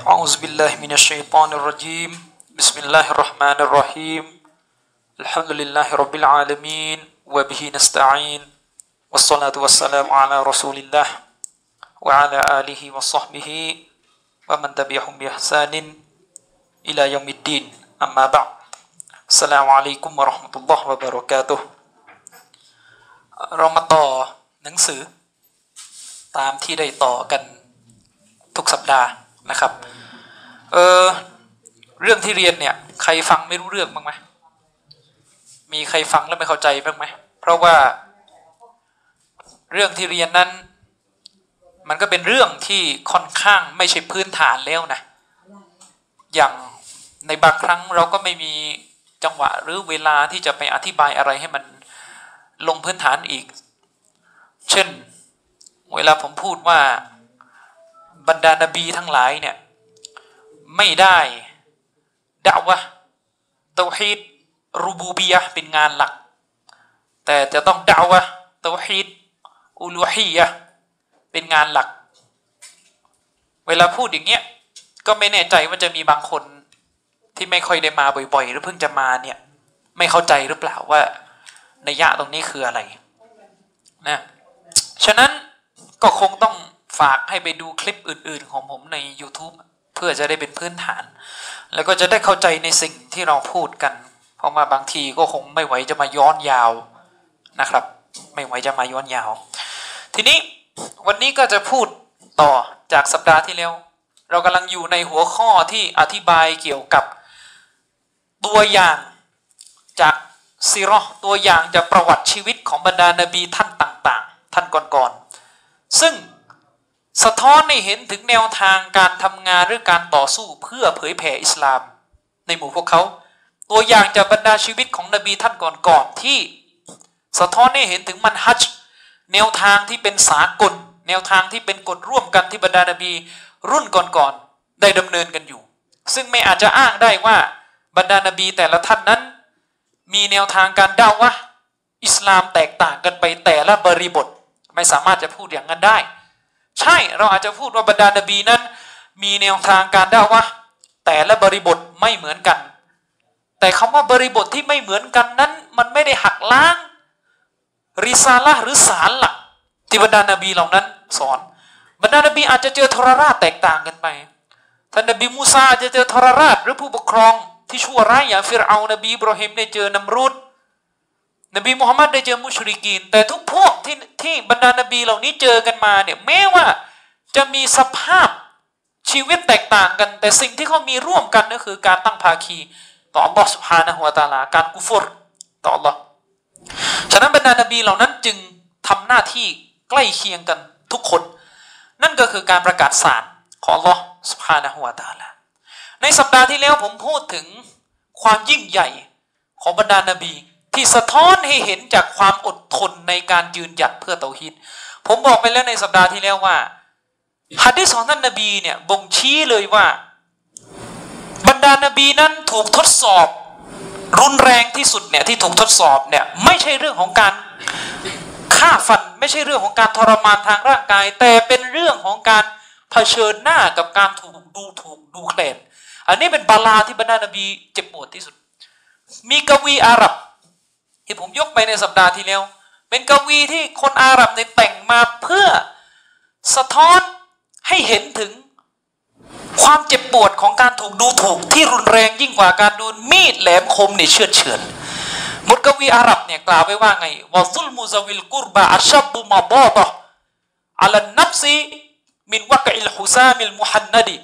أعوذ بالله من الشيطان الرجيم بسم الله الرحمن الرحيم الحمد لله رب العالمين وبه نستعين والصلاة والسلام على رسول الله وعلى آله وصحبه ومن تبعهم بإحسان إلى يوم الدين أما بعد السلام عليكم ورحمة الله وبركاته เรามาต่อหนังสือตามที่ได้ต่อกันทุกสัปดาห์นะครับเรื่องที่เรียนเนี่ยใครฟังไม่รู้เรื่องบ้างไหมมีใครฟังแล้วไม่เข้าใจบ้างไหมเพราะว่าเรื่องที่เรียนนั้นมันก็เป็นเรื่องที่ค่อนข้างไม่ใช่พื้นฐานแล้วนะอย่างในบางครั้งเราก็ไม่มีจังหวะหรือเวลาที่จะไปอธิบายอะไรให้มันลงพื้นฐานอีกเช่นเวลาผมพูดว่าบรรดานบีทั้งหลายเนี่ยไม่ได้ดะวะเตาฮีดรูบูบียะห์เป็นงานหลักแต่จะต้องดะวะเตาฮีดอูลูฮียะห์เป็นงานหลักเวลาพูดอย่างเงี้ยก็ไม่แน่ใจว่าจะมีบางคนที่ไม่ค่อยได้มาบ่อยๆหรือเพิ่งจะมาเนี่ยไม่เข้าใจหรือเปล่าว่านัยยะตรงนี้คืออะไรนะฉะนั้นก็คงต้องฝากให้ไปดูคลิปอื่นๆของผมใน YouTube เพื่อจะได้เป็นพื้นฐานแล้วก็จะได้เข้าใจในสิ่งที่เราพูดกันเพราะว่าบางทีก็คงไม่ไหวจะมาย้อนยาวนะครับไม่ไหวจะมาย้อนยาวทีนี้วันนี้ก็จะพูดต่อจากสัปดาห์ที่แล้วเรากำลังอยู่ในหัวข้อที่อธิบายเกี่ยวกับตัวอย่างจากซีเราะห์ตัวอย่างจากประวัติชีวิตของบรรดานบีท่านต่างๆท่านก่อนๆซึ่งสะท้อนให้เห็นถึงแนวทางการทำงานหรือการต่อสู้เพื่อเผยแผ่อิสลามในหมู่พวกเขาตัวอย่างจากบรรดาชีวิตของนบีท่านก่อนๆที่สะท้อนให้เห็นถึงมันฮัจญ์แนวทางที่เป็นสากลแนวทางที่เป็นกฎร่วมกันที่บรรดานบีรุ่นก่อนๆได้ดำเนินกันอยู่ซึ่งไม่อาจจะอ้างได้ว่าบรรดานบีแต่ละท่านนั้นมีแนวทางการดะวะห์อิสลามแตกต่างกันไปแต่ละบริบทไม่สามารถจะพูดอย่างนั้นได้ใช่เราอาจจะพูดว่าบรรดานบีนั้นมีแนวทางการดะวะห์แต่ละบริบทไม่เหมือนกันแต่คำว่าบริบทที่ไม่เหมือนกันนั้นมันไม่ได้หักล้างริซาละห์หรือสารหลักที่บรรดานบีเหล่านั้นสอนบรรดานบีอาจจะเจอทรราชแตกต่างกันไปท่านนบีมูซาอาจจะเจอทรราชหรือผู้ปกครองที่ชั่วร้ายอย่างฟิรเอานบีอิบราฮิมได้เจอนัมรูดนบีมุฮัมมัดได้เจอมุชริกีนแต่ทุกพวกที่บรรดานบีเหล่านี้เจอกันมาเนี่ยแม้ว่าจะมีสภาพชีวิตแตกต่างกันแต่สิ่งที่เขามีร่วมกันก็คือการตั้งภาคีต่ออัลลอฮฺซุบฮานะฮูวะตะอาลาการกุฟรต่ออัลลอฮฺฉะนั้นบรรดานบีเหล่านั้นจึงทำหน้าที่ใกล้เคียงกันทุกคนนั่นก็คือการประกาศศาสตร์ของอัลลอฮฺซุบฮานะฮูวะตะอาลาในสัปดาห์ที่แล้วผมพูดถึงความยิ่งใหญ่ของบรรดานบีที่สะท้อนให้เห็นจากความอดทนในการยืนหยัดเพื่อเตาฮีดผมบอกไปแล้วในสัปดาห์ที่แล้วว่าหะดีษของท่านนบีเนี่ยบ่งชี้เลยว่าบรรดานบีนั้นถูกทดสอบรุนแรงที่สุดเนี่ยที่ถูกทดสอบเนี่ยไม่ใช่เรื่องของการฆ่าฟันไม่ใช่เรื่องของการทรมานทางร่างกายแต่เป็นเรื่องของการเผชิญหน้ากับการถูกดูแคลนอันนี้เป็นบาลาที่บรรดานบีเจ็บปวดที่สุดมีกวีอาหรับที่ผมยกไปในสัปดาห์ที่แล้วเป็นกวีที่คนอาหรับในแต่งมาเพื่อสะท้อนให้เห็นถึงความเจ็บปวดของการถูกดูถูกที่รุนแรงยิ่งกว่าการโดนมีดแหลมคมเนี่ยเชือดเฉือนบทกวีอาหรับเนี่ยกล่าวไว้ว่าไงวะซุลมุซาวิลกุรบะอัชบุมาบาตะอัลนัฟซีมินวะกอิลฮุซามิลมุฮันนดี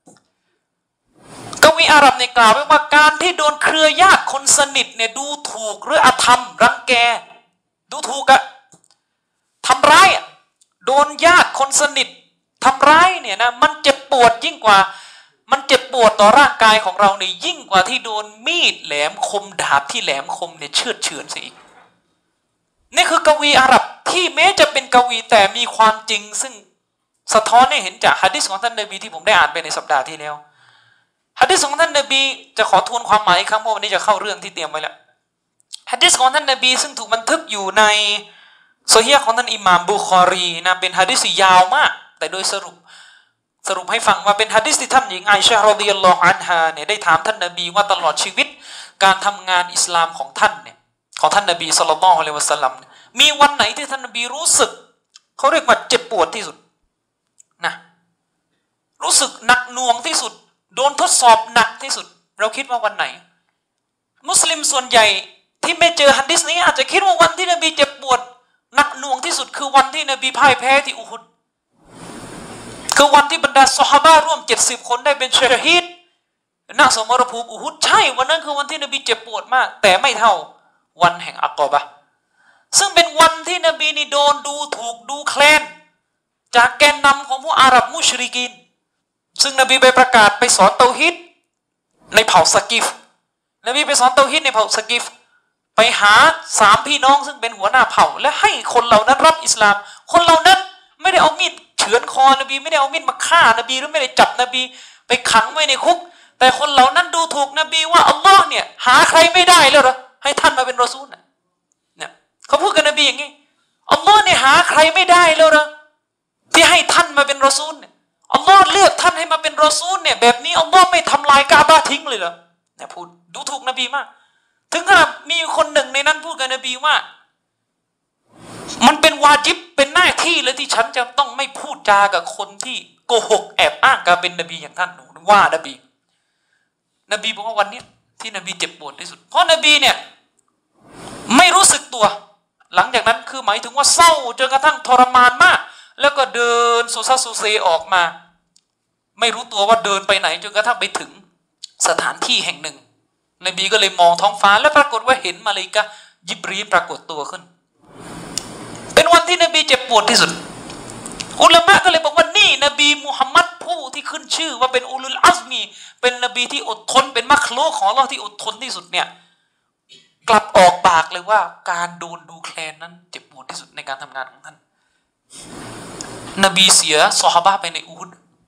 กวีอาหรับเนี่ยกล่าวไว้ว่าการที่โดนเครือญาติคนสนิทเนี่ยดูถูกหรืออธรรมรังแกดูถูกอะทำร้ายอะโดนญาติคนสนิททำร้ายเนี่ยนะมันเจ็บปวดยิ่งกว่ามันเจ็บปวดต่อร่างกายของเราเนี่ยยิ่งกว่าที่โดนมีดแหลมคมดาบที่แหลมคมเนี่ยเชือดเฉือนซะอีกนี่คือกวีอาหรับที่แม้จะเป็นกวีแต่มีความจริงซึ่งสะท้อนให้เห็นจากหะดีษของท่านนบีที่ผมได้อ่านไปในสัปดาห์ที่แล้วหะดีษของท่านนบีจะขอทวนความหมายอีกครั้งเพราะวันนี้จะเข้าเรื่องที่เตรียมไว้แล้วหะดีษของท่านนบีซึ่งถูกบันทึกอยู่ในโซฮีฮ์ของท่านอิหม่ามบุคอรีนะเป็นหะดีษยาวมากแต่โดยสรุปสรุปให้ฟังว่าเป็นหะดีษที่ท่านหญิงไอชะฮ์รอฎิยัลลอฮุอันฮาเนี่ยได้ถามท่านนบีว่าตลอดชีวิตการทำงานอิสลามของท่านเนี่ยของท่านนบีศ็อลลัลลอฮุอะลัยฮิวะซัลลัมมีวันไหนที่ท่านนบีรู้สึกเขาเรียกว่าเจ็บปวดที่สุดนะรู้สึกหนักหน่วงที่สุดโดนทดสอบหนักที่สุดเราคิดว่าวันไหนมุสลิมส่วนใหญ่ที่ไม่เจอหะดีษนี้อาจจะคิดว่าวันที่นบีเจ็บปวดหนักหน่วงที่สุดคือวันที่นบีพ่ายแพ้ที่อุฮุดคือวันที่บรรดาซอฮาบะห์ร่วม70คนได้เป็นชะฮีดณสมรภูมิอุฮุดใช่วันนั้นคือวันที่นบีเจ็บปวดมากแต่ไม่เท่าวันแห่งอักอบะห์ซึ่งเป็นวันที่นบีนี่โดนดูถูกดูแคลนจากแกนนำของพวกอาหรับมุชริกีนซึ่งนบีไปประกาศไปสอนเตาฮีดในเผ่าสกิฟนบีไปสอนเตาฮีดในเผ่าสกิฟไปหา3พี่น้องซึ่งเป็นหัวหน้าเผ่าและให้คนเหล่านั้นรับอิสลามคนเหล่านั้นไม่ได้เอามีดเฉือนคอนบีไม่ได้เอามีดมาฆ่านบีหรือไม่ได้จับนบีไปขังไว้ในคุกแต่คนเหล่านั้นดูถูกนบีว่าอัลลอฮ์เนี่ยหาใครไม่ได้แล้วเหรอให้ท่านมาเป็นรอซูลเนี่ยเขาพูดกับนบีอย่างนี้อัลลอฮ์เนี่ยหาใครไม่ได้แล้วเหรอที่ให้ท่านมาเป็นรอซูลเนี่ยอัลลอฮ์เลือกท่านให้มาเป็นรอซูลเนี่ยแบบนี้อัลลอฮ์ไม่ทำลายกาบะห์ทิ้งเลยเหรอเนี่ยพูดดูถูกนบีมากถึงขนาดมีคนหนึ่งในนั้นพูดกับนบีว่ามันเป็นวาญิบเป็นหน้าที่เลยที่ฉันจะต้องไม่พูดจากับคนที่โกหกแอบอ้างการเป็นนบีอย่างท่านหนูว่านบีบอกว่าวันนี้ที่นบีเจ็บปวดที่สุดเพราะนบีเนี่ยไม่รู้สึกตัวหลังจากนั้นคือหมายถึงว่าเศร้าจนกระทั่งทรมานมากแล้วก็เดินโซซัสโซเซออกมาไม่รู้ตัวว่าเดินไปไหนจนกระทั่งไปถึงสถานที่แห่งหนึ่งนบีก็เลยมองท้องฟ้าแล้วปรากฏว่าเห็นมาลาอิกะฮ์ญิบรีลปรากฏตัวขึ้นเป็นวันที่นบีเจ็บปวดที่สุดอุลามะก็เลยบอกว่านี่นบีมุฮัมมัดผู้ที่ขึ้นชื่อว่าเป็นอุลุลอัซมีเป็นนบีที่อดทนเป็นมักลุกของอัลเลาะห์ที่อดทนที่สุดเนี่ยกลับออกปากเลยว่าการโดนดูแคลนนั้นเจ็บปวดที่สุดในการทำงานของท่านนบีเสียซอฮาบะห์ไปในอูฮุด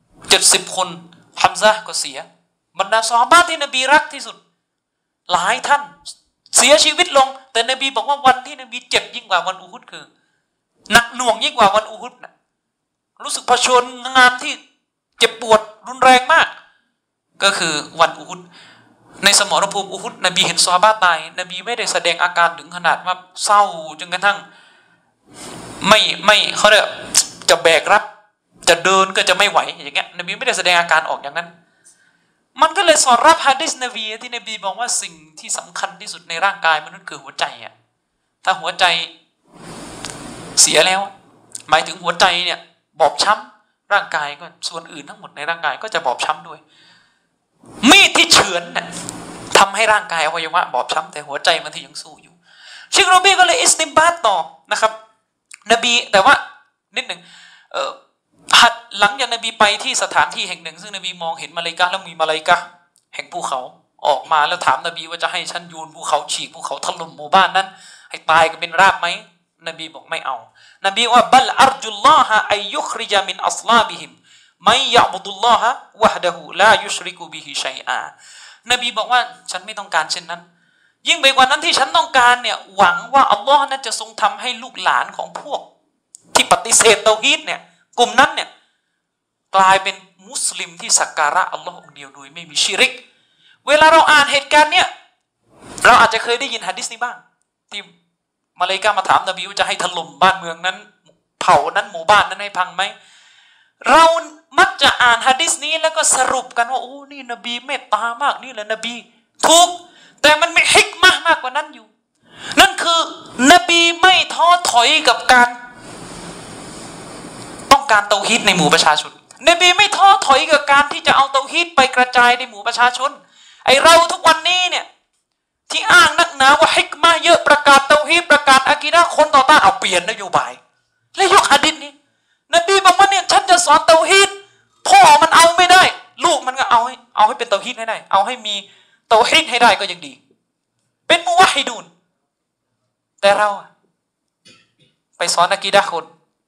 70คนฮัมซะห์ก็เสียบรรดาซอฮาบะห์ที่นบีรักที่สุดหลายท่านเสียชีวิตลงแต่นบีบอกว่าวันที่นบีเจ็บยิ่งกว่าวันอูฮุดคือหนักหน่วงยิ่งกว่าวันอูฮุดนะรู้สึกเผชิญงานที่เจ็บปวดรุนแรงมากก็คือวันอูฮุดในสมรภูมิอูฮุดนบีเห็นซอฮาบะห์ตายนบีไม่ได้แสดงอาการถึงขนาดว่าเศร้าจนกระทั่งไม่เขาเรียกจะแบกรับจะเดินก็จะไม่ไหวอย่างเงี้ยนบีไม่ได้แสดงอาการออกอย่างนั้นมันก็เลยสอดรับหะดีษนบีที่นบีบอกว่าสิ่งที่สำคัญที่สุดในร่างกายมนุษย์คือหัวใจอ่ะถ้าหัวใจเสียแล้วหมายถึงหัวใจเนี่ยบอบช้ำร่างกายก็ส่วนอื่นทั้งหมดในร่างกายก็จะบอบช้ำด้วยมีดที่เฉือนเนี่ยทำให้ร่างกายอวัยวะบอบช้ำแต่หัวใจมันที่ยังสู้อยู่ชิคโรบีก็เลยอิสติมบาตต่อนะครับนบีแต่ว่านิดหนึ่งหลังจากนบีไปที่สถานที่แห่งหนึ่งซึ่งนบีมองเห็นมาลาอิกะฮ์แล้วมีมาลาอิกะฮ์แห่งภูเขาออกมาแล้วถามนบีว่าจะให้ฉันโยนภูเขาฉีกภูเขาถล่มหมู่บ้านนั้นให้ตายกันเป็นราบไหมนบีบอกไม่เอานบีว่าบัลอัรจุลลอฮะอัยยุคริจามินอัศลาบิฮิมมัยยะบุดุลลอฮะวะฮดะฮูลายุชริกุบิฮิชัยอานบีบอกว่าฉันไม่ต้องการเช่นนั้นยิ่งไปกว่านั้นที่ฉันต้องการเนี่ยหวังว่าอัลลอฮ์นั้นจะทรงทำให้ลูกหลานของพวกที่ปฏิเสธเตาฮีดเนี่ยกลุ่มนั้นเนี่ยกลายเป็นมุสลิมที่สักการะอัลลอฮ์องเดียวโดยไม่มีชิริกเวลาเราอ่านเหตุการณ์เนี่ยเราอาจจะเคยได้ยินหะดีษนี้บ้างที่มาลาอิกะฮ์มาถามนบีว่าจะให้ถล่มบ้านเมืองนั้นเผานั้นหมู่บ้านนั้นให้พังไหมเรามักจะอ่านหะดีษนี้แล้วก็สรุปกันว่าโอ้นี่นบีเมตตามากนี่แหละนบีถูกแต่มันมีฮิกมะห์มากกว่านั้นอยู่นั่นคือนบีไม่ท้อถอยกับการต้องการเตาฮีดในหมู่ประชาชนนบีไม่ท้อถอยกับการที่จะเอาเตาฮีดไปกระจายในหมู่ประชาชนไอเราทุกวันนี้เนี่ยที่อ้างนักหนาว่าฮิกมะห์เยอะประกาศเตาฮีดประกาศอะกีดะห์คนต่อต้านเอาเปลี่ยนนโยบายและยกหะดีษนี้นบีบอกว่าเนี่ยฉันจะสอนเตาฮีดพ่อมันเอาไม่ได้ลูกมันก็เอาให้เป็นเตาฮีดให้ได้เอาให้มีเตาฮีดให้ได้ก็ยังดีเป็นมุวะฮิดูนแต่เราไปสอนอะกีดะห์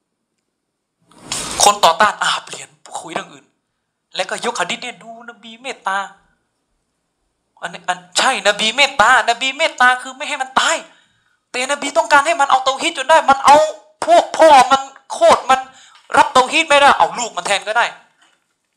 คนต่อต้านเปลี่ยนคุยเรื่องอื่นแล้วก็ยกหะดีษเนี่ยดูนบีเมตตาอันใช่นบีเมตตานบีเมตตาคือไม่ให้มันตายแต่นบีต้องการให้มันเอาเตาฮีดจนได้มันเอาพวกพ่อมันโคตรมันรับเตาฮีดไม่ได้เอาลูกมันแทนก็ได้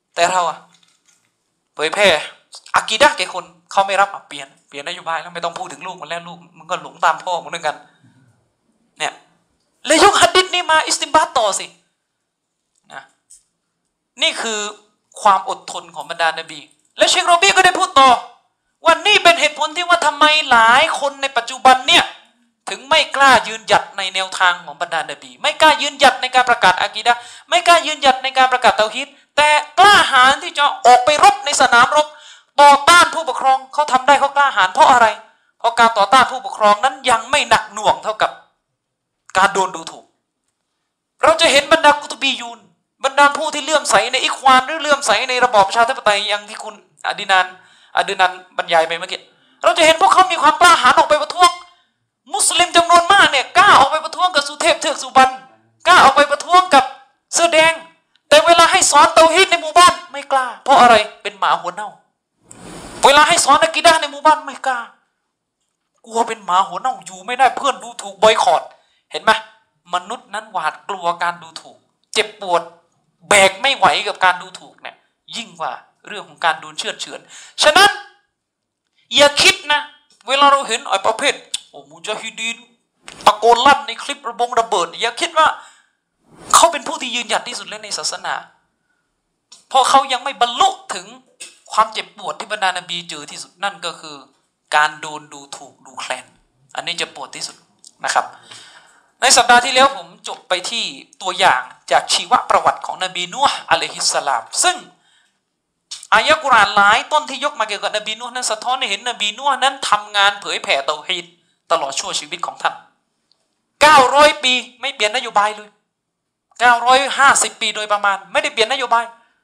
แต่เราอะเผยแพร่อากีดะห์แก่คนเขาไม่รับเปลี่ยนนโยบายแล้วไม่ต้องพูดถึงลูกมันแล้วลูกมึงก็หลงตามพ่อมึงด้วยกันเนี่ยเลยยกหะดีษนี้มาอิสติมบาตต่อสินะนี่คือความอดทนของบรรดานบีและเชคโรบีก็ได้พูดต่อว่านี่เป็นเหตุผลที่ว่าทำไมหลายคนในปัจจุบันเนี่ยถึงไม่กล้ายืนหยัดในแนวทางของบรรดานบีไม่กล้ายืนหยัดในการประกาศอากีดะห์ไม่กล้ายืนหยัดในการประกาศเตาฮีดแต่กล้าหาญที่จะออกไปรบในสนามรบต่อต้านผู้ปกครองเขาทำได้เขากล้าหาญเพราะอะไรเพราะการต่อต้านผู้ปกครองนั้นยังไม่หนักหน่วงเท่ากับการโดนดูถูกเราจะเห็นบรรดากุตบียูนบรรดาผู้ที่เลื่อมใสในอิควานหรือเลื่อมใสในระบอบประชาธิปไตยอย่างที่คุณอดินันบรรยายไปเมื่อกี้เราจะเห็นพวกเขามีความกล้าหาญออกไปประท้วงมุสลิมจำนวนมากเนี่ยกล้าออกไปประท้วงกับสุเทพเทือกสุบรรณกล้าออกไปประท้วงกับเสื้อแดงแต่เวลาให้สอนเตาฮีดในหมู่บ้านไม่กล้าเพราะอะไรเป็นหมาหัวเน่าเวลาให้สอนอะกีดะห์ในหมู่บ้านไม่กล้ากลัวเป็นหมาหัวเน่าอยู่ไม่ได้เพื่อนดูถูกบอยคอตเห็นไหมมนุษย์นั้นหวาดกลัวการดูถูกเจ็บปวดแบกไม่ไหวกับการดูถูกเนี่ยยิ่งกว่าเรื่องของการโดนเชือดเฉือนฉะนั้นอย่าคิดนะเวลาเราเห็นไอ้ประเภทโอ้มุญาฮิดีนตะโกนลั่นในคลิประเบิดอย่าคิดว่าเขาเป็นผู้ที่ยืนหยัดที่สุดในศาสนาเพราะเขายังไม่บรรลุถึงความเจ็บปวดที่บรรดานบีเจอที่สุดนั่นก็คือการโดนดูถูกดูแคลนอันนี้จะปวดที่สุดนะครับในสัปดาห์ที่แล้วผมจบไปที่ตัวอย่างจากชีวประวัติของนบีนูห์อะลัยฮิสสลามซึ่งอายะกุรอานหลายต้นที่ยกมาเกี่ยวกับนบีนูห์นั้นสะท้อนให้เห็นนบีนูห์นั้นทำงานเผยแผ่เตาฮีดตลอดชั่วชีวิตของท่าน900 ปีไม่เปลี่ยนนโยบายเลย950 ปีโดยประมาณไม่ได้เปลี่ยนนโยบาย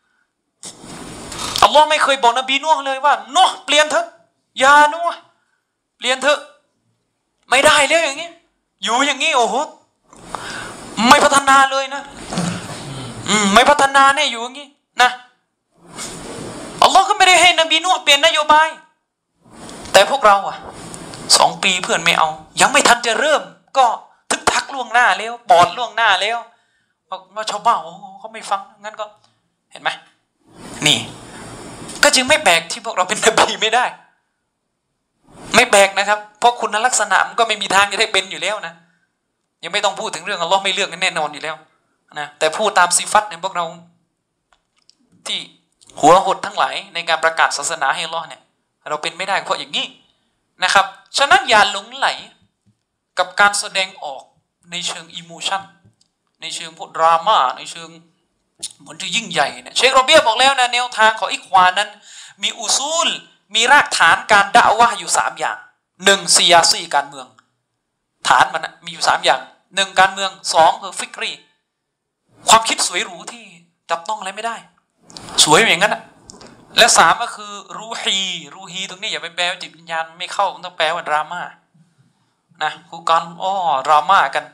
อัลลอฮ์ไม่เคยบอกนบีนูห์เลยว่านูห์เปลี่ยนเถอะอย่านูห์เปลี่ยนเถอะไม่ได้แล้วอย่างนี้อยู่อย่างนี้โอ้โหไม่พัฒนาเลยนะไม่พัฒนาเนี่ยอยู่อย่างนี้นะอัลลอฮ์ก็ไม่ได้ให้นบีนูห์เปลี่ยนนโยบายแต่พวกเรา2 ปีเพื่อนไม่เอายังไม่ทันจะเริ่มก็ทึกทักล่วงหน้าแล้วปอนล่วงหน้าแล้วว่าชาวบ้านเขาไม่ฟังงั้นก็เห็นไหมนี่ก็จึงไม่แปลกที่พวกเราเป็นนบีไม่ได้ไม่แปลกนะครับเพราะคุณลักษณะมันก็ไม่มีทางจะได้เป็นอยู่แล้วนะยังไม่ต้องพูดถึงเรื่องอัลลอฮ์ไม่เลือกกันแน่นอนอยู่แล้วนะแต่พูดตามซิฟัตเนี่ยพวกเราที่หัวหดทั้งหลายในการประกาศศาสนาให้อัลลอฮ์เนี่ยเราเป็นไม่ได้เพราะอย่างนี้นะครับฉะนั้นอย่าหลงไหลกับการแสดงออกในเชิงอิโมชันในเชิงพวกดราม่าในเชิงเหมือนจะยิ่งใหญ่เนี่ยเชคโรเบียบอกแล้วนะแนวทางของอิควานนั้นมีอุซูลมีรากฐานการดะอวะห์อยู่3 อย่าง1ซิยาซีการเมืองฐานมันมีอยู่3 อย่าง1การเมือง2คือฟิกรีความคิดสวยหรูที่จับต้องอะไรไม่ได้สวยอย่างนั้นนะและ3ก็คือรูฮีตรงนี้อย่าไปแปลว่าจิตวิญญาณไม่เข้าต้องแปลว่าดราม่านะคือการดราม่ากัน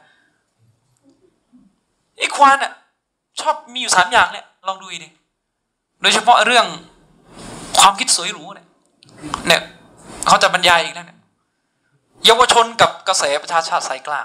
อิควานชอบมีอยู่3 อย่างเนี่ยลองดูดิโดยเฉพาะเรื่องความคิดสวยหรูเนี่ยเขาจะบรรยายอีกแล้วเนี่ยเยาวชนกับกระแสประชาชาติสายกลาง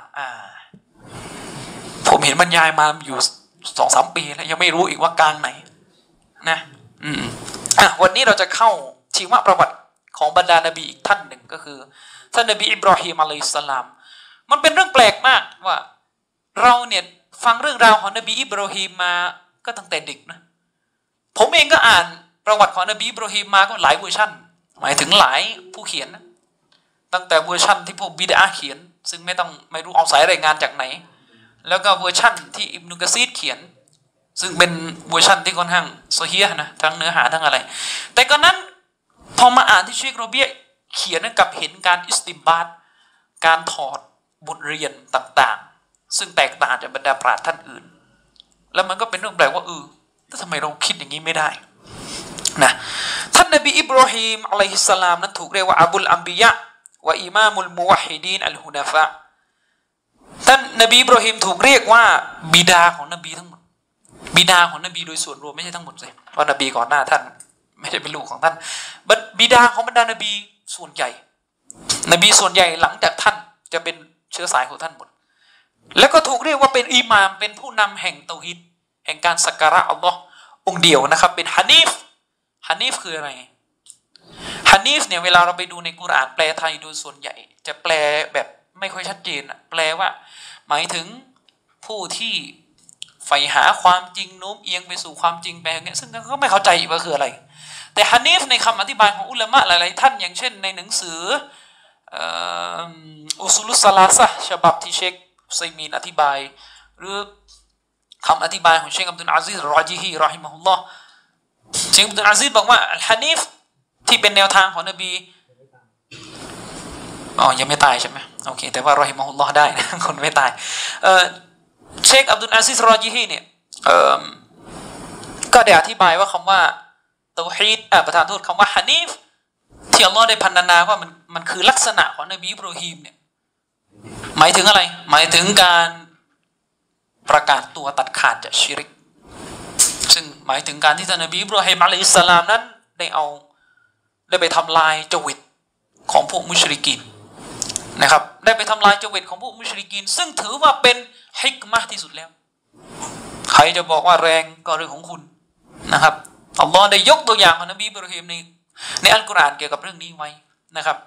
ผมเห็นบรรยายมาอยู่2-3 ปีแล้วยังไม่รู้อีกว่ากลางไหนนะวันนี้เราจะเข้าชีวประวัติของบรรดานบีอีกท่านหนึ่งก็คือท่านนบีอิบราฮิมอะลัยฮิสสลามมันเป็นเรื่องแปลกมากว่าเราเนี่ยฟังเรื่องราวของนบีอิบราฮิมมาก็ตั้งแต่เด็กนะผมเองก็อ่านประวัติของนบีอิบราฮิมมาก็หลายเวอร์ชันหมายถึงหลายผู้เขียนนะตั้งแต่เวอร์ชันที่พวกบิดอะห์เขียนซึ่งไม่รู้เอาสายรายงานจากไหนแล้วก็เวอร์ชันที่อิบนุกะซีรเขียนซึ่งเป็นเวอร์ชันที่ค่อนข้างซอฮีฮ์นะทั้งเนื้อหาทั้งอะไรแต่ก่อนนั้นพอมาอ่านที่เชคโรเบียเขียนกับเห็นการอิสติมบาตการถอดบทเรียนต่างๆซึ่งแตกต่างจากบรรดาปราชญ์ท่านอื่นแล้วมันก็เป็นเรื่องแปลกว่าทำไมเราคิดอย่างนี้ไม่ได้นะท่านนบีอิบราฮิมอะลัยฮิสสลามนั้นถูกเรียกว่าอับุลอัมบิยะวะอิมามุลมุวะฮิดีนอัลฮุนาฟะท่านนบีอิบราฮิมถูกเรียกว่าบิดาของนบีทั้งหมดบิดาของนบีโดยส่วนรวมไม่ใช่ทั้งหมดเลยเพราะนบีก่อนหน้าท่านไม่ได้เป็นลูกของท่านบิดาของบรรดานบีส่วนใหญ่นบีส่วนใหญ่หลังจากท่านจะเป็นเชื้อสายของท่านหมดแล้วก็ถูกเรียกว่าเป็นอิหม่ามเป็นผู้นำแห่งเตาฮีดแห่งการสักการะอัลลอฮ์องค์เดียวนะครับเป็นฮานีฟฮานีฟคืออะไรฮานีฟเนี่ยเวลาเราไปดูในกุรอานแปลไทยโดยส่วนใหญ่จะแปลแบบไม่ค่อยชัดเจนแปลว่าหมายถึงผู้ที่ใฝ่หาความจริงโน้มเอียงไปสู่ความจริงแบบนี้ซึ่งก็ไม่เข้าใจว่าคืออะไรแต่ฮานีฟในคำอธิบายของอุลามะหลายๆท่านอย่างเช่นในหนังสืออุซุลุสซะลาซะห์ฉบับที่เชคอุซัยมีนอธิบายหรือคำอธิบายของเชคอับดุลอาซิซรอญิฮีรอฮิมะฮุลลอฮ์เชคอับดุลอาซิซบอกว่าอัลฮานีฟที่เป็นแนวทางของนบียังไม่ตายใช่ไหมโอเคแต่ว่ารอฮิมะฮุลลอฮ์ได้นะคนไม่ตายเชคอับดุลอาซิซรอญิฮีเนี่ยก็ได้อธิบายว่าคำว่าเตาฮีดประธานโทษคำว่าฮานีฟที่อัลลอฮ์ได้พรรณนาว่ามันคือลักษณะของนบีอิบราฮิมเนี่ยหมายถึงอะไรหมายถึงการประกาศตัวตัดขาดจากชิริกซึ่งหมายถึงการที่ท่านนบีอิบราฮิมอะลัยฮิสสลามนั้นได้ไปทำลายจวิตของพวกมุชริกีนนะครับได้ไปทำลายจวิตของพวกมุชริกีนซึ่งถือว่าเป็นฮิกมะห์ที่สุดแล้วใครจะบอกว่าแรงก็เรื่องของคุณนะครับอัลลอฮ์ได้ยกตัวอย่างของนบีอิบราฮิมในอัลกุรอานเกี่ยวกับเรื่องนี้ไว้นะครับ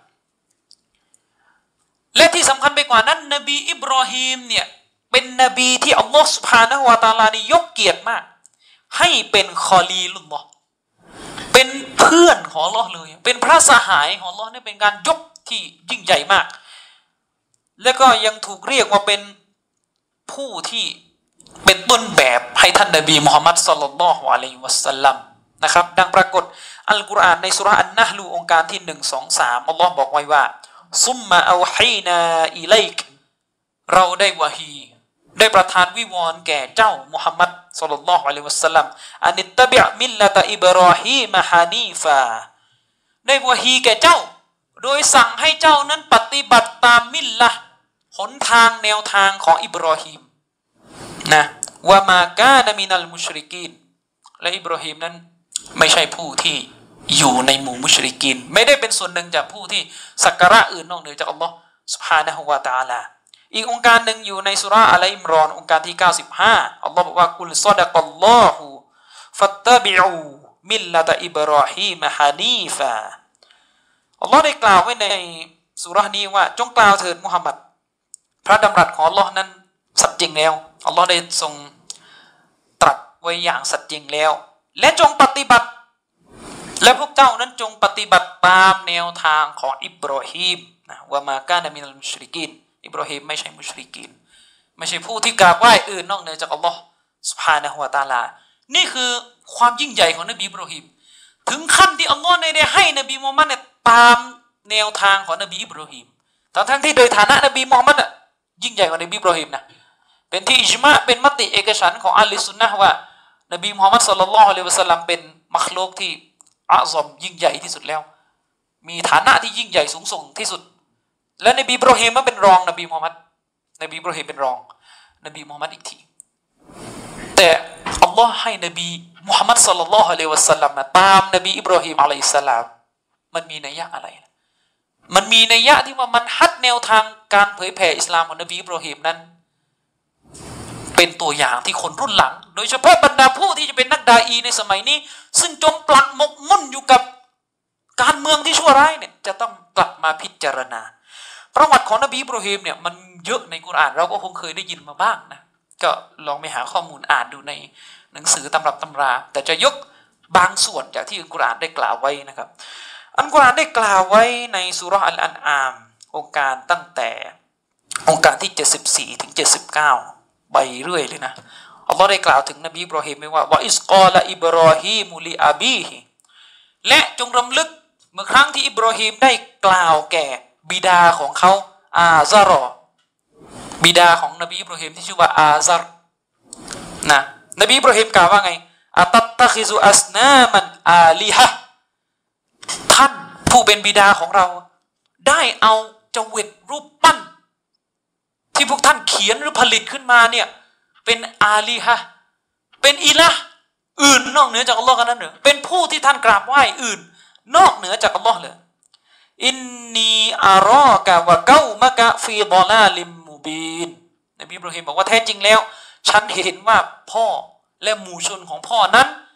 และที่สำคัญไปกว่านั้นนบีอิบราฮิมเนี่ยเป็นนบีที่อัลลอฮ์ซุบฮานะฮูวะตะอาลาได้ยกเกียรติมากให้เป็นคอลีลุลลอฮ์เป็นเพื่อนของอัลลอฮ์เลยเป็นพระสหายของอัลลอฮ์นี่เป็นการยกที่ยิ่งใหญ่มากและก็ยังถูกเรียกว่าเป็นผู้ที่เป็นต้นแบบให้ท่านนบีมุฮัมมัดศ็อลลัลลอฮุอะลัยฮิวะซัลลัมนะครับดังปรากฏอัลกุรอานในสุเราะห์อันนะห์ลูองค์การที่1 2 3อัลลอฮ์บอกไว้ว่าซุมมาเอาฮีนาอิลัยกเราได้วะฮีได้ประทานวิวรณ์แก่เจ้ามุฮัมมัดศ็อลลัลลอฮุอะลัยฮิวะซัลลัมอันิตตะบิอ์มิลละตะอิบรอฮีมฮานีฟาได้วะฮีแก่เจ้าโดยสั่งให้เจ้านั้นปฏิบัติตามมิลละหนทางแนวทางของอิบรอฮีมนะวะมากานะมินัลมุชริกีนและอิบรอฮีมนั้นไม่ใช่ผู้ที่อยู่ในหมู่มุชริกีนไม่ได้เป็นส่วนหนึ่งจากผู้ที่สักการะอื่นนอกเหนือจากอัลลอฮ์ซุบฮานะฮูวะตะอาลาอีกองค์การหนึ่งอยู่ในสุเราะห์อัลอิมรอนองค์การที่95อัลลอฮ์บอกว่ากุลซอดะกัลลอฮุฟัตตะบิอูมิลละตะอิบรอฮีมฮานีฟาอัลลอฮ์ได้กล่าวไว้ในสุเราะห์นี้ว่าจงกล่าวเถิดมุฮัมมัดพระดำรัสของอัลลอฮ์นั้นสัตย์จริงแล้วอัลลอฮ์ได้ทรงตรัสไว้อย่างสัตย์จริงแล้วและจงปฏิบัติและพวกเจ้านั้นจงปฏิบัติตามแนวทางของอิบรอฮีมนะวะมากานะมินัลมุชริกีนอิบรอฮีมไม่ใช่มุชริกีนไม่ใช่ผู้ที่กราบไหว้อื่นนอกเหนือจากอัลลอฮ์ซุบฮานะฮูวะตะอาลานี่คือความยิ่งใหญ่ของนบีอิบรอฮีมถึงขั้นที่อัลลอฮ์ได้ให้นบีมุฮัมมัดเนี่ยตามแนวทางของนบีอิบรอฮีมทั้งที่โดยฐานะนบีมุฮัมมัดยิ่งใหญ่กว่านบีอิบรอฮีมนะเป็นที่อิจมาเป็นมติเอกฉันท์ของอัลลิซุนนะห์ว่านบีมุฮัมมัดศ็อลลัลลอฮุอะลัยฮิวะซัลลัมเป็นมัคลุกที่อาซอมยิ่งใหญ่ที่สุดแล้วมีฐานะที่ยิ่งใหญ่สูงส่งที่สุดและนบีอิบรอฮีมมันเป็นรองนบีมุฮัมมัดนบีอิบรอฮีมเป็นรองนบีมุฮัมมัดอีกทีแต่อัลลอฮ์ให้นบีมุฮัมมัดศ็อลลัลลอฮุอะลัยฮิวะซัลลัมตามนบีอิบรอฮีมอะลัยฮิสสลามมันมีนัยยะอะไรมันมีนัยยะที่ว่ามันฮัดแนวทางการเผยแผ่อิสลามของนบีอิบรอฮีมนั้นเป็นตัวอย่างที่คนรุ่นหลังโดยเฉพาะบรรดาผู้ที่จะเป็นนักดาอีในสมัยนี้ซึ่งจมปลักหมกมุ่นอยู่กับการเมืองที่ชั่วร้ายเนี่ยจะต้องกลับมาพิจารณาประวัติของนบีอิบรอฮีมเนี่ยมันเยอะในกุรอานเราก็คงเคยได้ยินมาบ้างนะก็ลองไปหาข้อมูลอ่านดูในหนังสือตำรับตำราแต่จะยกบางส่วนจากที่อัลกุรอานได้กล่าวไว้นะครับอัลกุรอานได้กล่าวไว้ในซูเราะห์อัลอันอามองค์การตั้งแต่องค์การที่74ถึง79ไปเรื่อยเลยนะอัลลอฮ์ได้กล่าวถึงนบีอิบรอฮีมไว้ว่าวะอิสกอลอิบรอฮีมุลิอาบีฮิและจงรำลึกเมื่อครั้งที่อิบรอฮีมได้กล่าวแก่บิดาของเขาอาซารอบิดาของนบีอิบรอฮีมที่ชื่อว่าอาซารนะนบีอิบรอฮีมกล่าวว่าไงอัตัตตะคิซุอัสนามันอาลิฮะท่านผู้เป็นบิดาของเราได้เอาจวิตรูปปั้นที่พวกท่านเขียนหรือผลิตขึ้นมาเนี่ยเป็นอาลีฮะเป็นอิละห์อื่นนอกเหนือจากอัลลอฮ์กันนั่นเหรอเป็นผู้ที่ท่านกราบไหว้อื่นนอกเหนือจากอัลลอฮ์เลยอินนีอารอกะวะเกามะกะฟีฎอลาลิมมุบีนนบีอิบรอฮีมบอกว่าแท้จริงแล้วฉันเห็นว่าพ่อและหมู่ชนของพ่อนั้น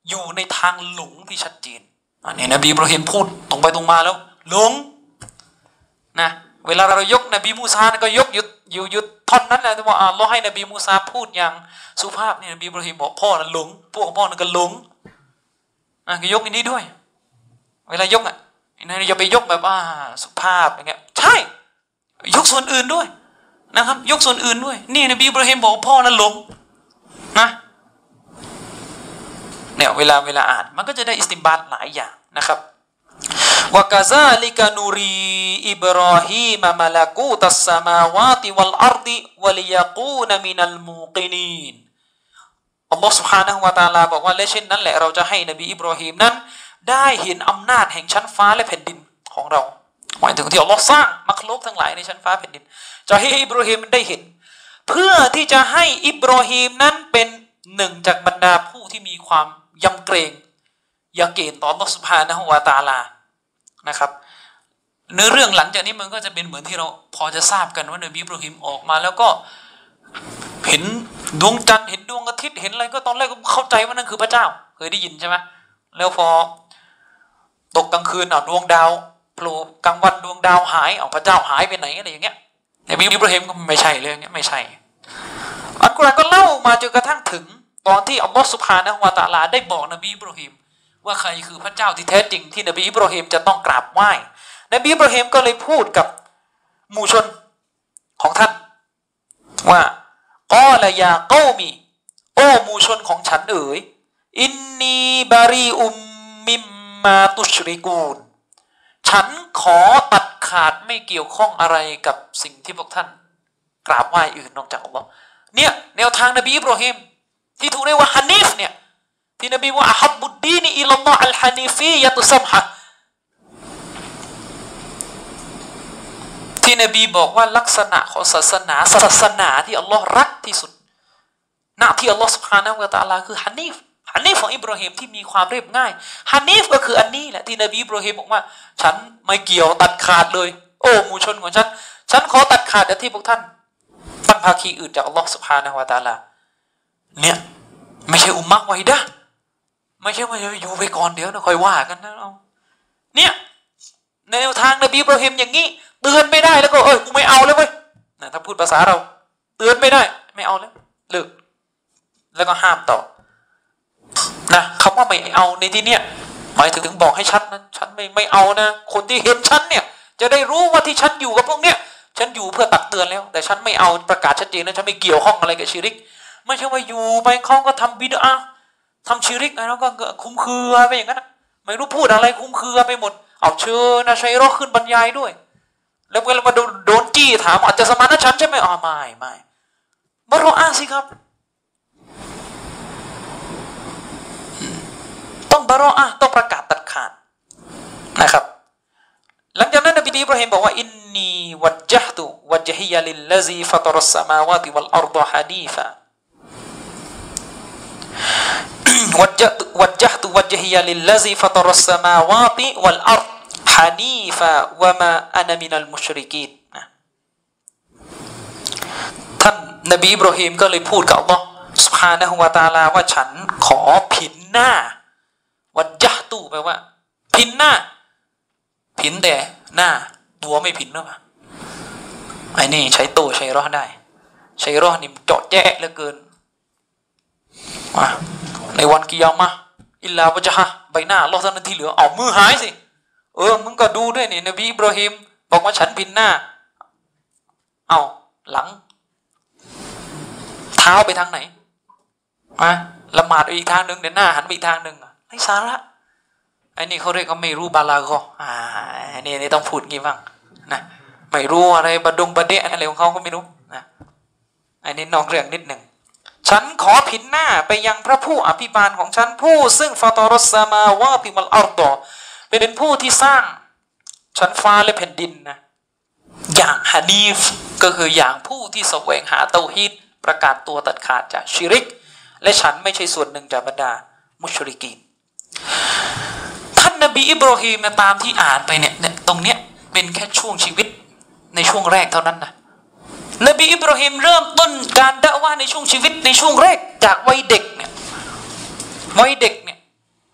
อยู่ในทางหลงที่ชัดเจนอันนี้นบีอิบราฮิมพูดตรงไปตรงมาแล้วหลงนะเวลาเรายกนบีมูซาก็ยกหยุดท่อนนั้นแหละที่ว่าอัลลอฮ์ให้นบีมูซาพูดอย่างสุภาพเนี่ยนบีอิบราฮิมบอกพ่อนั้นหลงพวกพ่อนั้นก็หลงก็ยกอันนี้ด้วยเวลายกอย่าไปยกแบบสุภาพอย่างเงี้ยใช่ยกส่วนอื่นด้วยนะครับยกส่วนอื่นด้วยนี่นบีอิบราฮิมบอกพ่อนั้นหลงนะเนี่ยเวลาอ่านมันก็จะได้อิสติมบาตหลายอย่างนะครับวะกะซาลิกะนูรีอิบรอฮีมะมะลากูตัสสมาวาติวัลอัรฎิวะลิยะกูนมินัลมูกินีนอัลลอฮฺ سبحانه และ تعالى บอกว่าและเช่นนั้นแหละเราจะให้นบีอิบรอฮีมนั้นได้เห็นอำนาจแห่งชั้นฟ้าและแผ่นดินของเราหมายถึงที่อัลลอฮ์สร้างมักลุกทั้งหลายในชั้นฟ้าแผ่นดินจะให้อิบรอฮีมได้เห็นเพื่อที่จะให้อิบรอฮีมนั้นเป็นหนึ่งจากบรรดาผู้ที่มีความยำเกรงยำเกรงต่ออัลลอฮ์ سبحانه และ تعالى นะครับเนื้อเรื่องหลังจากนี้มันก็จะเป็นเหมือนที่เราพอจะทราบกันว่านบีอิบรอฮีมออกมาแล้วก็เห็นดวงจันทร์เห็นดวงอาทิตย์เห็นอะไรก็ตอนแรกก็เข้าใจว่านั่นคือพระเจ้าเคยได้ยินใช่ไหมแล้วพอตกกลางคืนดวงดาวโผล่กลางวันดวงดาวหายพระเจ้าหายไปไหนอะไรอย่างเงี้ยนบีอิบรอฮีมก็ไม่ใช่เลยอย่างเงี้ยไม่ใช่อัลกุรอานก็เล่ามาจนกระทั่งถึงตอนที่อัลลอฮฺซุบฮานะฮูวะตะอาลาได้บอกนบีอิบรอฮีมว่าใครคือพระเจ้าที่แท้จริงที่นบีอิบรอฮีมจะต้องกราบไหว้นบีอิบรอฮีมก็เลยพูดกับหมู่ชนของท่านว่ากอลยาเกามีโอ้หมู่ชนของฉันเอ๋ยอินนีบารีอุมมิมมาตุชริกูนฉันขอตัดขาดไม่เกี่ยวข้องอะไรกับสิ่งที่พวกท่านกราบไหว้อื่นนอกจากอัลลอฮ์เนี่ยแนวทางนบีอิบรอฮีมที่ถูกเรียกว่าฮานีฟเนี่ยที่นบีว่าอะฮับบุดดีนอิลลัลลอฮ์อัลฮานีฟียะตุซัมฮะที่นบีบอกว่าลักษณะของศาสนาที่อัลลอฮ์รักที่สุดหน้าที่อัลลอฮ์ซุบฮานะฮูวะตะอาลาคือฮานีฟของอิบรอฮีมที่มีความเรียบง่ายฮานีฟก็คืออันนี้แหละที่นบีอิบรอฮีมบอกว่าฉันไม่เกี่ยวตัดขาดเลยโอ้หมู่ชนของฉันขอตัดขาดจากที่พวกท่านตั้งภาคีอื่นจากอัลลอฮ์ซุบฮานะฮูวะตะอาลาเนี่ยไม่ใช่อุมมะฮ์วะฮิดะห์ไม่ใช่ว่าอยู่ไปก่อนเดี๋ยวนะค่อยว่ากันนะเอาเนี่ยในแนวทางนบีอิบรอฮีมอย่างนี้เตือนไม่ได้แล้วก็กูไม่เอาแล้วเว้ยถ้าพูดภาษาเราเตือนไม่ได้ไม่เอาแล้วเลิกแล้วก็ห้ามต่อนะคำว่าไม่เอาในที่เนี้ยหมายถึงบอกให้ชัดนะฉันไม่เอานะคนที่เห็นฉันเนี่ยจะได้รู้ว่าที่ฉันอยู่กับพวกเนี้ยฉันอยู่เพื่อตักเตือนแล้วแต่ฉันไม่เอาประกาศชัดเจนนะฉันไม่เกี่ยวข้องอะไรกับชิริกไม่ใช่ว่าอยู่ไปเขาก็ทำบิดอะห์ทำชิริกแล้วก็คุ้มเครือไปอย่างนั้นไม่รู้พูดอะไรคุ้มเครือไปหมดเอาเชิญนะชัยรอขึ้นบรรยายด้วยแล้วเวลามาโดนจี้ถามอาจจะสมานฉันใช่ไหมไม่บารออะห์สิครับต้องบารออะห์ต้องประกาศตัดขาดนะครับหลังจากนั้นนบีอิบรอฮีมบอกว่าอินนีวัจญะตุวัจฮิยะลิลลซีฟะตรัสสมาวาติวัลอัรฎฮะนีฟะวัจญะตุวัจฮิยะลิลลซีฟะตรัสสมาวาติวัลอัรฎฮะนีฟะวะมาอะนะมินัลมุชริกีนท่านนบีอิบรอฮีมก็เลยพูดกับอัลลอฮ์ซุบฮานะฮูวะตะอาลาว่าฉันขอผินหน้าวัจญะตุแปลว่าผินหน้าผินแต่หน้าตัวไม่ผินหรือเปล่าไอ้นี่ใช้โตใช้รอได้ใช้รอนี่เจาะแจ๊ะเหลือเกินในวันกิยามะห์อิลลาวะจฮะใบหน้าอัลเลาะห์เท่านั้นที่เหลือเอามือหายสิมึงก็ดูด้วยนี่นบีอิบรอฮีมบอกว่าฉันผินหน้าเอาหลังเท้าไปทางไหนละหมาดอีกทางหนึ่งเดี๋ยวหน้าหันไปอีกทางหนึ่งไร้สาระไอ้นี่เขาเรียกว่าไม่รู้บาลาก็นี่ต้องพูดงี้บ้างนะไม่รู้อะไรบดงบะเดะอะไรของเขาก็ไม่รู้นะไอ้นี่นอกเรื่องนิดหนึ่งฉันขอผินหน้าไปยังพระผู้อภิบาลของฉันผู้ซึ่งฟาตอรัสสมาวาติวัลอัรฎอเป็นผู้ที่สร้างชั้นฟ้าและแผ่นดินนะอย่างฮานีฟก็คืออย่างผู้ที่แสวงหาเตาฮีดประกาศตัวตัดขาดจากชิริกและฉันไม่ใช่ส่วนหนึ่งจากบรรดามุชริกีนท่านนบีอิบรอฮีมตามที่อ่านไปเนี่ยตรงเนี้ยเป็นแค่ช่วงชีวิตในช่วงแรกเท่านั้นนะนบีอิบรอฮีมเริ่มต้นการดะอ์วะห์ในช่วงชีวิตในช่วงแรกจากวัยเด็กเนี่ย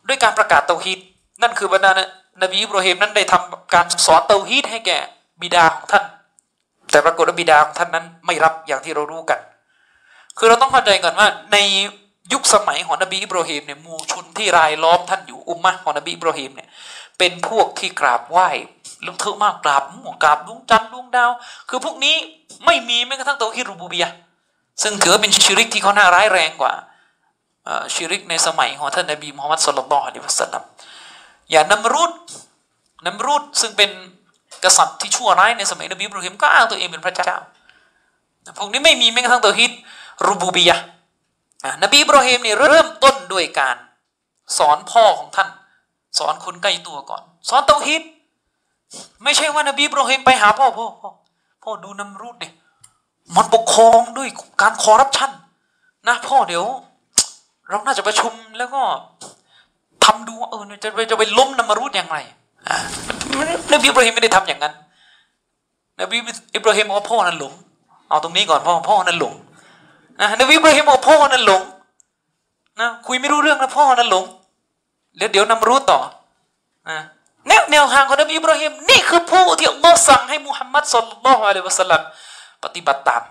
ด้วยการประกาศเตาฮีดนั่นคือบรรดานบีอิบราฮิมนั้นได้ทำการสอนเตาฮีดให้แก่บิดาของท่านแต่ปรากฏว่าบิดาของท่านนั้นไม่รับอย่างที่เรารู้กันคือเราต้องเข้าใจก่อนว่าในยุคสมัยของนบีอิบราฮิมเนี่ยหมู่ชนที่รายล้อมท่านอยู่อุมมะของนบีอิบราฮิมเนี่ยเป็นพวกที่กราบไหว้ลุงเทอะมากกราบดวงจันทร์ดวงดาวคือพวกนี้ไม่มีแม้กระทั่งเตาฮีดรูบูบียะห์ซึ่งถือว่าเป็นชิริกที่เขาน่าร้ายแรงกว่าชิริกในสมัยของท่านนบีมุฮัมมัดศ็อลลัลลอฮุอะลัยฮิวะซัลลัมอย่างนัมรูดซึ่งเป็นกษัตริย์ที่ชั่วร้ายในสมัยนบีอิบราฮิมก็อ้างตัวเองเป็นพระเจ้าพวกนี้ไม่มีแม้กระทั่งเตาฮีดรูบูบียะห์นบีอิบราฮิมเนี่ยเริ่มต้นด้วยการสอนพ่อของท่านสอนคนใกล้ตัวก่อนสอนเตาฮีดไม่ใช่ว่านบีอิบราฮิมไปหาพ่อดูนัมรูดเนี่ยมันปกครองด้วยการคอร์รัปชันนะพ่อเดี๋ยวเราน่าจะประชุมแล้วก็ทำดูจะไปล้มนัมรูดอย่างไรนบีอิบราฮิมไม่ได้ทำอย่างนั้นนบีอิบราฮิมบอกว่าพ่อนั้นหลงเอาตรงนี้ก่อนพ่อนั้นหลงนะนบีอิบราฮิมบอกพ่อนั้นหลงนะคุยไม่รู้เรื่องนะพ่อนั้นหลงแล้วเดี๋ยวนัมรูดต่อแนวทางของนบีอิบราฮิมนี่คือผู้ที่อัลลอฮ์สั่งให้มุฮัมมัดศ็อลลัลลอฮุอะลัยฮิวะซัลลัมปฏิบัติตาม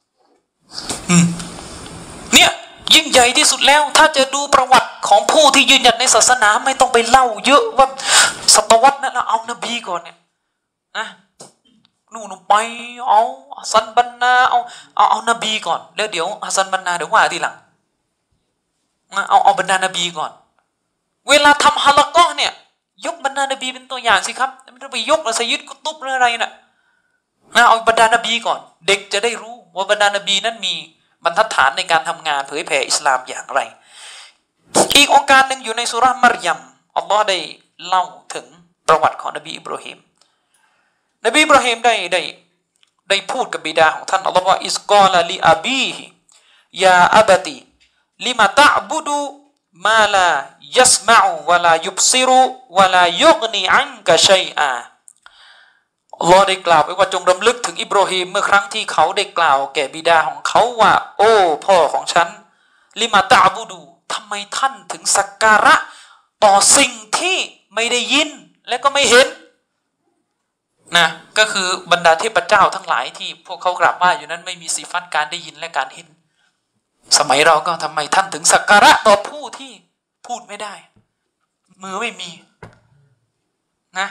เนี่ยยิ่งใหญ่ที่สุดแล้วถ้าจะดูประวัติของผู้ที่ยืนหยัดในศาสนาไม่ต้องไปเล่าเยอะว่าศตวรรษนั้นเอานบีก่อนเนี่ยนะนู่นไปเอาฮัสซันบันนาเอานบีก่อนแล้วเดี๋ยวฮัสซันบันนาเดี๋ยวว่าทีหลังเอาบรรดานบีก่อนเวลาทำฮะละกอฮ์เนี่ยยกบรรดานบีเป็นตัวอย่างสิครับไม่ต้องไปยกไซยิดกุตุบหรืออะไรนะเอาบรรดานบีก่อนเด็กจะได้รู้ว่าบรรดานบีนั้นมีบรรทัดฐานในการทำงานเผยแผ่อิสลามอย่างไรอีกองค์การหนึ่งอยู่ในสุราะห์มัรยมอัลลอฮ์ได้เล่าถึงประวัติของนบีอิบราฮิมนบีอิบราฮิมได้พูดกับบิดาของท่านอัลลอฮ์ว่าอิสกอลาลีอาบีฮิยาอับติลิมาตะบุดูมาลายัสมะวะลายุบซิรุวะลายุกนีอันกะชัยอาอัลลอฮ์ได้กล่าวไว้ว่าจงรำลึกถึงอิบราฮิมเมื่อครั้งที่เขาได้กล่าวแก่บิดาของเขาว่าโอ้พ่อของฉันลิมาตะบุดูทำไมท่านถึงสักการะต่อสิ่งที่ไม่ได้ยินและก็ไม่เห็นนะก็คือบรรดาเทพเจ้าทั้งหลายที่พวกเขากราบไหว้อยู่นั้นไม่มีสิฟัตการได้ยินและการเห็นสมัยเราก็ทำไมท่านถึงสักการะต่อผู้ที่พูดไม่ได้มือไม่มีนะ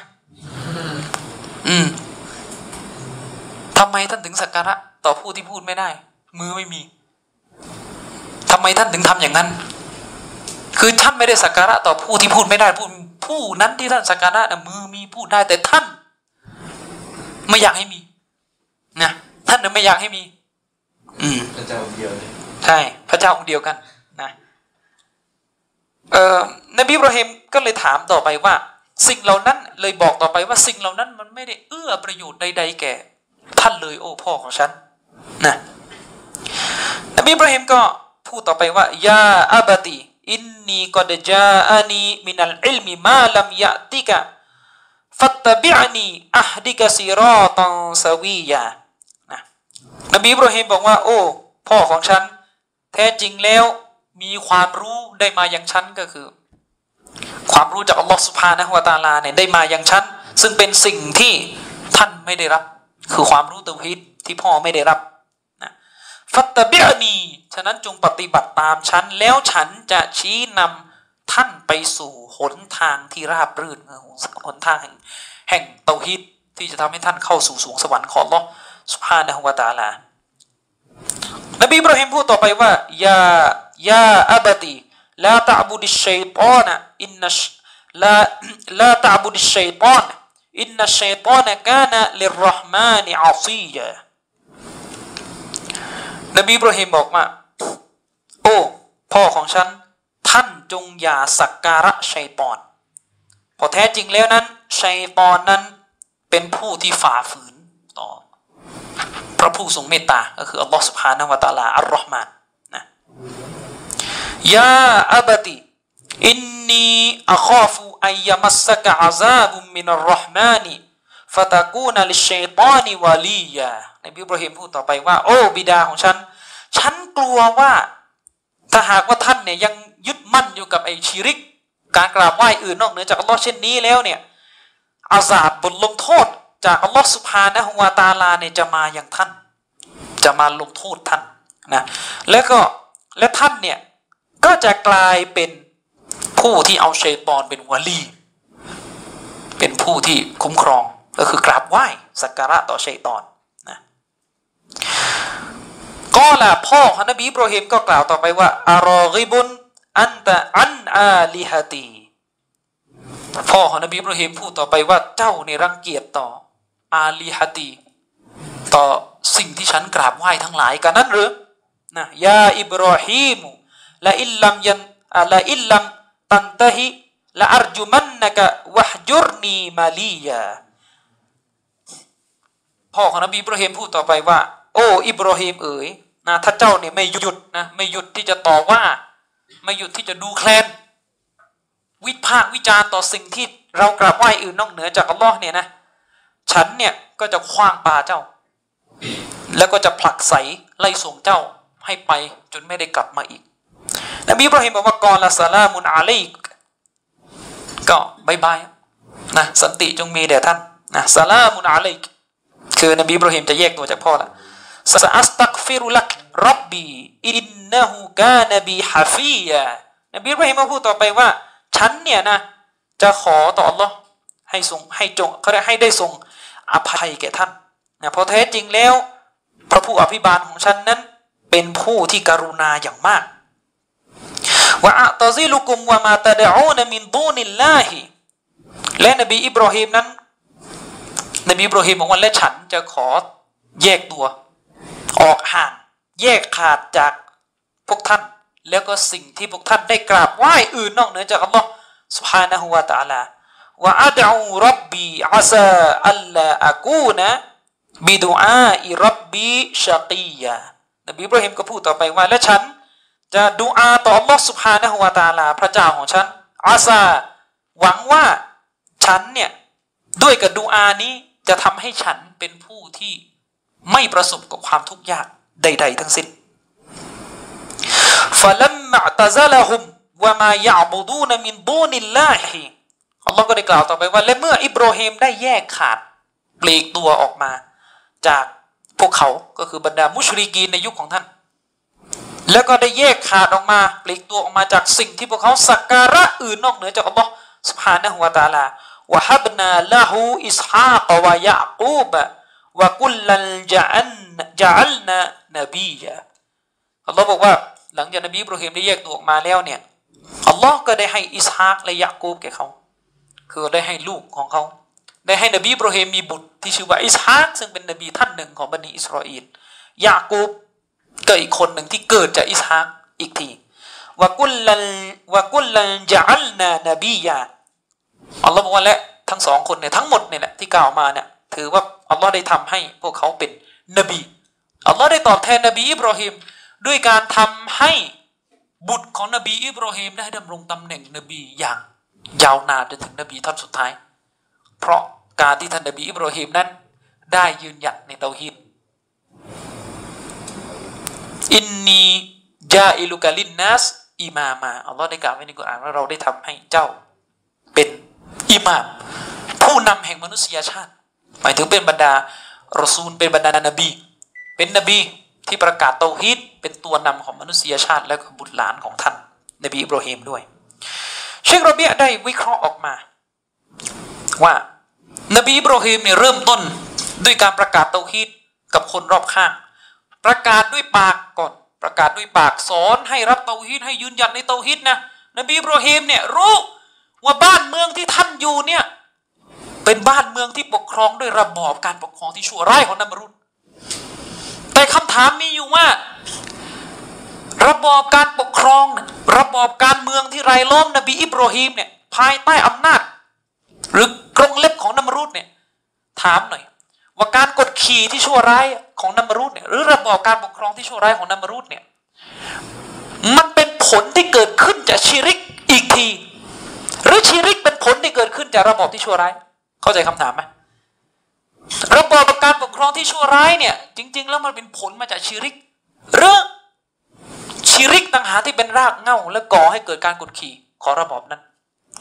ทำไมท่านถึงสักการะต่อผู้ที่พูดไม่ได้มือไม่มีทำไมท่านถึงทำอย่างนั้นคือท่านไม่ได้สักการะต่อผู้ที่พูดไม่ได้ผู้นั้นที่ท่านสักการะมือมีพูดได้แต่ท่านไม่อยากให้มีนะท่านไม่อยากให้มีพระเจ้าองค์เดียวเลยใช่พระเจ้าองค์เดียวกันนะนบีอิบราฮิมก็เลยถามต่อไปว่าสิ่งเหล่านั้นเลยบอกต่อไปว่าสิ่งเหล่านั้นมันไม่ได้เอื้อประโยชน์ใดๆแก่ท่านเลยโอ้พ่อของฉันนะนบีอิบราฮิมก็พูดต่อไปว่ายาอับติอินนีกอดจาอานีมินัลอิลมิมาลัมยะติกะฟัตตบิอนีอะฮดิกะซิรอตันซะวียะนะนบีอิบราฮิมบอกว่าโอ้พ่อของฉันแท้จริงแล้วมีความรู้ได้มาอย่างฉันก็คือความรู้จากอัลลอฮฺซุบฮานะฮูวะตะอาลาเนี่ยได้มาอย่างฉันซึ่งเป็นสิ่งที่ท่านไม่ได้รับคือความรู้เตาฮีดที่พ่อไม่ได้รับนะฟัตตบิอนีฉะนั้นจงปฏิบัติตามฉันแล้วฉันจะชี้นำท่านไปสู่หนทางที่ราบรื่นหนทางแห่งเตาฮีดที่จะทำให้ท่านเข้าสู่สวงสวรรค์ของอัลลอฮฺซุบฮานะฮูวะตะอาลานบีอิบราฮิมพูดต่อไปว่ายาอับติลาตะบุดิชชัยฏอนอินนัชลาตะบุดิชชัยฏอนอินนัชชัยฏอนกานะลิรเราะห์มานิอะซียะนบีอิบราฮิมบอกว่าโอ้พ่อของฉันท่านจงอย่าสักการะชัยฏอนเพราะแท้จริงแล้วนั้นชัยฏอนนั้นเป็นผู้ที่ฝ่าฝืนต่อพระผู้ทรงเมตตาก็คืออัลลอฮฺ سبحانه และ تعالى อัลลอฮ์มานนะยาอับติอินนีอัคาฟุอัยยะมัสซะกะอะซาบุมมินัรเราะห์มานิฟะตะกูนะลิชชัยฏอนิวะลียะนบีอิบราฮิมพูดต่อไปว่าโอ้บิดาของฉันกลัวว่าถ้าหากว่าท่านเนี่ยยังยึดมั่นอยู่กับไอ้ชิริกการกราบไหว้อื่นนอกเหนือจากอัลลอฮ์เช่นนี้แล้วเนี่ยอาซาบบทลงโทษจากอัลลอฮ์ซุบฮานะฮูวะตะอาลาเนี่ยจะมาอย่างท่านจะมาลงโทษท่านนะและท่านเนี่ยก็จะกลายเป็นผู้ที่เอาชัยฏอนเป็นวะลีเป็นผู้ที่คุ้มครองก็คือกราบไหว้สักการะต่อชัยฏอนนะก็ล่ะพ่อของนบีอิบราฮิมก็กล่าวต่อไปว่าอารอกิบุนอันตะอันอาลิฮะตีพ่อของนบีอิบราฮิมพูดต่อไปว่าเจ้าเนี่ยรังเกียจต่ออาลิฮะตีต่อสิ่งที่ฉันกราบไหว้ทั้งหลายกันนั้นหรือนะยาอิบราฮิมละอิลลัมตันตะฮิละอัรจุมันนะกะวะฮจุรนีมาลียาพ่อของนบีอิบราฮิมพูดต่อไปว่าโอ้อิบราฮิมเอ๋ยนะถ้าเจ้าเนี่ยไม่หยุดนะไม่หยุดที่จะต่อว่าไม่หยุดที่จะดูแคลนวิพากษ์วิจารณ์ต่อสิ่งที่เรากราบไหว้อื่นนอกเหนือจากอัลลอฮ์เนี่ยนะฉันเนี่ยก็จะขว้างปาเจ้าแล้วก็จะผลักไสไล่ส่งเจ้าให้ไปจนไม่ได้กลับมาอีกนบีอิบราฮิมบอกว่ากอลาสลามุนอะลัยกก็บายบายนะสันติจงมีแด่ท่านนะสลามุนอะลัยกคือนบีอิบราฮิมจะแยกตัวจากพ่อละซะอัสตักฟิรุลักร็อบบีอินนะฮูกานบีฮะฟียานบีอิบราฮิมพูดต่อไปว่าฉันเนี่ยนะจะขอต่ออัลลอฮ์ให้ได้ทรงอภัยแก่ท่านนะเพราะแท้จริงแล้วพระผู้อภิบาลของฉันนั้นเป็นผู้ที่กรุณาอย่างมากวะอะตะซิลุกุมวะมาตะดะอูนมินดูนิลลาฮิและนบีอิบราฮิมนั้นนบีอิบราฮิมบอกว่าและฉันจะขอแยกตัวออกห่างแยกขาดจากพวกท่านแล้วก็สิ่งที่พวกท่านได้กราบไหว้อื่นนอกเหนือจากอัลลอฮ์ سبحانه และ تعالى วะอะดะอูร็อบบีอะซาอัลลาอะกูนะบิดุอาอิร็อบบีชะกียะนบีอิบราฮิมก็พูดต่อไปว่าและฉันจะดุอาต่ออัลลอฮ์ سبحانه และ تعالى พระเจ้าของฉันอาซาหวังว่าฉันเนี่ยด้วยกับดุอานี้จะทำให้ฉันเป็นผู้ที่ไม่ประสบกับความทุกข์ยากใดๆทั้งสิ้นฟะลัมมะตะซะละฮุมวะมายะอ์บุดูนมินดูนิลลาฮิอัลลอฮ์ก็ได้กล่าวต่อไปว่าและเมื่ออิบราฮิมได้แยกขาดปลีกตัวออกมาจากพวกเขาก็คือบรรดามุชริกีนในยุคของท่านแล้วก็ได้แยกขาดออกมาปลีกตัวออกมาจากสิ่งที่พวกเขาสักการะอื่นนอกเหนือจากอัลลอฮ์ซุบฮานะฮูวะตะอาลาวะฮับนาละฮูอิสฮากะวะยะอูบะวะกุลลันจะอัลนานบียะอัลลอฮ์บอกว่าหลังจากนบีอิบราฮิมได้แยกตัวออกมาแล้วเนี่ยอัลลอฮ์ก็ได้ให้อิสฮากและยะกูบแก่เขาคือได้ให้ลูกของเขาได้ให้นบีอิบราฮิมมีบุตรที่ชื่อว่าอิสฮากซึ่งเป็นนบีท่านหนึ่งของบันิอิสราเอลยะกูบก็อีกคนหนึ่งที่เกิดจากอิสฮากอีกทีวะกุลลันจะอัลนานบียะอัลลอฮ์บอกว่าและทั้งสองคนเนี่ยทั้งหมดเนี่ยแหละที่กล่าวมาเนี่ยถือว่าอัลลอฮ์ได้ทำให้พวกเขาเป็นนบีอัลลอฮ์ได้ตอบแทนนบีอิบราฮิมด้วยการทำให้บุตรของนบีอิบราฮิมได้ดำรงตำแหน่งนบีอย่างยาวนานจนถึงนบีท่านสุดท้ายเพราะการที่ท่านนบีอิบราฮิมนั้นได้ยืนหยัดในเตาฮีดอินนีจาอิลุกะลินนัสอิมามาอัลลอฮ์ได้กล่าวไว้ในกุรอานว่าเราได้ทำให้เจ้าเป็นอิหม่ามผู้นำแห่งมนุษยชาติหมายถึงเป็นบรรดารอซูลเป็นบรรดานบีเป็นนบีที่ประกาศเตาฮีดเป็นตัวนำของมนุษยชาติและบุตรหลานของท่านนบีอิบราฮิมด้วยเชคโรเบียได้วิเคราะห์ออกมาว่านบีอิบราฮิมเนี่ยเริ่มต้นด้วยการประกาศเตาฮีดกับคนรอบข้างประกาศด้วยปากก่อนประกาศด้วยปากสอนให้รับเตาฮีดให้ยืนหยัดในเตาฮีดนะนบีอิบราฮิมเนี่ยรู้ว่าบ้านเมืองที่ท่านอยู่เนี่ยเป็นบ้านเมืองที่ปกครองด้วยระบอบการปกครองที่ชั่วร้ายของนัมรุดแต่คำถามมีอยู่ว่าระบอบการปกครองระบอบการเมืองที่รายล้อมนบีอิบราฮิมเนี่ยภายใต้อำนาจหรือกรงเล็บของนัมรุดเนี่ยถามหน่อยว่าการกดขี่ที่ชั่วร้ายของนัมรุดเนี่ยหรือระบอบการปกครองที่ชั่วร้ายของนัมรุดเนี่ยมันเป็นผลที่เกิดขึ้นจากชิริกอีกทีหรือชิริกเป็นผลที่เกิดขึ้นจากระบอบที่ชั่วร้ายเข้าใจคำถามไหมระบอบการปกครองที่ชั่วร้ายเนี่ยจริงๆแล้วมันเป็นผลมาจากชิริกหรือชิริกต่างหากที่เป็นรากเหง้าและก่อให้เกิดการกดขี่ของระบอบนั้น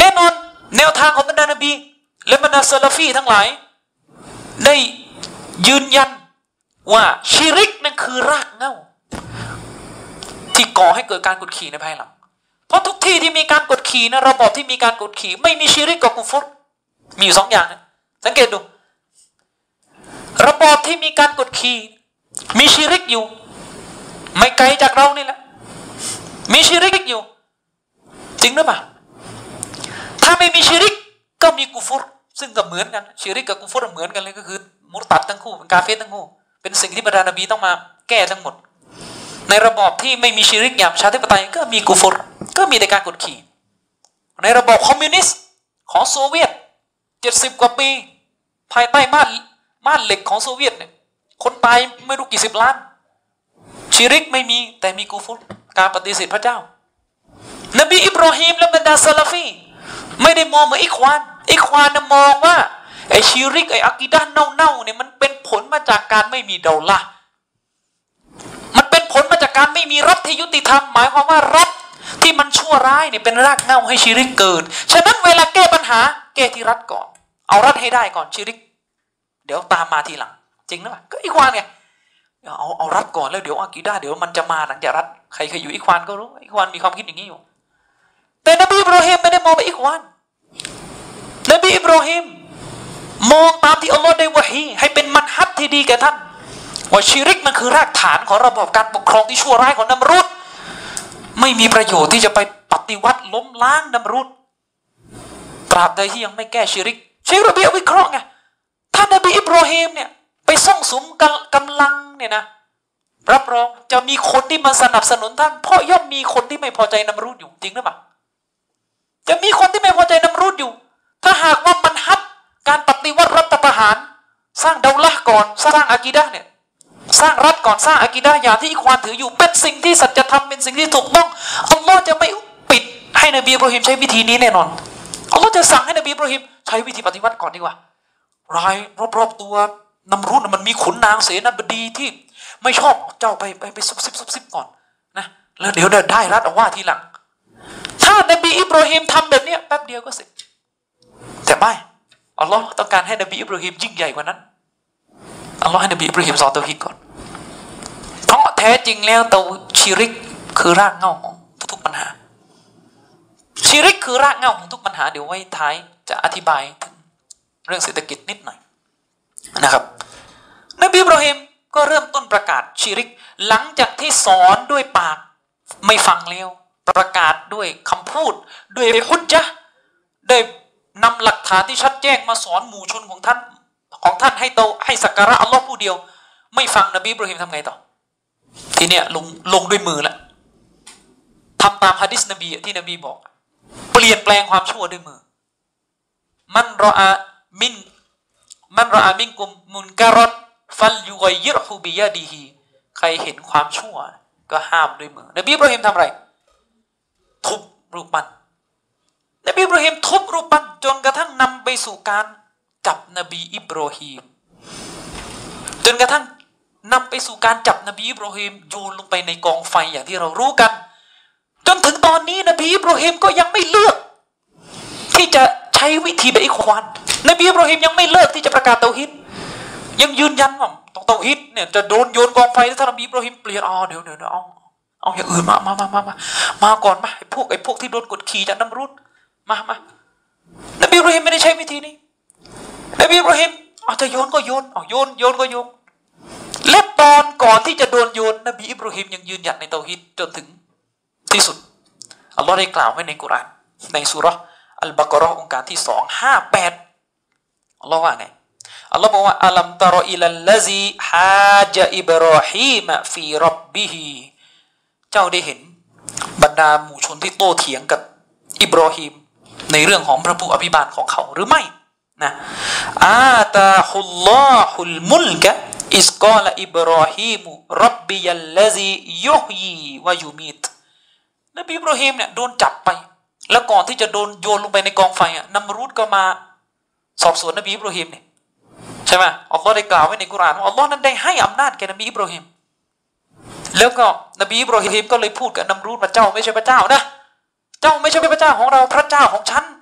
น่นอนแนวทางของบรรดานบีและบรรดาซาลาฟีทั้งหลายได้ยืนยันว่าชิริกนั่นคือรากเหง้าที่ก่อให้เกิดการกดขี่ในภายหลังเพราะทุกที่ที่มีการกดขี่นะระบอบที่มีการกดขี่ไม่มีชิริกกับกุฟรมีอยู่2 อย่างนะสังเกตดูระบอบที่มีการกดขี่มีชิริกอยู่ไม่ไกลจากเรานี่แหละมีชิริกอยู่จริงหรือเปล่าถ้าไม่มีชิริกก็มีกุฟรซึ่งก็เหมือนกันชิริกกับกุฟรเหมือนกันเลยก็คือมุรตัดทั้งคู่เป็นกาเฟรทั้งคู่เป็นสิ่งที่บรรดานบีต้องมาแก้ทั้งหมดในระบอบที่ไม่มีชิริกอย่างประชาธิปไตยก็มีกุฟรก็มีแต่การกดขี่ในระบอบคอมมิวนิสต์ของโซเวียต70 กว่าปีภายใต้ม่านเหล็กของโซเวียตเนี่ยคนตายไม่รู้กี่10 ล้านชิริกไม่มีแต่มีกุฟรการปฏิเสธพระเจ้านบีอิบราฮิมและบรรดาซาลาฟีไม่ได้มองเหมือนอิควานนะมองว่าไอชิริกไออะกีดะห์เน่าๆเนี่ยมันเป็นผลมาจากการไม่มีเดาละห์มันเป็นผลมาจากการไม่มีรัฐที่ยุติธรรมหมายความว่ารัฐที่มันชั่วร้ายเนี่ยเป็นรากเหง้าให้ชิริกเกิดฉะนั้นเวลาแก้ปัญหาแก้ที่รัฐก่อนเอารัฐให้ได้ก่อนชิริกเดี๋ยวตามมาทีหลังจริงนะวะก็อิควานไงเอารัฐก่อนแล้วเดี๋ยวอะกีดะห์เดี๋ยวมันจะมาหลังจากรัฐใครเคยอยู่อิควานก็รู้อิควานมีความคิดอย่างนี้อยู่แต่นบีอิบราฮิมไม่ได้มองไปอิควานนบีอิบราฮิมมองตามที่อัลลอฮ์ได้วะฮีให้เป็นมันฮัดที่ดีแก่ท่านว่าชิริกมันคือรากฐานของระบบการปกครองที่ชั่วร้ายของนัมรุดไม่มีประโยชน์ที่จะไปปฏิวัติล้มล้างนัมรุดตราบใดที่ยังไม่แก้ชิริกเชคโรเบียวิเคราะห์ไงท่านนบีอิบราฮิมเนี่ยไปส่งสุมกำลังเนี่ยนะรับรองจะมีคนที่มาสนับสนุนท่านเพราะย่อมมีคนที่ไม่พอใจนัมรุดอยู่จริงหรือเปล่าจะมีคนที่ไม่พอใจนัมรุดอยู่ถ้าหากว่ามันฮัดการปฏิวัติรัฐประหารสร้างเดาละห์ก่อนสร้างอะกีดะห์เนี่ยสร้างรัฐก่อนสร้างอะกีดะห์อย่างที่อิควานถืออยู่เป็นสิ่งที่สัจธรรมเป็นสิ่งที่ถูกต้องอัลลอฮ์จะไม่ปิดให้นบีอิบราฮิมใช้วิธีนี้แน่นอนอัลลอฮ์จะสั่งให้นบีอิบราฮิมใช้วิธีปฏิวัติก่อนดีกว่ารายรอบๆตัวนัมรุดมันมีขุนนางเสนาบดีที่ไม่ชอบเจ้าไปซุบซิบก่อนนะแล้วเดี๋ยวได้รัฐเอาว่าทีหลังถ้านบีอิบราฮิมทำแบบนี้แป๊บเดียวก็เสร็จแต่ไม่อัลลอฮ์ต้องการให้นบีอิบราฮิมยิ่งใหญ่กว่านั้นอัลลอฮ์ให้นบีอิบราฮิมสอนเตาฮีดก่อนเพราะแท้จริงแล้วเตาชิริกคือรากเหง้าของทุกปัญหาชิริกคือรากเหง้าของทุกปัญหาเดี๋ยวไว้ท้ายจะอธิบายถึงเรื่องเศรษฐกิจนิดหน่อยนะครับนบีอิบราฮิมก็เริ่มต้นประกาศชิริกหลังจากที่สอนด้วยปากไม่ฟังแล้วประกาศด้วยคำพูดด้วยฮุจญะห์ได้นำหลักฐานที่ชัดแจ้งมาสอนหมู่ชนของท่านให้สักการะอัลลอฮ์ผู้เดียวไม่ฟังนบีอิบราฮิมทำไงต่อทีเนี้ยลงด้วยมือแล้วทำตามหะดีษนบีที่นบีบอกเปลี่ยนแปลงความชั่วด้วยมือมันรออามินกุมมุนการอตฟัลยุกอยยิรฮูบิยาดีฮีใครเห็นความชั่วก็ห้ามด้วยมือนบีอิบราฮิมทำอะไรทุบรูปปั้นนบีอิบราฮิมทุบรูปปั้นจนกระทั่งนำไปสู่การจับนบีอิบราฮิมจนกระทั่งนำไปสู่การจับนบีอิบราฮิมโยนลงไปในกองไฟอย่างที่เรารู้กันจนถึงตอนนี้นบีอิบราฮิมก็ยังไม่เลือกที่จะใช้วิธีแบบอิควานนบีอิบราฮิมยังไม่เลิกที่จะประกาศเตาฮีดยังยืนยันว่าเตาฮีดเนี่ยจะโดนโยนกองไฟแล้วท่านนบีอิบราฮิมเปลี่ยนเดี๋ยวเอาอย่างอื่นมาก่อนมาไอ้พวกที่โดนกดขี่จากนัมรุดมานบีอิบราฮิมไม่ได้ใช้วิธีนี้นบีอิบราฮิมจะโยนก็โยนโยนก็โยนและตอนก่อนที่จะโดนโยนนบีอิบราฮิมยังยืนหยัดในเตาฮีดจนถึงที่สุดอัลลอฮ์ได้กล่าวไว้ในกุรอานในซูเราะห์อัลบะเกาะเราะห์องค์การที่258อัลลอฮ์ว่าไงอัลลอฮ์บอกว่าอัลัมตะรออิลัลลซีฮาจอิบราฮีมฟีร็อบบิฮีเจ้าได้เห็นบรรดาหมู่ชนที่โต้เถียงกับอิบราฮิมในเรื่องของพระผู้อภิบาลของเขาหรือไม่นะอาตาฮุลลอฮุลมุลกะอิสกอลอิบราฮิมรับบิยัลลซียุฮยีวะยูมีตนบีอิบราฮิมเนี่ยโดนจับไปแล้วก่อนที่จะโดนโยนลงไปในกองไฟนัมรุดก็มาสอบสวนนบีอิบราฮิมเนี่ยใช่ไหมอัลลอฮ์ได้กล่าวไว้ในกุรอานว่าอัลลอฮ์นั้นได้ให้อำนาจแก่นบีอิบราฮิมแล้วก็นบีอิบราฮิมก็เลยพูดกับนัมรุดว่าเจ้าไม่ใช่พระเจ้านะเจ้าไม่ใช่พระเจ้าของเราพระเจ้าของฉัน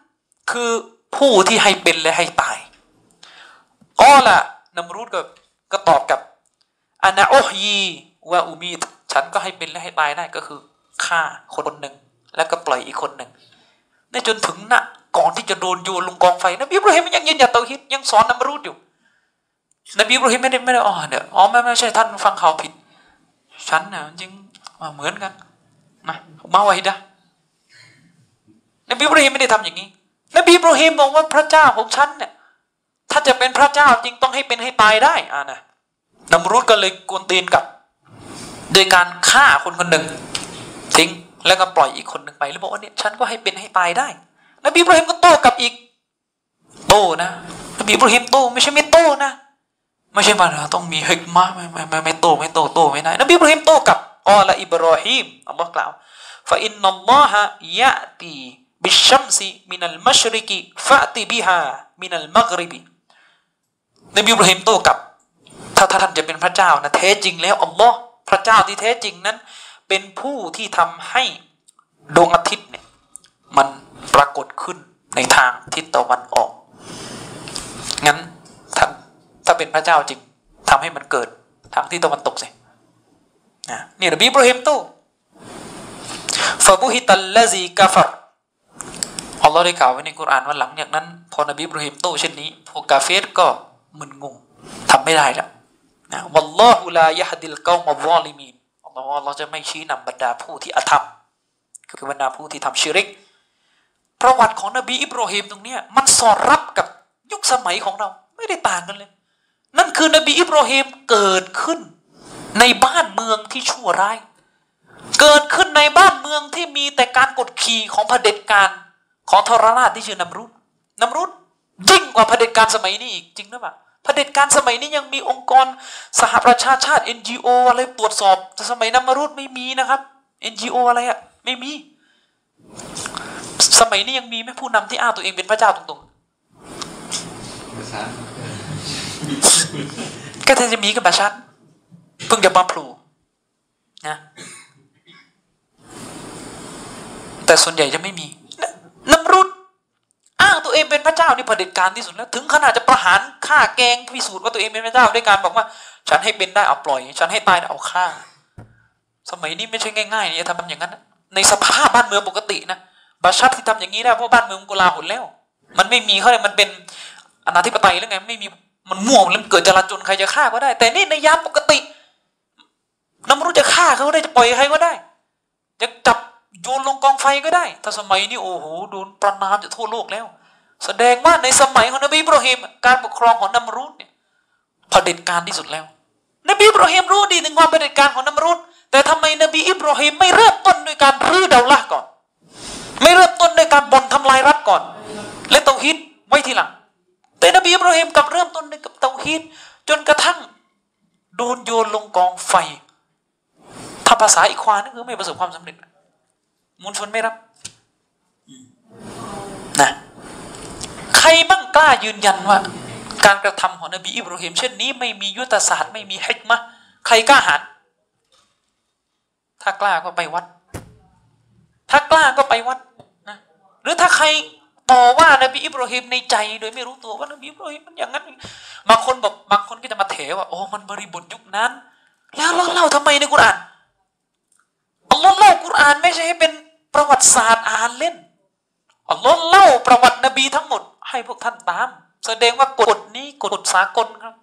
คือผู้ที่ให้เป็นและให้ตายละนัมรูดก็ตอบกับอานาอุฮยีวะอุมีดฉันก็ให้เป็นและให้ตายได้ก็คือฆ่าคนหนึ่งแล้วก็ปล่อยอีกคนหนึ่งนี่จนถึงน่ะก่อนที่จะโดนโยนลงกองไฟนบีอิบราฮิมยังยืนหยัดเตาฮีดยังสอนนัมรูดอยู่นบีอิบราฮิมไม่ได้ไม่ใช่ท่านฟังข่าวผิดฉันน่ะจริงเหมือนกันมาไว้ดะนบีอิบราฮิมไม่ได้ทำอย่างนี้นบีอิบราฮิมบอกว่าพระเจ้าของฉันเนี่ยถ้าจะเป็นพระเจ้าจริงต้องให้เป็นให้ตายได้นะนัมรูดก็เลยกวนตีนกับโดยการฆ่าคนคนหนึ่งทิ้งแล้วก็ปล่อยอีกคนหนึ่งไปแล้วบอกว่าเนี่ยฉันก็ให้เป็นให้ตายได้นบีอิบราฮิมก็โต้กลับอีกโต้นะนบีอิบราฮิมโต้ไม่ใช่ไม่โต้นะไม่ใช่ว่าต้องมีฮิกมะไม่โต้ไม่ได้นบีอิบราฮิมโต้กลับละอิบราฮิมอัลลอฮ์กล่าวฟะอินนัลลอฮะยะตีบิชชัมซิมินัลมัชริกิฟะติบิฮามินัลมักริบินบีอิบราฮิมโต้กลับถ้าท่านจะเป็นพระเจ้านะแท้จริงแล้วอัลลอฮ์พระเจ้าที่แท้จริงนั้นเป็นผู้ที่ทำให้ดวงอาทิตย์เนี่ยมันปรากฏขึ้นในทางทิศตะวันออกงั้นท่านถ้าเป็นพระเจ้าจริงทำให้มันเกิดทางทิศตะวันตกสินี่นบีอิบราฮิมโต้ฟะบุฮิตัลลซีกะฟัรอัลลอฮ์ได้กล่าวไว้ในกุรอานว่าหลังจากนั้นพอนบีอิบราฮิมโต้เช่นนี้พวกกาเฟรก็มึนงงทำไม่ได้แล้ววัลลอฮุลายะฮดิลกอมัลซอลิมีนอัลลอฮ์จะไม่ชี้นำบรรดาผู้ที่อธรรมคือบรรดาผู้ที่ทำชิริกประวัติของนบีอิบราฮิมตรงนี้มันสอดรับกับยุคสมัยของเราไม่ได้ต่างกันเลยนั่นคือนบีอิบราฮิมเกิดขึ้นในบ้านเมืองที่ชั่วร้ายเกิดขึ้นในบ้านเมืองที่มีแต่การกดขี่ของเผด็จการของทรราชที่ชื่อนัมรุดยิ่งกว่าเผด็จการสมัยนี้อีกจริงหรือเปล่าเผด็จการสมัยนี้ยังมีองค์กรสหประชาชาติ NGO อะไรตรวจสอบแต่สมัยนัมรุดไม่มีนะครับ NGO อะไรไม่มีสมัยนี้ยังมีไหมผู้นำที่อ้างตัวเองเป็นพระเจ้าตรงๆก็จะมีกับบัชชัดเพิ่งจะมาโผล่นะแต่ส่วนใหญ่จะไม่มีนัมรุดอ้างตัวเองเป็นพระเจ้านี่เผด็จการที่สุดแล้วถึงขนาดจะประหารฆ่าแกงพิสูจน์ว่าตัวเองเป็นพระเจ้าด้วยการบอกว่าฉันให้เป็นได้เอาปล่อยฉันให้ตายเอาฆ่าสมัยนี้ไม่ใช่ง่ายๆนี่ทำอย่างนั้นในสภาพบ้านเมืองปกตินะบัชชัดที่ทำอย่างนี้ได้เพราะบ้านเมืองกุลาหลแล้วมันไม่มีเขาเลยมันเป็นอนาธิปไตยหรือไงไม่มีมันมั่วแล้วเกิดจลาจลใครจะฆ่าก็ได้แต่นี่ในยามปกตินัมรุดจะฆ่าเขาได้จะปล่อยใครก็ได้จะจับโยนลงกองไฟก็ได้ถ้าสมัยนี้โอ้โหโดนประณามจากทั่วโลกแล้วแสดงว่าในสมัยของนบีอิบราฮิมการปกครองของนัมรุดเนี่ยเผด็จการที่สุดแล้วนบีอิบราฮิมรู้ดีถึงความเผด็จการของนัมรุดแต่ทำไมนบีอิบราฮิมไม่เริ่มต้นด้วยการรื้อดาวละก่อนไม่เริ่มต้นด้วยการบ่อนทำลายรัฐก่อนและเตาฮีดไว้ทีหลังแต่นบีอิบราฮิมกลับเริ่มต้นด้วยกับเตาฮีดจนกระทั่งโดนโยนลงกองไฟถ้าภาษาอีควานี่คือไม่ประสบความสำเร็จมวลชนไม่รับนะใครบ้างกล้ายืนยันว่าการกระทำของนบีอิบราฮิมเช่นนี้ไม่มียุทธศาสตร์ไม่มีฮิกมะห์ใครกล้าหาญถ้ากล้าก็ไปวัดถ้ากล้าก็ไปวัดนะหรือถ้าใครต่อว่านบีอิบราฮิมในใจโดยไม่รู้ตัวว่านบีอิบราฮิมมันอย่างนั้นบางคนก็จะมาเถว่าโอ้มันบริบทยุคนั้นแล้วเล่าทำไมในกุรอานอัลลอฮ์เล่ากุรอานไม่ใช่ให้เป็นประวัติศาสตร์อ่านเล่นอัลลอฮ์เล่าประวัตินบีทั้งหมดให้พวกท่านตามแสดงว่ากฎนี้กฎสากลครับ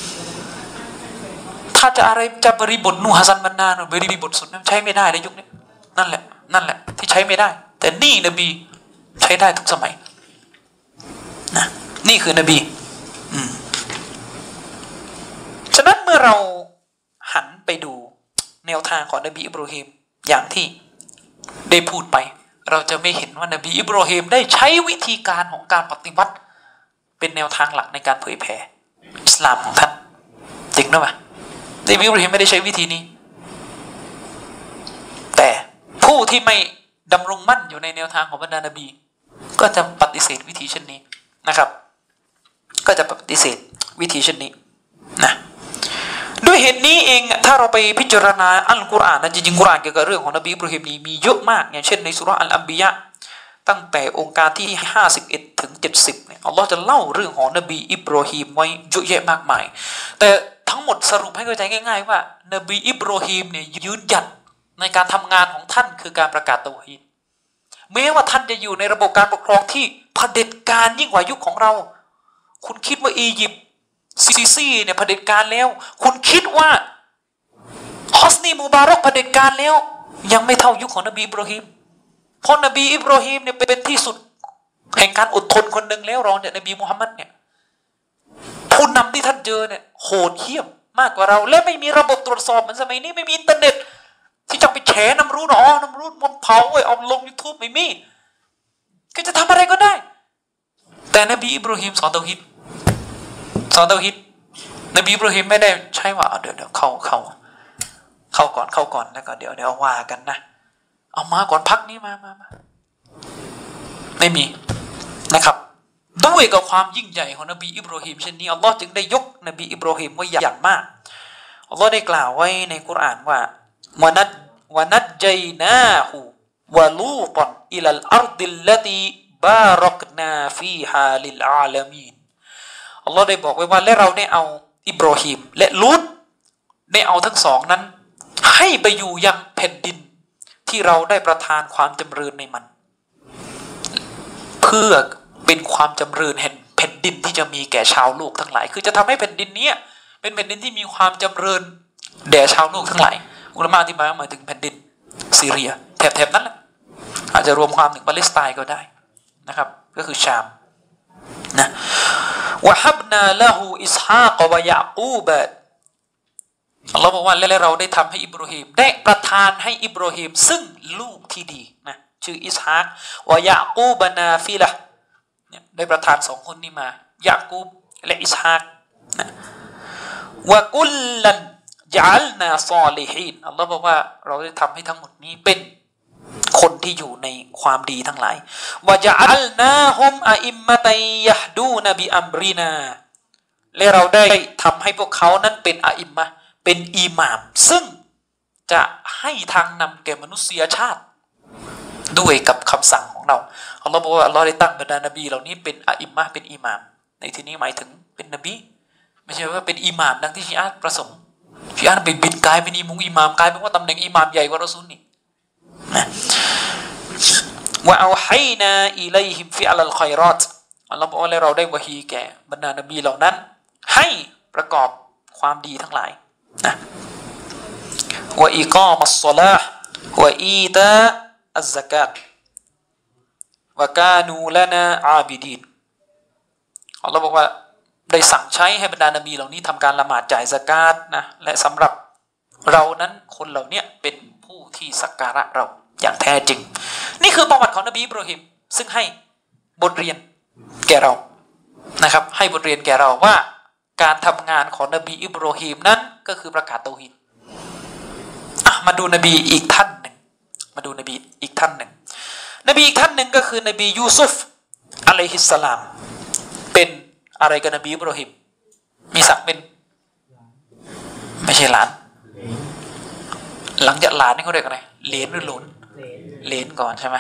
ถ้าจะอะไรจะบริบทนูฮัสซันบันนาบริบทสุดนั้นใช้ไม่ได้ในยุคนี้นั่นแหละที่ใช้ไม่ได้แต่นี่นบีใช้ได้ทุกสมัยนะนี่คือนบีฉะนั้นเมื่อเราหันไปดูแนวทางของนบีอิบราฮิมอย่างที่ได้พูดไปเราจะไม่เห็นว่านบีอิบราฮิมได้ใช้วิธีการของการปฏิบัติเป็นแนวทางหลักในการเผยแผ่อิสลามของท่านจริงหรือเปล่านบีอิบราฮิมไม่ได้ใช้วิธีนี้แต่ผู้ที่ไม่ดำรงมั่นอยู่ในแนวทางของบรรดานบีก็จะปฏิเสธวิธีเช่นนี้นะครับก็จะปฏิเสธวิธีเช่นนี้นะด้วยเหตุนี้เองถ้าเราไปพิจารณาอัลกุรอานนะจริงๆกุรอานเกี่ยวกับเรื่องของนบีอิบราฮิมนี้มีเยอะมากอย่างเช่นในสุเราะห์อัลอัมบิยะตั้งแต่องค์การที่51ถึง70เนี่ยอัลลอฮ์จะเล่าเรื่องของนบีอิบราฮิมไว้เยอะแยะมากมายแต่ทั้งหมดสรุปให้เข้าใจง่ายๆว่านบีอิบราฮิมเนี่ยยืนหยัดในการทำงานของท่านคือการประกาศเตาฮีดแม้ว่าท่านจะอยู่ในระบบการปกครองที่เผด็จการยิ่งกว่ายุคของเราคุณคิดว่าอียิปต์ซีซีเนี่ยเผด็จการแล้วคุณคิดว่าฮอสนีมูบารอกเผด็จการแล้วยังไม่เท่ายุคของนบีอิบราฮิมเพราะนบีอิบราฮิมเนี่ยเป็นที่สุดแห่งการอดทนคนหนึ่งแล้วรองจากนบีมุฮัมมัดเนี่ยผู้นำที่ท่านเจอเนี่ยโหดเหี้ยมมากกว่าเราและไม่มีระบบตรวจสอบเหมือนสมัยนี้ไม่มีอินเทอร์เน็ตที่จะไปแฉน้ำรู้หรอน้ำรู้มันเผาเอาลง YouTube ไม่มีก็จะทำอะไรก็ได้แต่นบีอิบราฮิมสอนเตาฮีดนบีอิบราฮิมไม่ได้ใช่ว่าเดี๋ยวเข้าก่อนแล้วก็เดี๋ยวว่ากันนะเอามาก่อนพักนี้มาไม่มีนะครับด้วยกับความยิ่งใหญ่ของนบีอิบราฮิมเช่นนี้อัลลอฮ์จึงได้ยกนบีอิบราฮิมไว้อย่างมากอัลลอฮ์ได้กล่าวไว้ในกุรอานว่าวะนัจญัยนาฮูวะลูตันอิลัลอัรดิลลตีบารักนาฟีฮาลิลอาลามีนอัลลอฮ์ได้บอกไว้ว่าและเราได้เอาอิบราฮิมและลูตได้เอาทั้งสองนั้นให้ไปอยู่ยังแผ่นดินที่เราได้ประทานความจำเริญในมันเพื่อเป็นความจำเริญแห่งแผ่นดินที่จะมีแก่ชาวโลกทั้งหลายคือจะทำให้แผ่นดินนี้เป็นแผ่นดินที่มีความจำเริญแด่ชาวโลกทั้งหลายอุลามะที่หมายถึงแผ่นดินซีเรียแถบนั้นแหละอาจจะรวมความถึงปาเลสไตน์ก็ได้นะครับก็คือชามนะวะฮับนาละฮูอิสฮากวะยะอูบะอัลลอฮ์บอกว่าและเราได้ทำให้อิบราฮิมได้ประทานให้อิบราฮิมซึ่งลูกที่ดีนะชื่ออิสฮากวะยะอูบะนาฟิละเนี่ยได้ประทานสองคนนี้มายะกูบและอิสฮากนะวะกุลลันจัลนาซอลิฮีนอัลลอฮ์บอกว่าเราได้ทำให้ทั้งหมดนี้เป็นคนที่อยู่ในความดีทั้งหลายวะจัลนาฮุมอะอิมมะตัยยะฮดูนบิอัมรินาและเราได้ทำให้พวกเขานั้นเป็นอะอิมมะเป็นอิหม่ามซึ่งจะให้ทางนำแก่มนุษยชาติด้วยกับคำสั่งของเราอัลลอฮ์บอกว่าอัลลอฮ์ได้ตั้งบรรดานบีเหล่านี้เป็นอะอิมมะเป็นอิหม่ามในที่นี้หมายถึงเป็นนบีไม่ใช่ว่าเป็นอิหม่ามดังที่ชีอะห์ประสงค์ชีอะห์ไปบิดกลายเป็นอิหม่ามกลายเป็นว่าตำแหน่งอิหม่ามใหญ่กว่ารอซูลนี่นะวะเอาให้นาอิลัยฮิมฟิอัลค็อยรอตอัลลอฮ์บอกว่าเราได้วะฮีแก่บรรดานบีเหล่านั้นให้ประกอบความดีทั้งหลายนะวะอิกามัสศอลาฮ์วะอีตาอัซซะกาตวะกานูลานาอาบิดีนอัลลอฮ์บอกว่าได้สั่งใช้ให้บรรดานบีเหล่านี้ทำการละหมาดจ่ายซะกาตนะและสำหรับเรานั้นคนเหล่านี้เป็นผู้ที่สักการะเราอย่างแท้จริงนี่คือประวัติของนบีอิบราฮิมซึ่งให้บทเรียนแก่เรานะครับให้บทเรียนแก่เราว่าการทำงานของนบีอิบราฮิมนั้นก็คือประกาศเตาฮีดมาดูนบีอีกท่านหนึ่งนบีอีกท่านหนึ่งก็คือนบียูซุฟอะลัยฮิสสลามเป็นอะไรกับนบีอิบราฮิมมีศักดิ์เป็นไม่ใช่หลานหลังจากหลานนี่เขาเรียกอะไรเหลนหรือหลนเหลนก่อนใช่ไหม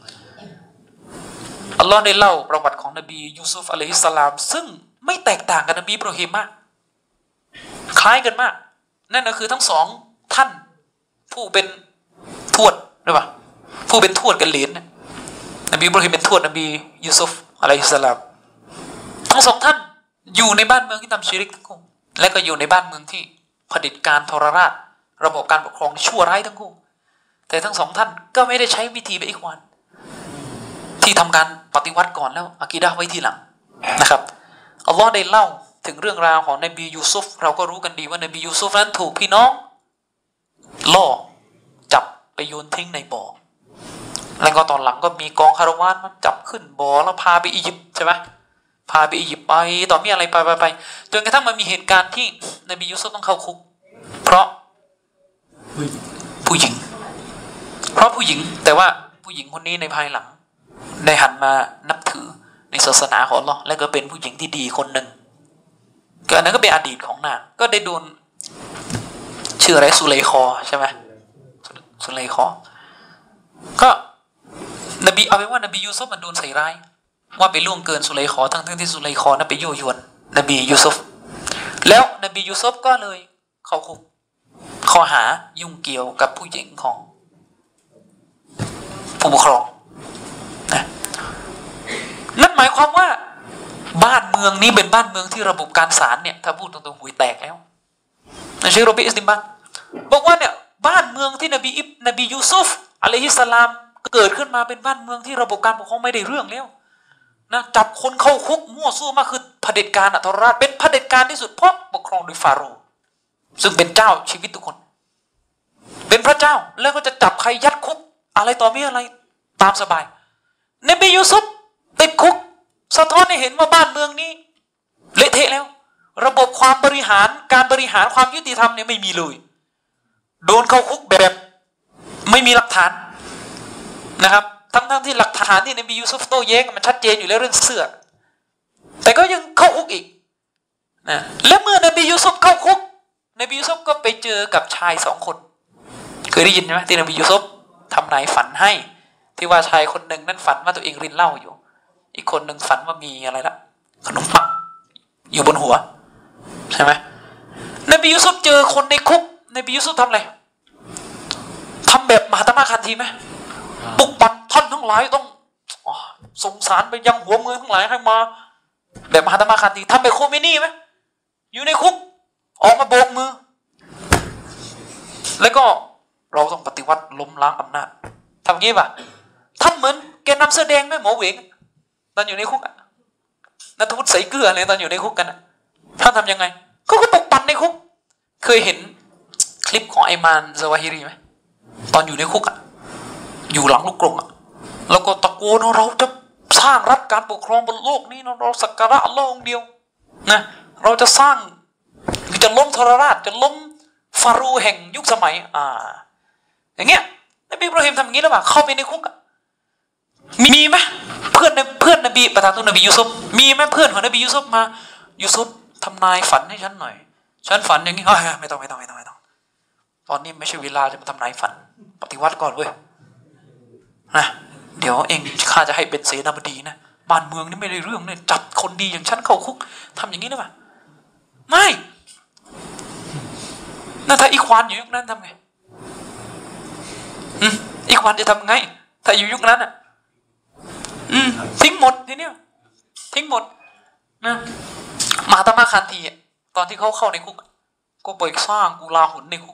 อัลลอฮ์ได้เล่าประวัติของนบียูซุฟอะลัยฮิสสลามซึ่งไม่แตกต่างกับนบีอิบราฮิมมากคล้ายกันมากนั่นก็คือทั้งสองท่านผู้เป็นทวดหรือเปล่าผู้เป็นทวดกันเหลนนบีอิบราฮิมเป็นทวดนบียูซุฟอะลัยฮิสสลามทั้งสองท่านอยู่ในบ้านเมืองที่ทำชิริกทั้งคู่และก็อยู่ในบ้านเมืองที่เผด็จการทรราชระบบการปกครองชั่วร้ายทั้งคู่แต่ทั้งสองท่านก็ไม่ได้ใช้วิธีแบบอิควานที่ทำการปฏิวัติก่อนแล้วอะกีดะห์ไว้ทีหลังนะครับอัลลอฮ์ได้เล่าถึงเรื่องราวของนบียูซุฟเราก็รู้กันดีว่านบียูซุฟนั้นถูกพี่น้องล่อจับไปโยนทิ้งในบ่อแล้วก็ตอนหลังก็มีกองคารวานมันจับขึ้นบ่อแล้วพาไปอียิปต์ใช่ไหมพาไปอียิปต์ไปต่อมีอะไรไปจนกระทั่งมันมีเหตุการณ์ที่นบียูซุฟต้องเข้าคุกเพราะผู้หญิงแต่ว่าผู้หญิงคนนี้ในภายหลังได้หันมานับถือในศาสนาของอัลเลาะห์และก็เป็นผู้หญิงที่ดีคนหนึ่งก็อันนั้นก็เป็นอดีตของนางก็ได้โดนชื่ออะไรสุเลคอใช่ไหมสุเลคอก็นบีเอาไว้ว่านบียูซุฟมันโดนใส่ร้ายว่าไปล่วงเกินสุไลขอทั้งที่สุไลขอนั้นไปยั่วยวนนบียูซุฟแล้วนบียูซุฟก็เลยเข้าคุกข้อหายุ่งเกี่ยวกับผู้หญิงของผู้ปกครองนะนั่นหมายความว่าบ้านเมืองนี้เป็นบ้านเมืองที่ระบบการศาลเนี่ยถ้าพูดตรงๆหุยแตกแล้วนะเชคโรบิอิสติมบันบอกว่าเนี่ยบ้านเมืองที่นบียูซุฟอะลัยฮิสสลามเกิดขึ้นมาเป็นบ้านเมืองที่ระบบการปกครองไม่ได้เรื่องแล้วนะจับคนเข้าคุกมั่วซั่วมากคือเผด็จการอัตราชเป็นเผด็จการที่สุดเพราะปกครองโดยฟาโรห์ซึ่งเป็นเจ้าชีวิตทุกคนเป็นพระเจ้าแล้วก็จะจับใครยัดคุกอะไรต่อไม่อะไรตามสบายนบียูซุฟติดคุกสะท้อนให้เห็นว่าบ้านเมืองนี้เละเทะแล้วระบบความบริหารการบริหารความยุติธรรมเนี่ยไม่มีเลยโดนเข้าคุกแบบไม่มีหลักฐานนะครับทั้งที่หลักฐานที่นบียูซุฟโต้แย้งมันชัดเจนอยู่แล้วเรื่องเสื้อแต่ก็ยังเข้าคุกอีกนะและเมื่อนบียูซุฟเข้าคุกนบียูซุฟก็ไปเจอกับชาย2 คนเคยได้ยินไหมที่นบียูซุฟทำนายฝันให้ที่ว่าชายคนหนึ่งนั้นฝันว่าตัวเองรินเหล้าอยู่อีกคนหนึ่งฝันว่ามีอะไรละขนมปังอยู่บนหัวใช่ไหมนบียูซุฟเจอคนในคุกนบียูซุฟทำอะไรทำแบบมหาตมะคันธีไหมปลุกปั่นท่านทั้งหลายต้องส่งสารไปยังหัวเมืองทั้งหลายให้มาแบบมหาตมะคันธีทำแบบโคเมนีไหมอยู่ในคุกออกมาโบกมือแล้วก็เราต้องปฏิวัติล้มล้างอำนาจทำงี้ป่ะทำเหมือนแกนำเสื้อแดงไหมหมอเหวงตอนอยู่ในคุกนัทวุฒิใส่เกลืออะไรตอนอยู่ในคุกกันท่านทำยังไงเขาก็ปลุกปั่นในคุกเคยเห็นคลิปของไอมานซาวาฮิรีไหมตอนอยู่ในคุกอยู่หลังลูกกรงแล้วก็ตะโกนเราจะสร้างรัฐการปกครองบนโลกนี้เราสักการะอัลลอฮ์องเดียวนะเราจะสร้างจะล้มทรราชจะล้มฟาโรห์แห่งยุคสมัยอย่างเงี้ยนบีอิบราฮิมทำอย่างนี้แล้วป่ะเข้าไปในคุกมีไหมเพื่อนนบีประธานตุนบียูซุฟมีไหมเพื่อนของนบียูซุฟมายูซุฟทำนายฝันให้ฉันหน่อยฉันฝันอย่างนี้ไม่ต้องตอนนี้ไม่ใช่เวลาจะมาทำนายฝันปฏิวัติก่อนเว้ยนะเดี๋ยวเองข้าจะให้เป็นเสนาบดีนะบ้านเมืองนี่ไม่ได้เรื่องเนี่ยจับคนดีอย่างฉันเข้าคุกทำอย่างนี้ได้ป่ะไม่นั่นถ้าอีควานอยู่ยุคนั้นทำไงอีควานจะทำไงถ้าอยู่ยุคนั้นทิ้งหมดทีเนี้ยทิ้งหมดนะมหาตมะคันธีตอนที่เขาเข้าในคุกก็ไปสร้างกุลาหุนในคุก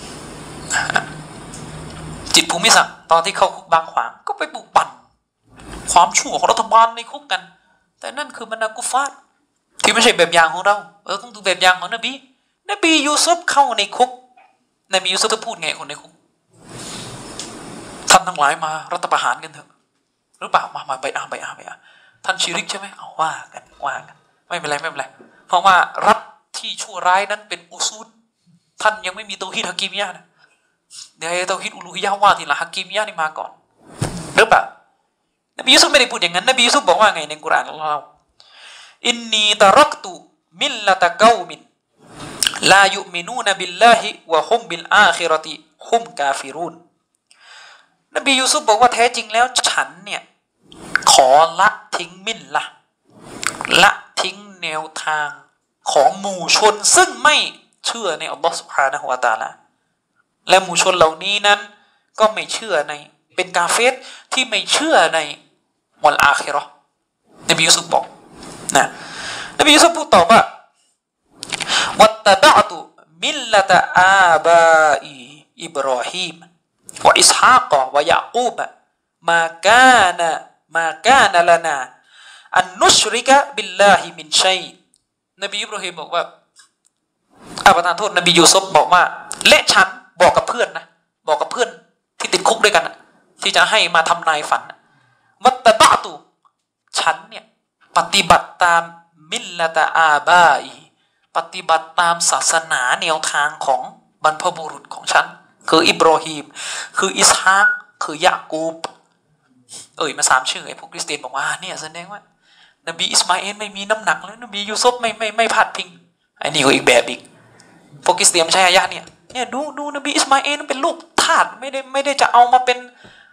จิตภูมิศักดิ์ตอนที่เข้าคุกบางขวางก็ไปปลุกปั่นความชั่วของรัฐบาลในคุกกันแต่นั่นคือบรรดากุฟาร์ที่ไม่ใช่แบบอย่างของเราต้องดูแบบอย่างของนบียูซุฟเข้าในคุกนบียูซุฟจะพูดไงคนในคุกท่านทั้งหลายมารัฐประหารกันเถอะหรือเปล่ามาไปท่านชิริกใช่ไหมเอาว่ากันไม่เป็นไรเพราะว่ารัฐที่ชั่วร้ายนั้นเป็นอุซูลท่านยังไม่มีเตาฮีดฮะกีมียะห์นะเดี๋ยวเตาฮีดอุลูฮิยะห์ว่าทีหลังฮะกีมียะห์นี่มาก่อนหรือเปล่านบียูซุฟไม่ได้พูดอย่างนั้นนบียูซุฟบอกว่าไงในกุรอานของเราอินนีตะรักตุมิลละตะกอมินลายุมินูนบิลลาฮิวะฮุมบิลอาคิเราะติฮุมกาฟิรูนนบียูซุฟบอกว่าแท้จริงแล้วฉันเนี่ยขอละทิ้งมิลละทิ้งแนวทางของหมู่ชนซึ่งไม่เชื่อในอัลลอฮฺซุบฮานะฮูวะตะอาลาและหมู่ชนเหล่านี้นั้นก็ไม่เชื่อในเป็นกาเฟรที่ไม่เชื่อในวันอาคิเราะห์นบียูซุฟบอกนะนบียูซุฟพูดต่อว่าวัตตะบะตุมิลละตะอาบาอีอิบรอฮีมวะอิสฮากะวะยะอูบะมากานะลานาอันนุชริกะบิลลาฮิมินชัยนบีอิบราฮิมบอกว่าประทานโทษนบียูซุฟบอกว่าและฉันบอกกับเพื่อนที่ติดคุกด้วยกันที่จะให้มาทำนายฝันวัตตะบะตุฉันเนี่ยปฏิบัติตามมิลละตะอาบาอีปฏิบัติตามศาสนาแนวทางของบรรพบุรุษของฉันคืออิบราฮิมคืออิสฮากคือยะกูบมา3ชื่อไอ้พวกคริสเตียนบอกว่าเนี่ยแสดงว่านบีอิสมาอิลไม่มีน้ำหนักแล้วนบียูซุฟไม่พลาดพิงไอ้นี่ก็อีกแบบอีกพวกคริสเตียนใช้อายะเนี่ยดูนบีอิสมาอิลเป็นลูกทาสไม่ได้จะเอามาเป็น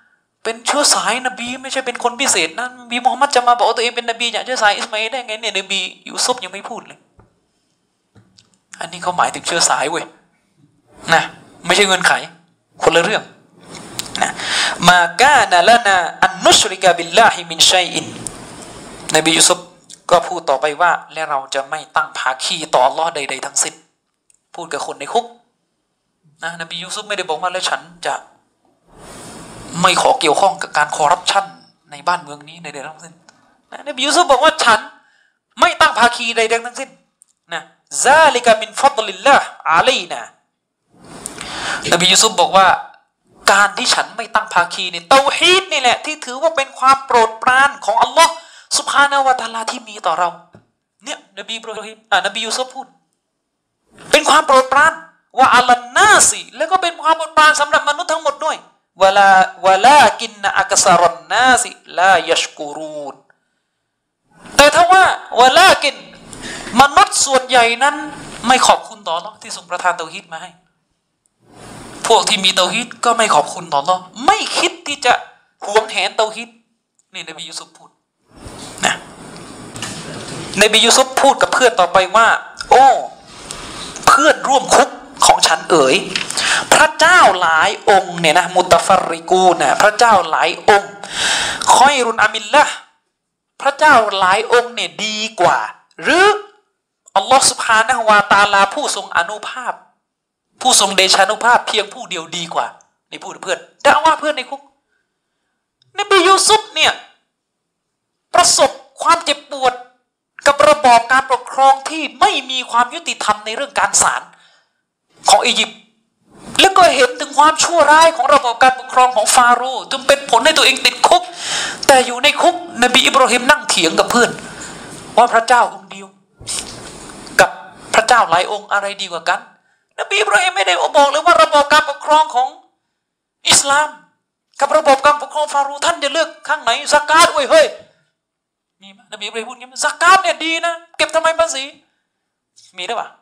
เป็นเชื้อสายนบีไม่ใช่เป็นคนพิเศษนะนบีมุฮัมมัดจะมาบอกตัวเองเป็นนบีจากเชื้อสายอิสมาอิลได้ไงเนี่ยนบียูซุฟยังไม่พูดเลยอันนี้เขาหมายถึงเชื้อสายเว้ยนะไม่ใช่เงื่อนไขคนละเรื่องนะมากานะละนาอันนุชริกะบิลลาฮิมินชัยอินนบียูซุฟก็พูดต่อไปว่าและเราจะไม่ตั้งภาคีต่ออัลลอฮ์ใดๆทั้งสิ้นพูดกับคนในคุกนะนบียูซุฟไม่ได้บอกว่าแล้วฉันจะไม่ขอเกี่ยวข้องกับการคอร์รัปชันในบ้านเมืองนี้ใดๆทั้งสิ้นนะนบียูซุฟบอกว่าฉันไม่ตั้งภาคีใดๆทั้งสิ้นนะซาลิกะมินฟัฎลิลลาฮ์อะลัยนานบียูซุฟบอกว่าการที่ฉันไม่ตั้งภาคีเนี่ยเตาฮีดนี่แหละที่ถือว่าเป็นความโปรดปรานของอัลลอฮ์ซุบฮานะฮูวะตะอาลาที่มีต่อเราเนี่ยนบีอิบรอฮีมนบียูซุฟพูดเป็นความโปรดปรานว่าอัลนาซีแล้วก็เป็นความโปรดปรานสำหรับมนุษย์ทั้งหมดด้วยวะลากินอักษรันนาซีลายัชกูรูนแต่ถ้าว่าวะลากินมนุษย์ส่วนใหญ่นั้นไม่ขอบคุณต่ออัลเลาะห์ที่ทรงประทานเตาฮีดมาให้พวกที่มีเตาฮีดก็ไม่ขอบคุณต่ออัลเลาะห์ไม่คิดที่จะหวงแหนเตาฮีดนี่นบียูซุฟพูดนะนบียูซุฟพูดกับเพื่อนต่อไปว่าโอ้เพื่อนร่วมคุกของฉันเอ๋ยพระเจ้าหลายองค์เนี่ยนะมุตฟัรริกูนะพระเจ้าหลายองค์คอยรุนอามิลละพระเจ้าหลายองค์เนี่ยดีกว่าหรืออัลลอฮฺซุบฮานะฮูวะตะอาลาผู้ทรงอนุภาพผู้ทรงเดชานุภาพเพียงผู้เดียวดีกว่านี่พูดเพื่อนด่าว่าเพื่อนในคุกนบียูซุฟเนี่ยประสบความเจ็บปวดกับระบอบการปกครองที่ไม่มีความยุติธรรมในเรื่องการศาลของอียิปต์แล้วก็เห็นถึงความชั่วร้ายของระบบการปกครองของฟาโรห์จนเป็นผลให้ตัวเองติดคุกแต่อยู่ในคุกนบีอิบราฮิมนั่งเถียงกับเพื่อนว่าพระเจ้าองค์เดียวกับพระเจ้าหลายองค์อะไรดีกว่ากันนบีอิบราฮิมไม่ได้บอกเลยว่าระบบการปกครองของอิสลามกับระบบการปกครองฟาโรห์ท่านจะเลือกข้างไหนซะกาตเฮ้ยมีไหมนบีอิบราฮิมพูดอย่างนี้ซะกาตเนี่ยดีนะเก็บทำไมภาษีมีได้ปะ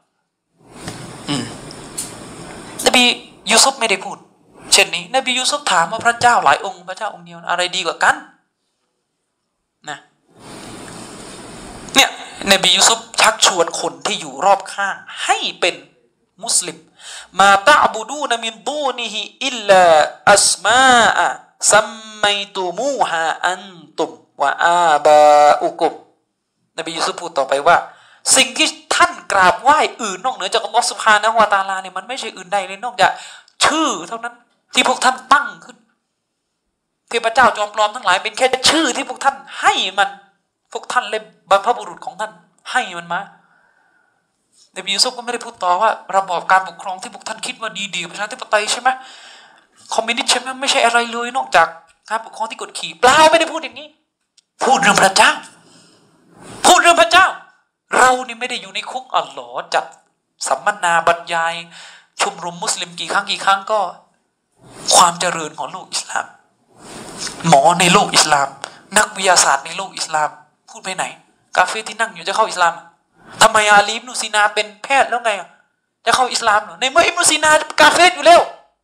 นบียูซุฟไม่ได้พูดเช่นนี้นบียูซุฟถามว่าพระเจ้าหลายองค์พระเจ้าองค์เดียวอะไรดีกว่ากันนะเนี่ยนบียูซุฟชักชวนคนที่อยู่รอบข้างให้เป็นมุสลิมมาตะบูดูนมินดูนิฮิอิลลาอัสมาอะซัมมัยตูมูฮาอันตุมวะอาบาอุกุมนบียูซุฟพูดต่อไปว่าสิ่งที่ท่านกราบไหว้อื่นนอกเหนือจากอัลลอฮฺซุบฮานะฮูวะตะอาลาเนี่ยมันไม่ใช่อื่นใดเลยนอกจากชื่อเท่านั้นที่พวกท่านตั้งขึ้นเทพเจ้าจอมปลอมทั้งหลายเป็นแค่ชื่อที่พวกท่านให้มันพวกท่านเลยบรรพบุรุษของท่านให้มันมานบียูซุฟก็ไม่ได้พูดต่อว่าระบอบการปกครองที่พวกท่านคิดว่าดีๆประชาธิปไตยใช่ไหมคอมมิวนิสต์ใช่ไหมไม่ใช่อะไรเลยนอกจากการปกครองที่กดขี่เปล่าไม่ได้พูดอย่างนี้พูดเรื่องพระเจ้าพูดเรื่องพระเจ้าเรานี่ไม่ได้อยู่ในคุกอัลลอฮ์จัดสัมมนาบรรยายชุมนุมมุสลิมกี่ครั้งก็ความเจริญของโลกอิสลามหมอในโลกอิสลามนักวิทยาศาสตร์ในโลกอิสลามพูดไปไหนกาเฟ่ที่นั่งอยู่จะเข้าอิสลามทำไมอาลีอิบนุซีนาเป็นแพทย์แล้วไงจะเข้าอิสลามเหรอในเมื่ออิบนุซีนากาเฟ่อยู่แล้ว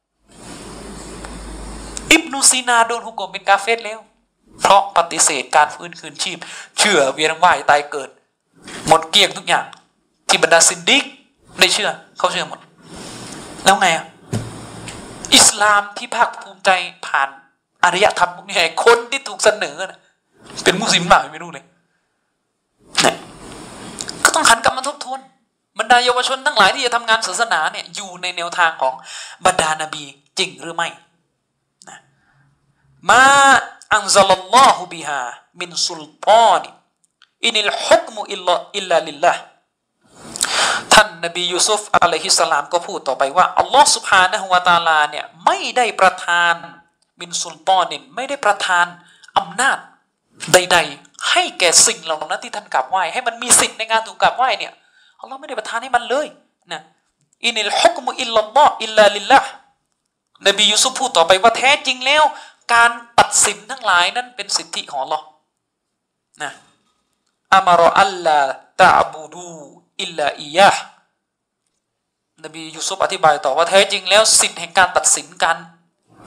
อิบนุซีนาโดนฮุกมเป็นกาเฟ่แล้วเพราะปฏิเสธการฟื้นคืนชีพเชื่อเวียนว่ายตายเกิดหมดเกลี้ยงทุกอย่างที่บรรดาซินดิกได้เชื่อเขาเชื่อหมดแล้วไงอิสลามที่ภาคภูมิใจผ่านอารยธรรมพวกนี้คนที่ถูกเสนอเป็นมุสลิมบ้างไม่รู้เลยเนี่ยก็ต้องหันกลับมาทบทวนบรรดาเยาวชนทั้งหลายที่จะทำงานศาสนาเนี่ยอยู่ในแนวทางของบรรดานบีจริงหรือไม่นะมาอันซัลลัลลอฮุบิฮามินซุลตานิอินิลฮุกมุอิลลาลิลลาห์ท่านนบียูซุฟอะลัยฮิสสลามก็พูดต่อไปว่าอัลลอฮ์ซุบฮานะฮูวะตะอาลาเนี่ยไม่ได้ประทานมินซุลตานินไม่ได้ประทานอำนาจใดๆให้แก่สิ่งเหล่านั้นที่ท่านกราบไหว้ให้มันมีสิทธิ์ในการถูกกราบไหว้เนี่ยอัลลอฮ์ไม่ได้ประทานให้มันเลยนะอินิลฮุกมุอิลลัลลอฮ์อิลลาลิลลาห์นบียูซุฟพูดต่อไปว่าแท้จริงแล้วการตัดสินทั้งหลายนั้นเป็นสิทธิของอัลลอฮ์นะอามารออัลลาตะบูดูอิลลาอิยะห์นบียูซุฟอธิบายต่อว่าแท้จริงแล้วสิทธิแห่งการตัดสินการ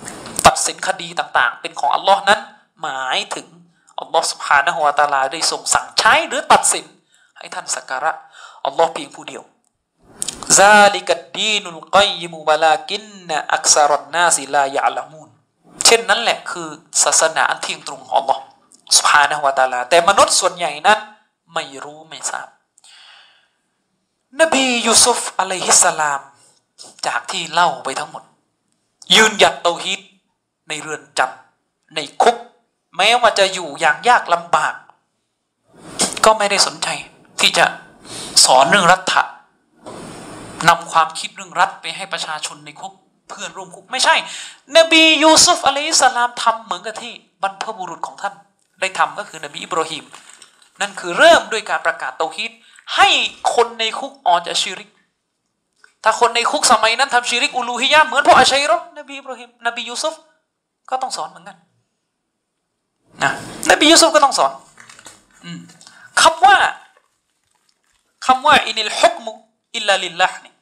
ตัดสินคดีต่างๆเป็นของอัลลอฮ์นั้นหมายถึงอัลลอฮ์ سبحانه และ تعالى ได้ทรงสั่งใช้หรือตัดสินให้ท่านสักการะอัลลอฮ์เพียงผู้เดียวซาลิกัดดีนุลกัยมุวะลากินนะอักษารอนนาซิลายะละมูนเช่นนั้นแหละคือศาสนาอันเที่ยงตรงของอัลลอฮ์ سبحانه และ تعالى แต่มนุษย์ส่วนใหญ่นั้นไม่รู้ไม่ทราบนบียูซุฟอะลัยฮิสสลามจากที่เล่าไปทั้งหมดยืนหยัดเตาฮีดในเรือนจำในคุกแม้ว่าจะอยู่อย่างยากลำบากก็ไม่ได้สนใจที่จะสอนเรื่องรัฐะนำความคิดเรื่องรัฐไปให้ประชาชนในคุกเพื่อนร่วมคุกไม่ใช่นบียูซุฟอะลัยฮิสสลามทำเหมือนกับที่บรรพบุรุษของท่านได้ทำก็คือนบีอิบรอฮีมนั่นคือเริ่มด้วยการประกาศเตาฮีดให้คนในคุกออกจากชิริกถ้าคนในคุกสมัยนั้นทำชิริกอูลูฮิยะห์เหมือนพวกอัชัยรอห์นบีอิบรอฮีมนบียูซุฟก็ต้องสอนเหมือนกันนะนบียูซุฟก็ต้องสอนคำว่าอินิลฮุกมุอิลลาลิลลาห์นี่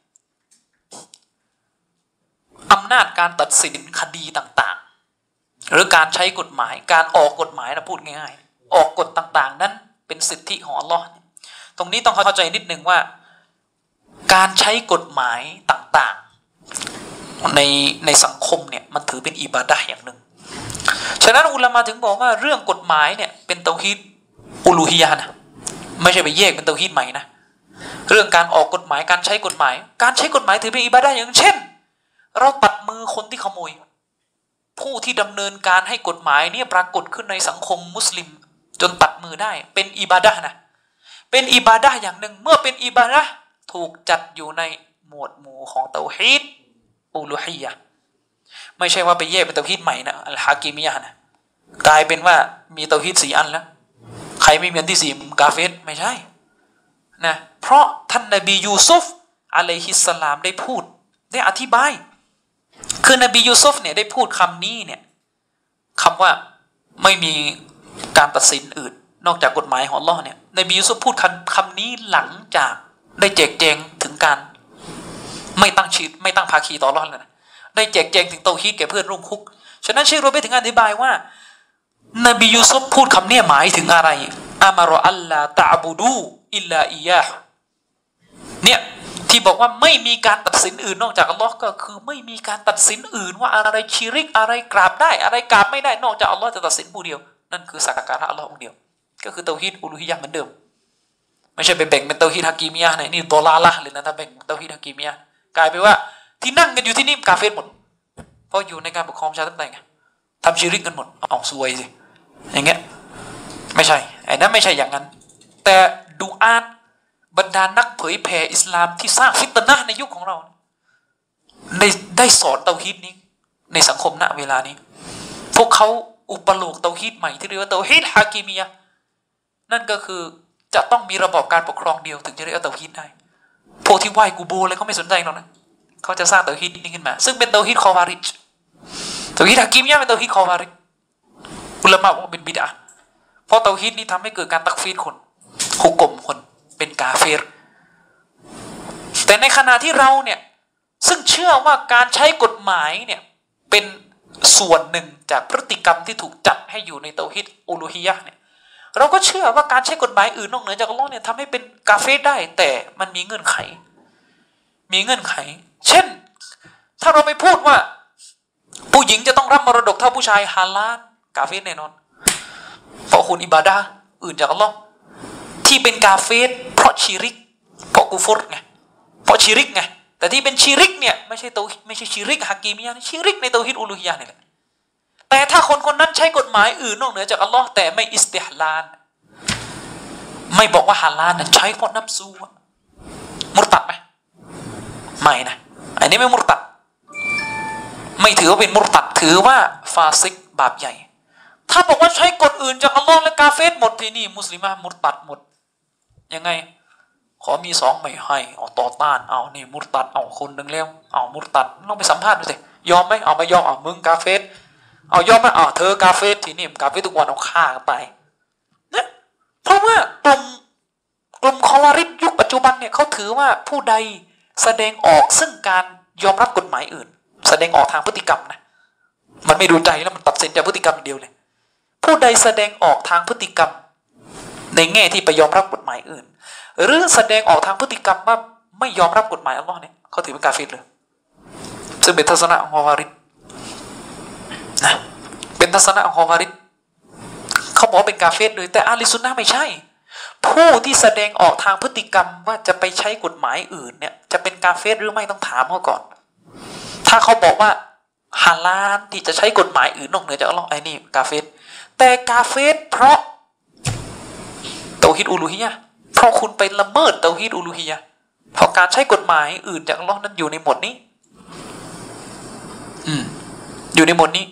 อำนาจการตัดสินคดีต่างๆหรือการใช้กฎหมายการออกกฎหมายนะพูดง่ายๆออกกฎต่างๆนั้นเป็นสิทธิของอัลลอฮ์ตรงนี้ต้องเข้าใจนิดนึงว่าการใช้กฎหมายต่างๆในสังคมเนี่ยมันถือเป็นอิบาดะห์อย่างหนึ่งฉะนั้นอุลามะถึงบอกว่าเรื่องกฎหมายเนี่ยเป็นเตาฮีดอูลูฮิยะห์นะไม่ใช่ไปแยกเป็นเตาฮีดใหม่นะเรื่องการออกกฎหมายการใช้กฎหมายถือเป็นอิบาดะห์อย่างเช่นเราตัดมือคนที่ขโมยผู้ที่ดำเนินการให้กฎหมายเนี่ยปรากฏขึ้นในสังคมมุสลิมจนตัดมือได้เป็นอิบาดะห์นะเป็นอิบาดะห์อย่างหนึ่งเมื่อเป็นอิบาดะห์ถูกจัดอยู่ในหมวดหมู่ของเตาฮีดอูลูฮียะห์ไม่ใช่ว่าไปแยกเป็นเตาฮีดใหม่นะอัลฮากิมียะห์นะกลายเป็นว่ามีเตาฮีด4 อันแล้วใครไม่มีอันที่4กาเฟรไม่ใช่นะเพราะท่านนบียูซุฟอะลัยฮิสสลามได้พูดได้อธิบายคือนบียูซุฟเนี่ยได้พูดคำนี้เนี่ยคำว่าไม่มีการตัดสินอื่นนอกจากกฎหมายของอัลเลาะห์เนี่ยนบียูซุฟพูดคำนี้หลังจากได้แจกแจงถึงการไม่ตั้งภาคีต่ออัลเลาะห์แล้วนะได้แจกแจงถึงเตาฮีดแก่เพื่อนร่วมคุกฉะนั้นเชคโรเบร์ตถึงอธิบายว่านบียูซุฟพูดคำนี้หมายถึงอะไรอามารออัลลาตะอบูดูอิลลาอิยาห์เนี่ยที่บอกว่าไม่มีการตัดสินอื่นนอกจากอัลลอฮ์ก็คือไม่มีการตัดสินอื่นว่าอะไรชิริกอะไรกราบได้อะไรกราบไม่ได้นอกจากอัลลอฮ์จะตัดสินผู้เดียวนั่นคือสักการะอัลลอฮ์องเดียวก็คือเตาฮีดอูลูฮิยะห์เหมือนเดิมไม่ใช่ไปแบ่งเป็นเตาฮีดฮะกีมียะห์นี่ดอลาละเลยนะถ้าแบ่งเตาฮีดฮะกีมียะห์กลายไปว่าที่นั่งกันอยู่ที่นี่กาเฟรหมดเพราะอยู่ในการปกครองประชาธิปไตยไงทำชิริกกันหมดเอาซวยสิอย่างเงี้ยไม่ใช่ไอ้นั้นไม่ใช่อย่างนั้นแต่ดูอาดบรรดานักเผยแผ่อิสลามที่สร้างฟิตนะห์ในยุคของเราได้สอนเตาฮีดนี้ในสังคมณเวลานี้พวกเขาอุปโลกเตาฮีดใหม่ที่เรียกว่าเตาฮีดฮากิมียะห์นั่นก็คือจะต้องมีระบอบการปกครองเดียวถึงจะได้เอาเตาฮีดได้พวกที่ไหว้กูโบอะไรเขาไม่สนใจหรอกนะเขาจะสร้างเตาฮีดนี้ขึ้นมาซึ่งเป็นเตาฮีดคอวาริจเตาฮีดฮากิมียะห์เป็นเตาฮีดคอวาริจอุลามะบอกว่าเป็นบิดอะห์เพราะเตาฮีดนี้ทำให้เกิดการตักฟีรคนฮุกมคนเป็นกาเฟรแต่ในขณะที่เราเนี่ยซึ่งเชื่อว่าการใช้กฎหมายเนี่ยเป็นส่วนหนึ่งจากพฤติกรรมที่ถูกจัดให้อยู่ในเตาฮีดอูลูฮียะห์เนี่ยเราก็เชื่อว่าการใช้กฎหมายอื่นนอกเหนือจากอัลเลาะห์เนี่ยทำให้เป็นกาเฟรได้แต่มันมีเงื่อนไขเช่นถ้าเราไปพูดว่าผู้หญิงจะต้องรับมรดกเท่าผู้ชายฮาลาลกาเฟรแน่นอนเพราะคุณอิบาดะห์อื่นจากอัลเลาะห์ที่เป็นกาเฟรเพราะชิริกเพราะกุฟรไงเพราะชิริกไงแต่ที่เป็นชิริกเนี่ยไม่ใช่ชิริกฮากีมียะห์ชิริกในเตาฮีดอูลูฮียะห์นี่แหละแต่ถ้าคนนั้นใช้กฎหมายอื่นนอกเหนือจากอัลเลาะห์แต่ไม่อิสติฮลาลไม่บอกว่าฮาลาลใช้เพราะนับซูมุรตัดไหมไม่นะอันนี้ไม่มุรตัดไม่ถือว่าเป็นมุรตัดถือว่าฟาซิกบาปใหญ่ถ้าบอกว่าใช้กฎอื่นจากอัลเลาะห์และกาเฟรหมดที่นี่มุสลิมะมุรตัดหมดยังไงขอมี2ไม่ให้เอาต่อต้านเอานี่มุรตัดเอาคนนึงแล้วเอามุรตัดลองไปสัมภาษณ์ดูสิยอมไหมเอาไม่ยอมเอามึงกาเฟรเอายอมไหมเอาเธอกาเฟรที่นี่กาเฟรทุกวันเอาฆ่ากันไปเนี่ยเพราะว่ากลุ่มคอวาริดยุคปัจจุบันเนี่ยเขาถือว่าผู้ใดแสดงออกซึ่งการยอมรับกฎหมายอื่นแสดงออกทางพฤติกรรมนะมันไม่ดูใจแล้วมันตัดสินจากพฤติกรรมอย่างเดียวเลยผู้ใดแสดงออกทางพฤติกรรมในแง่ที่ไปยอมรับกฎหมายอื่นหรือแสดงออกทางพฤติกรรมว่าไม่ยอมรับกฎหมายอัลลอฮ์เนี่ยเขาถือเป็นกาเฟรเลยซึ่งเป็นทัศนะของฮาวาริดนะเป็นทัศนะของฮาวาริดเขาบอกเป็นกาเฟรเลยแต่อาลีซุนนะห์ไม่ใช่ผู้ที่แสดงออกทางพฤติกรรมว่าจะไปใช้กฎหมายอื่นเนี่ยจะเป็นกาเฟรหรือไม่ต้องถามเขาก่อนถ้าเขาบอกว่าฮาลาลที่จะใช้กฎหมายอื่นนอกเหนือจากอัลลอฮ์ไอ้นี่กาเฟรแต่กาเฟรเพราะเตาฮีดอูลูฮียะห์เพราะคุณไปละเมิดเตาฮีดอูลูฮียะห์เพราะการใช้กฎหมายอื่นจากอัลลอฮ์นั้นอยู่ในหมวดนี้อยู่ในหมวดนี้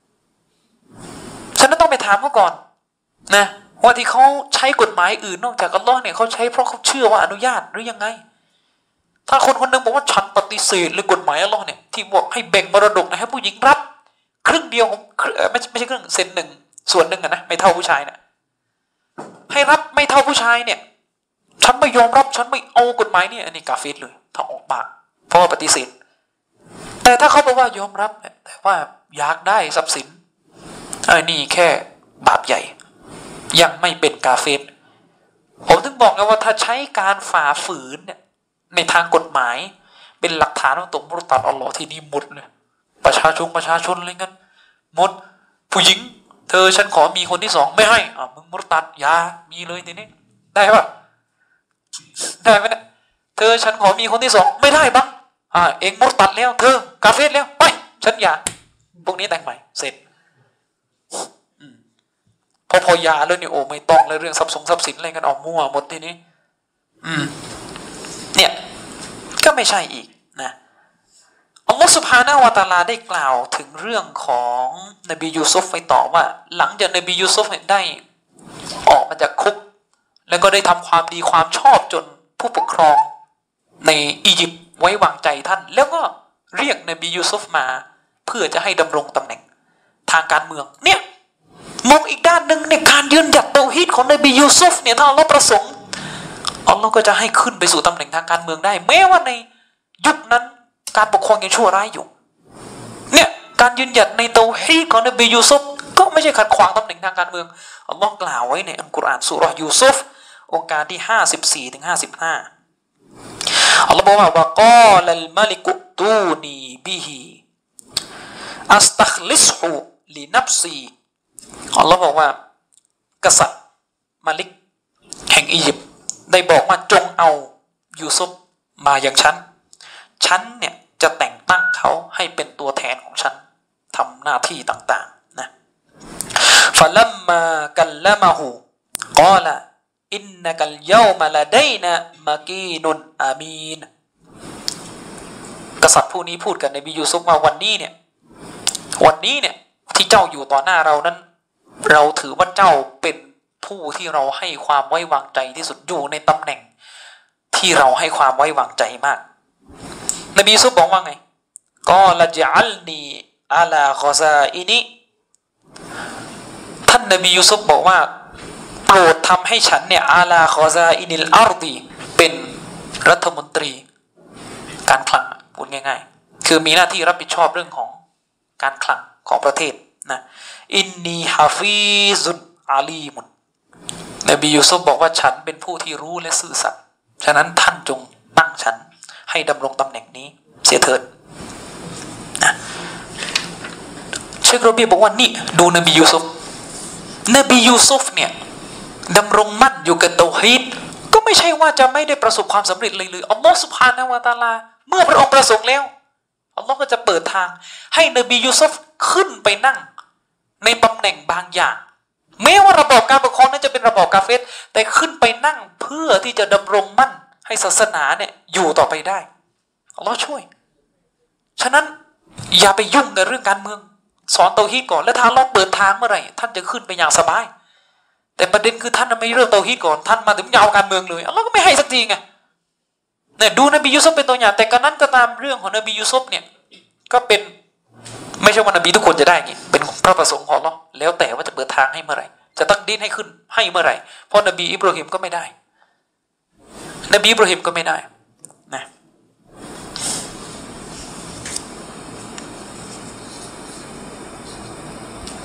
ฉันต้องไปถามเขาก่อนนะว่าที่เขาใช้กฎหมายอื่นนอกจากอัลลอฮ์เนี่ยเขาใช้เพราะเขาเชื่อว่าอนุญาตหรือยังไงถ้าคนคนหนึ่งบอกว่าฉันปฏิเสธเลยกฎหมายอัลลอฮ์เนี่ยที่บอกให้แบ่งมรดกนะให้ผู้หญิงรับครึ่งเดียวของไม่ใช่ครึ่งเซนหนึ่งส่วนหนึ่งนะไม่เท่าผู้ชายเนี่ยให้รับไม่เท่าผู้ชายเนี่ยฉันไม่ยอมรับฉันไม่เอากฎหมายเนี่ยอันนี้กาเฟรเลยถ้าออกปากเพราะว่าปฏิเสธแต่ถ้าเขาบอกว่ายอมรับแต่ว่าอยากได้ทรัพย์สินไอ้นี่แค่บาปใหญ่ยังไม่เป็นกาเฟรผมถึงบอกไงว่าถ้าใช้การฝ่าฝืนเนี่ยในทางกฎหมายเป็นหลักฐานว่าตกมุรตัดอัลลอฮ์ที่นี่หมดเลยประชาชนอะไรเงี้ยหมดผู้หญิงเธอฉันขอมีคนที่สองไม่ให้มึงมุรตัดอย่ามีเลยทีนี้ได้ปะได้ไหมเนี่ยเธอฉันขอมีคนที่สองไม่ได้บ้างเองมุรตัดแล้วเธอกาเฟรแล้วไปฉันอย่าพวกนี้แต่งใหม่เสร็จพอยาแล้วนี่โอ้ไม่ต้องเลยเรื่องทรัพย์สินอะไรกันออกมั่วหมดทีนี้เนี่ยก็ไม่ใช่อีกนะอัลลอฮฺซุบฮานะฮูวะตะอาลาได้กล่าวถึงเรื่องของนบียูซุฟไว้ต่อว่าหลังจากนบียูซุฟได้ออกมาจากคุกแล้วก็ได้ทำความดีความชอบจนผู้ปกครองในอียิปต์ไว้วางใจท่านแล้วก็เรียกนบียูซุฟมาเพื่อจะให้ดำรงตำแหน่งทางการเมืองเนี่ยมองอีกด้านหนึ่งในการยืนหยัดเตาฮีดของนบียูซุฟเนี่ยถ้าอัลลอฮ์ประสงค์อัลลอฮ์ก็จะให้ขึ้นไปสู่ตำแหน่งทางการเมืองได้แม้ว่าในยุคนั้นการปกครองยังชั่วร้ายอยู่เนี่ยการยืนหยัดในเตาฮีดของนบียูซุฟก็ไม่ใช่ขัดขวางตำแหน่งทางการเมืองอัลลอฮ์กล่าวไว้ในอัลกุรอานซูเราะห์ยูซุฟองค์การที่54ถึง55อัลลอฮ์บอกว่าวะกอลัลมะลิกุตูนีบิฮิอัสตัคลิซฮูลินัฟซีอัลลอฮ์บอกว่ากษัตริย์มาลิกแห่งอียิปต์ได้บอกว่าจงเอายูซุฟมาอย่างฉันเนี่ยจะแต่งตั้งเขาให้เป็นตัวแทนของฉันทำหน้าที่ต่างๆนะฟะลัมมากัลละมะฮูกอละอินนะกัลยอมะละดัยนะมะกีนุนอามีนกษัตริย์ผู้นี้พูดกับนบียูซุฟว่าวันนี้เนี่ยที่เจ้าอยู่ต่อหน้าเรานั้นเราถือว่าเจ้าเป็นผู้ที่เราให้ความไว้วางใจที่สุดอยู่ในตำแหน่งที่เราให้ความไว้วางใจมากนบียูซุฟบอกว่าไงก็ละจัลนีอาลาคอซาอินีท่านนบียูซุฟบอกว่าโปรดทำให้ฉันเนี่ยอาลาคอซาอินิลอาร์ดีเป็นรัฐมนตรีการคลังพูดง่ายๆคือมีหน้าที่รับผิดชอบเรื่องของการคลังของประเทศนะอินนีฮาฟิซุนอาลีมุนนบียูซุฟบอกว่าฉันเป็นผู้ที่รู้และซื่อสัตย์ฉะนั้นท่านจงตั้งฉันให้ดำรงตำแหน่งนี้เสียเถิดนะเชคโรบีบอกว่านี่ดูนบียูซุฟเนี่ยดำรงมั่นอยู่กับเตาฮีดก็ไม่ใช่ว่าจะไม่ได้ประสบความสำเร็จเลยอัลลอฮฺซุบฮานะฮูวะตะอาลาเมื่อพระองค์ประสงค์แล้วอัลลอฮฺก็จะเปิดทางให้นบียูซุฟขึ้นไปนั่งในตำแหน่งบางอย่างแม้ว่าระบอบการปกครองนั้นจะเป็นระบอบกาเฟรแต่ขึ้นไปนั่งเพื่อที่จะดำรงมั่นให้ศาสนาเนี่ยอยู่ต่อไปได้อัลลอฮฺช่วยฉะนั้นอย่าไปยุ่งกับเรื่องการเมืองสอนเตาฮีดก่อนแล้วถ้าอัลลอฮฺเปิดทางเมื่อไหร่ท่านจะขึ้นไปอย่างสบายแต่ประเด็นคือท่านไม่เริ่มเตาฮีดก่อนท่านมาถึงยาวการเมืองเลยอัลลอฮฺก็ไม่ให้สักทีไงเนี่ยดูนบียูซุฟเป็นตัวอย่างแต่กันนั้นก็ตามเรื่องของนบียูซุฟเนี่ยก็เป็นไม่ใช่ว่านบีทุกคนจะได้ไงเป็นพระประสงค์ของอัลลอฮฺแล้วแต่ว่าจะเปิดทางให้เมื่อไหร่จะตักดีนให้ขึ้นให้เมื่อไหร่เพราะนบีอิบราฮิมก็ไม่ได้นบีอิบราฮิมก็ไม่ได้นะ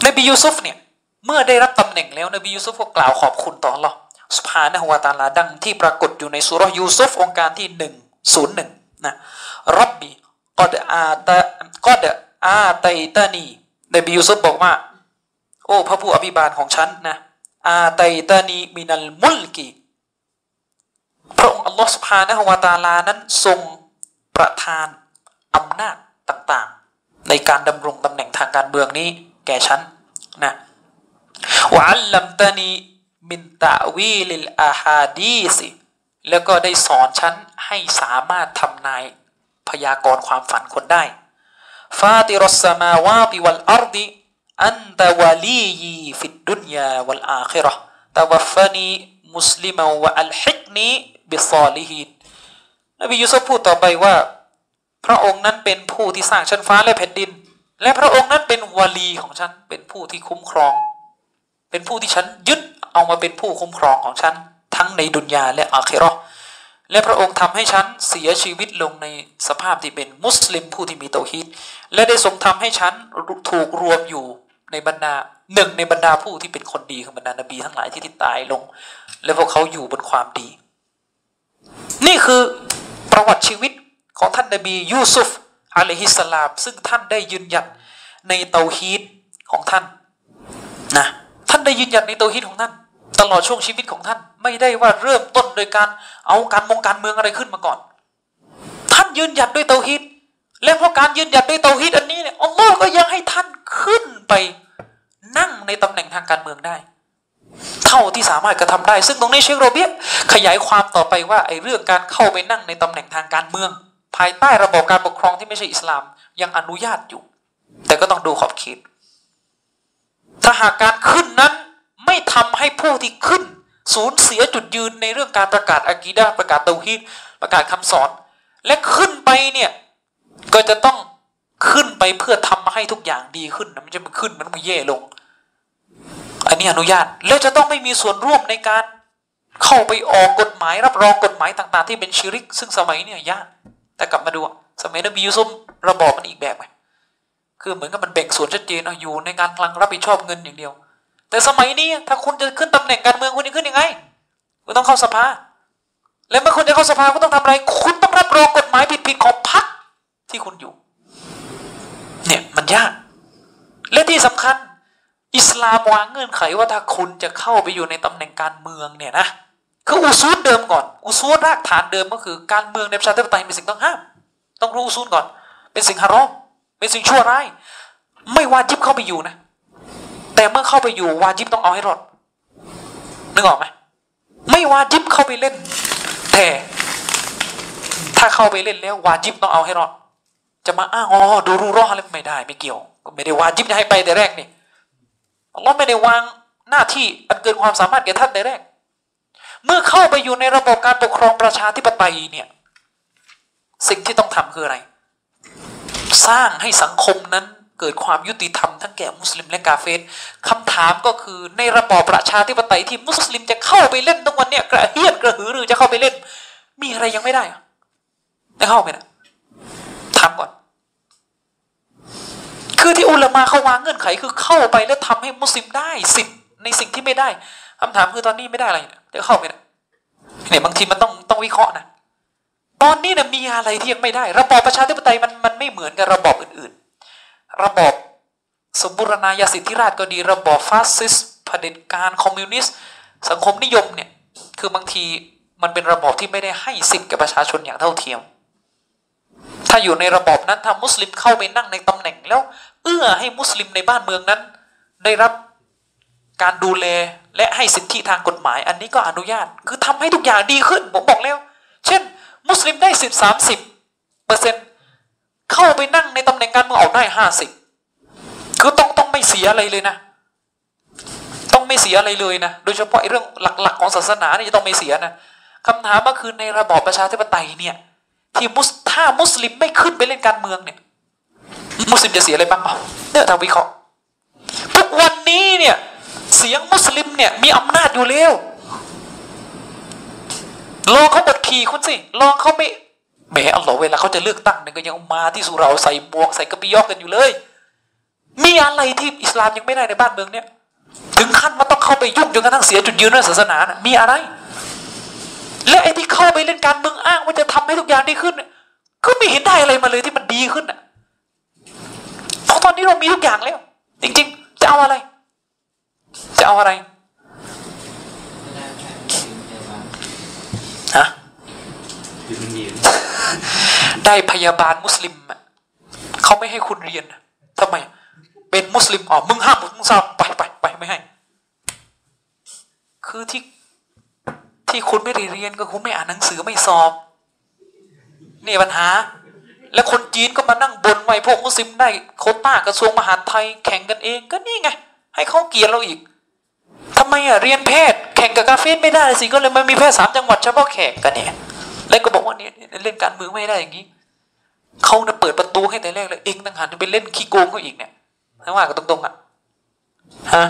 นบียูซุฟเนี่ยเมื่อได้รับตำแหน่งแล้วนบียูซุฟก็กล่าวขอบคุณต่ออัลเลาะห์ซุบฮานะฮูวะตะอาลาดังที่ปรากฏอยู่ในซูเราะห์ยูซุฟองค์การที่101นะร็อบบีกอดอาตัยตานีนบียูซุฟบอกว่าโอ้พระผู้อภิบาลของฉันนะอาตัยตานีมินัลมุลกีพระองค์อัลลอฮฺซุบฮานะฮูวะตะอาลานั้นทรงประทานอำนาจต่างๆในการดำรงตำแหน่งทางการเมืองนี้แก่ฉันนะวะอัลลัมตานีมินตะวีลิลอาฮาดีซิแล้วก็ได้สอนฉันให้สามารถทำนายพยากรณ์ความฝันคนได้ฟาติรัสสมาวาติวัลอัรฎิอันตะวะลียีฟิดดุนยาวัลอาคิเราะห์ตะวัฟฟานีมุสลิมวะอัลฮิกนีบิศอลิฮีนนบียูซุฟพูดต่อไปว่าพระองค์นั้นเป็นผู้ที่สร้างชั้นฟ้าและแผ่นดินและพระองค์นั้นเป็นวะลีของฉันเป็นผู้ที่คุ้มครองเป็นผู้ที่ฉันยึดเอามาเป็นผู้คุ้มครองของฉันทั้งในดุนยาและอาคิเราะห์และพระองค์ทำให้ฉันเสียชีวิตลงในสภาพที่เป็นมุสลิมผู้ที่มีเตาฮีดและได้ทรงทำให้ฉันถูกรวมอยู่ในบรรดาหนึ่งในบรรดาผู้ที่เป็นคนดีของบรรดานบีทั้งหลายที่ตายลงและพวกเขาอยู่บนความดีนี่คือประวัติชีวิตของท่านนบียูซุฟอะลัยฮิสสลามซึ่งท่านได้ยืนหยัดในเตาฮีดของท่านนะท่านได้ยืนหยัดในเตาฮีดของท่านตลอดช่วงชีวิตของท่านไม่ได้ว่าเริ่มต้นโดยการเอาการเมืองอะไรขึ้นมาก่อนท่านยืนหยัดด้วยเตาฮีดและเพราะการยืนหยัดด้วยเตาฮีดอันนี้เนี่ยอัลลอฮ์ก็ยังให้ท่านขึ้นไปนั่งในตำแหน่งทางการเมืองได้เท่าที่สามารถกระทำได้ซึ่งตรงนี้เชคโรเบียขยายความต่อไปว่าไอ้เรื่องการเข้าไปนั่งในตำแหน่งทางการเมืองภายใต้ระบอบการปกครองที่ไม่ใช่อิสลามยังอนุญาตอยู่แต่ก็ต้องดูขอบเขตถ้าหากการขึ้นนั้นไม่ทำให้ผู้ที่ขึ้นสูญเสียจุดยืนในเรื่องการประกาศอะกีดะห์ประกาศเตาฮีดประกาศคำสอนและขึ้นไปเนี่ยก็จะต้องขึ้นไปเพื่อทำให้ทุกอย่างดีขึ้นนะมันจะขึ้นมันไม่แย่ลงอันนี้อนุญาตแล้วจะต้องไม่มีส่วนร่วมในการเข้าไปออกกฎหมายรับรองกฎหมายต่างๆที่เป็นชิริกซึ่งสมัยเนี่ยยากแต่กลับมาดูสมัยนบียูซุฟระบอบมันอีกแบบไงคือเหมือนกับมันแบ่งส่วนชัดเจนอยู่ในการคลังรับผิดชอบเงินอย่างเดียวแต่สมัยนี้ถ้าคุณจะขึ้นตำแหน่งการเมืองคุณจะขึ้นยังไงคุณต้องเข้าสภาและเมื่อคุณจะเข้าสภาคุณต้องทำอะไรคุณต้องรับรองกฎหมายผิดๆของพรรคที่คุณอยู่เนี่ยมันยากและที่สำคัญอิสลามวางเงื่อนไขว่าถ้าคุณจะเข้าไปอยู่ในตำแหน่งการเมืองเนี่ยนะคืออุซูลเดิมก่อนอุซูลรากฐานเดิมก็คือการเมืองในประชาธิปไตยเป็นสิ่งต้องห้ามต้องรู้อุซูลก่อนเป็นสิ่งฮารอมเป็นสิ่งชั่วร้ายไม่วาญิบเข้าไปอยู่นะแต่เมื่อเข้าไปอยู่วาญิบต้องเอาให้รอดนึกออกไหมไม่วาญิบเข้าไปเล่นแต่ถ้าเข้าไปเล่นแล้ววาญิบต้องเอาให้รอดจะมาอ้างดูรู้รอดอะไรไม่ได้ไม่เกี่ยวก็ไม่ได้วาญิบจะให้ไปแต่แรกนี่อัลลอฮ์ไม่ได้วางหน้าที่อันเกินความสามารถแก่ท่านแต่แรกเมื่อเข้าไปอยู่ในระบบการปกครองประชาธิปไตยเนี่ยสิ่งที่ต้องทำคืออะไรสร้างให้สังคมนั้นเกิดความยุติธรรมทั้งแก่มุสลิมและกาเฟรคำถามก็คือในระบอบประชาธิปไตยที่มุสลิมจะเข้าไปเล่นตรงวันเนี่ยกระเฮี้ยนกระหือรือจะเข้าไปเล่นมีอะไรยังไม่ได้ได้เข้าไปนะถามก่อนคือที่อุลามะเขาวางเงื่อนไขคือเข้าไปแล้วทำให้มุสลิมได้สิทธิ์ในสิ่งที่ไม่ได้คำถามคือตอนนี้ไม่ได้อะไรจะเข้าไปนะเนี่ยบางทีมันต้องวิเคราะห์นะตอนนี้นะมีอะไรที่ยังไม่ได้ระบอบประชาธิปไตยมันไม่เหมือนกับระบอบอื่นๆระบอบสมบูรณาญาสิทธิราชย์ก็ดีระบอบฟาสซิสต์เผด็จการคอมมิวนิสต์สังคมนิยมเนี่ยคือบางทีมันเป็นระบอบที่ไม่ได้ให้สิทธิ์แก่ประชาชนอย่างเท่าเทียมถ้าอยู่ในระบอบนั้นถ้ามุสลิมเข้าไปนั่งในตำแหน่งแล้วเอื้อให้มุสลิมในบ้านเมืองนั้นได้รับการดูแลและให้สิทธิทางกฎหมายอันนี้ก็อนุญาตคือทำให้ทุกอย่างดีขึ้นผมบอกแล้วเช่นมุสลิมได้สิทธิ์30%เข้าไปนั่งในตำแหน่งการเมืองออกได้50คือต้องไม่เสียอะไรเลยนะต้องไม่เสียอะไรเลยนะโดยเฉพาะเรื่องหลักๆของศาสนานี่จะต้องไม่เสียนะคำถามก็คือในระบอบประชาธิปไตยเนี่ยที่ถ้ามุสลิมไม่ขึ้นไปเล่นการเมืองเนี่ยมุสลิมจะเสียอะไรบ้างเนี่ยทางวิเคราะห์ทุกวันนี้เนี่ยเสียงมุสลิมเนี่ยมีอำนาจอยู่แล้วลองเขาบดขี่คุณสิลองเขาไม่แหมอัลลอฮ์เวลาเขาจะเลือกตั้งเนี่ยก็ยังมาที่สุเราใส่บวกใส่กระปิยอกกันอยู่เลยมีอะไรที่อิสลามยังไม่ได้ในบ้านเมืองเนี่ยถึงขั้นว่าต้องเข้าไปยุ่งจนกระทั่งเสียจุดยืนในศาสนานะมีอะไรและไอ้ที่เข้าไปเล่นการเมืองอ้างว่าจะทำให้ทุกอย่างดีขึ้นก็ไม่เห็นได้อะไรมาเลยที่มันดีขึ้นอ่ะเพราะตอนนี้เรามีทุกอย่างแล้วจริงๆจะเอาอะไรฮะได้พยาบาลมุสลิมเขาไม่ให้คุณเรียนทำไมเป็นมุสลิมมึงห้ามมึงสอบไปไม่ให้คือที่คุณไม่ได้เรียนก็คุณไม่อ่านหนังสือไม่สอบนี่ปัญหาแล้วคนจีนก็มานั่งบ่นไว้พวกมุสลิมได้โควต้ากระทรวงมหาดไทยแข่งกันเองก็นี่ไงให้เขาเกลียดเราอีกทำไมเรียนแพทย์แข่งกับกาเฟสไม่ได้สิก็เลยมันมีแพทย์3 จังหวัดเฉพาะแขกกันเนี่ยแล้วก็บอกว่าเนี่ยเล่นการเมืองไม่ได้อย่างนี้เขาเปิดประตูให้แต่แรกเลยเองต่างหากจะไปเล่นขี้โกงเขาอีกเนี่ยถ้าว่ากันตรงๆฮะ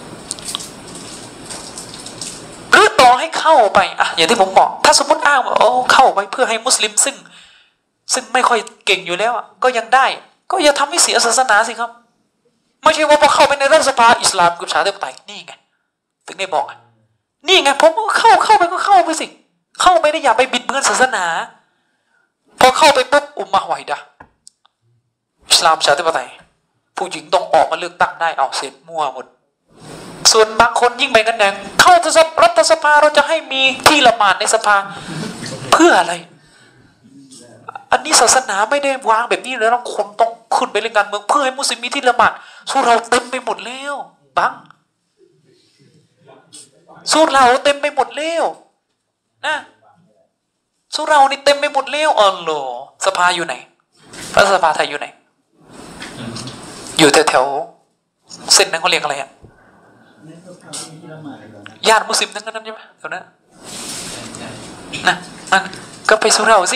หรือต่อให้เข้าไปอย่างที่ผมบอกถ้าสมมติอ้างว่าเข้าไปเพื่อให้มุสลิมซึ่งไม่ค่อยเก่งอยู่แล้วก็ยังได้ก็อย่าทำให้เสียศาสนาสิครับไม่ใช่ว่าพอเข้าไปในรัฐสภาอิสลามกับประชาธิปไตยนี่ไงถึงได้บอกนี่ไงผมก็เข้าไปก็เข้าไปสิเข้าไปได้อย่าไปบิดเบือนศาสนาพอเข้าไปปุ๊บอุมมะฮ์วะฮิดะห์อิสลามประชาธิปไตยผู้หญิงต้องออกมาเลือกตั้งได้เสร็จมั่วหมดส่วนบางคนยิ่งไปกันแดงเข้ารัฐสภาเราจะให้มีที่ละหมาดในสภาเพื่ออะไรอันนี้ศาสนาไม่ได้วางแบบนี้เลยต้องคนต้องขึ้นไปเล่นการเมืองเพื่อให้มุสลิมมีที่ละหมาดสู้เราเต็มไปหมดแล้วบังสู้เราเต็มไปหมดแล้วนะสู้เรานี่เต็มไปหมดแล้วโหสภาอยู่ไหนรัฐสภาไทยอยู่ไหนอยู่แถวเส้นนั้นเขาเรียกอะไรย่านมุสลิมทั้งนั้นใช่ไหมแถวนั้นนะมันก็ไปสู้เราสิ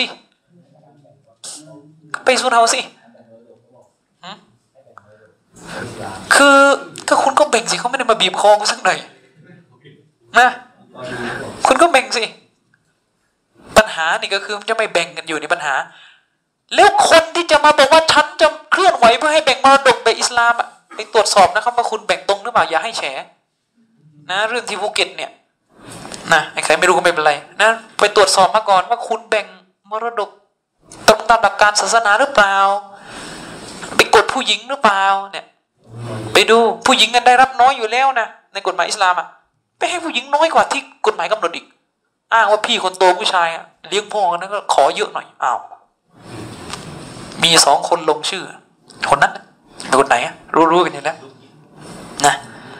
คือก็คุณก็แบ่งสิเขาไม่ได้มาบีบคอกูสักหน่อยนะคุณก็แบ่งสิปัญหานี่ก็คือจะไม่แบ่งกันอยู่ในปัญหาแล้วคนที่จะมาบอกว่าฉันจะเคลื่อนไหวเพื่อให้แบ่งมรดกไปอิสลามไปตรวจสอบนะครับว่าคุณแบ่งตรงหรือเปล่าอย่าให้แฉนะเรื่องที่ภูเก็ตเนี่ยนะใครไม่รู้ก็ไม่เป็นไรนะไปตรวจสอบมาก่อนว่าคุณแบ่งมรดกตรงตามหลักการศาสนาหรือเปล่าไปกดผู้หญิงหรือเปล่าเนี่ยไปดูผู้หญิงกันได้รับน้อยอยู่แล้วนะในกฎหมายอิสลามไปให้ผู้หญิงน้อยกว่าที่กฎหมายกำหนดอีกอ้างว่าพี่คนโตผู้ชายเลี้ยงพ่อกันนั้นก็ขอเยอะหน่อยมี2 คนลงชื่อคนนั้นเป็นคนไหนรู้กันอยู่แล้วนะ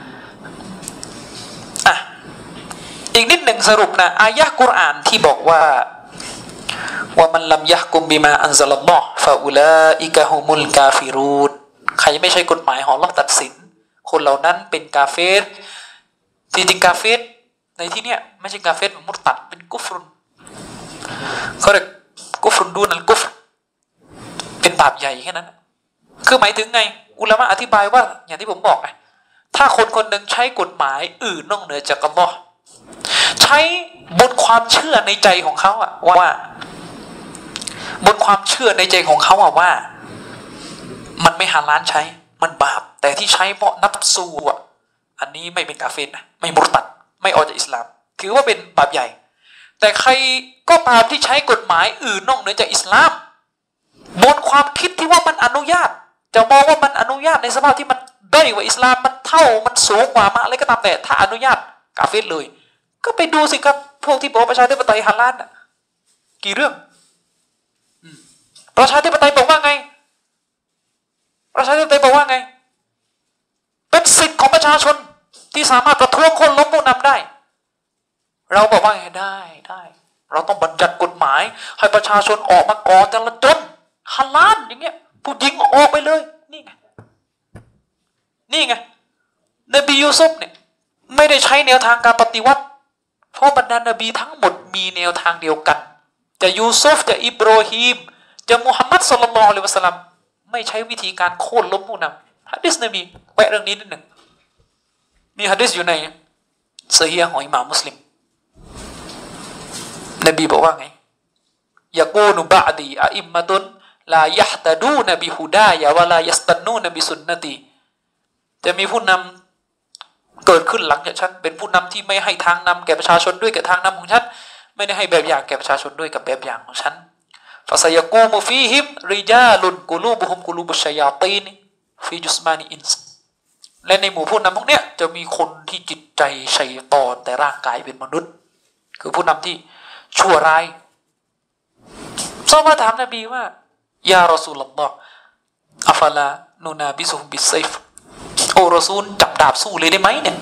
อีกนิดหนึ่งสรุปนะอายะห์กุรอานที่บอกว่ามันลัมยะฮ์กุมบิมาอันซะลัลลอฮ์ฟะอุลาอิกะฮุมุลกาฟิรูนใครไม่ใช่กฎหมายของอัลเลาะห์ตัดสินคนเหล่านั้นเป็นกาเฟรจริงๆกาเฟรในที่เนี้ยไม่ใช่กาเฟรมุรตัดเป็นกุฟรุนเขาเรียกกุฟรุนดูนัลกุฟรเป็นบาปใหญ่แค่นั้นคือหมายถึงไงอุลามะอธิบายว่าอย่างที่ผมบอกไงถ้าคนหนึ่งใช้กฎหมายอื่นนอกเหนือจากอัลเลาะห์ใช้บนความเชื่อในใจของเขาว่าบนความเชื่อในใจของเขาว่ามันไม่ฮาลาลใช้มันบาปแต่ที่ใช้เพราะนับสูอันนี้ไม่เป็นกาเฟรนะไม่มุรตัดไม่ออกจากอิสลามถือว่าเป็นบาปใหญ่แต่ใครก็ตามที่ใช้กฎหมายอื่นนอกเหนือจากอิสลามบนความคิดที่ว่ามันอนุญาตจะมองว่ามันอนุญาตในสภาพที่มันด้อยกว่าอิสลามมันเท่ามันสูงกว่ามาอะไรก็ตามแต่ถ้าอนุญาตกาเฟรเลยก็ไปดูสิครับพวกที่บอกประชาธิปไตยฮาลาลกี่เรื่องประชาธิปไตยบอกว่าไงเป็นสิทธิ์ของประชาชนที่สามารถประท้วงคนล้มผู้นำได้เราบอกว่าไงได้เราต้องบัญญัติกฎหมายให้ประชาชนออกมาก่อแต่ละจนฮาลาลอย่างเงี้ยผู้หญิงออกไปเลยนี่ไงนบียูซุฟเนี่ยไม่ได้ใช้แนวทางการปฏิวัติเพราะบรรดานบีทั้งหมดมีแนวทางเดียวกันจะยูซุฟจะอิบรอฮีมจะมุฮัมมัดศ็อลลัลลอฮุอะลัยฮิวะซัลลัมไม่ใช้วิธีการโค่นล้มผู้นำหะดีษนบีแวะเรื่องนี้นิดหนึ่งมีหะดีษอยู่ในซอฮีฮ์ของอิหม่ามมุสลิมนบีบอกว่าไงยะกูนุบะดีอะอิมมะตุนลายะฮ์ตะดูนบิฮุดายะวะลายัสตันนูนบิสุนนตีจะมีผู้นำเกิดขึ้นหลังจากฉันเป็นผู้นำที่ไม่ให้ทางนำแก่ประชาชนด้วยกับทางนำของฉันไม่ได้ให้แบบอย่างแก่ประชาชนด้วยกับแบบอย่างของฉันฟาซายกูมุฟีฮิมริจาลุนกุลูบุฮุมกุลูบุชัยาตีนฟีจุสมานีอินส์และในหมู่ผู้นำพวกเนี้ยจะมีคนที่จิตใจชัยฏอนแต่ร่างกายเป็นมนุษย์คือผู้นำที่ชั่วร้ายซอฮาบะห์ถามนบีว่ายารอซูลุลลอฮ์อัฟลานูนาบิซุฮุมบิสไซฟโอรอซูลจับดาบสู้เลยได้ไหมเนี่ย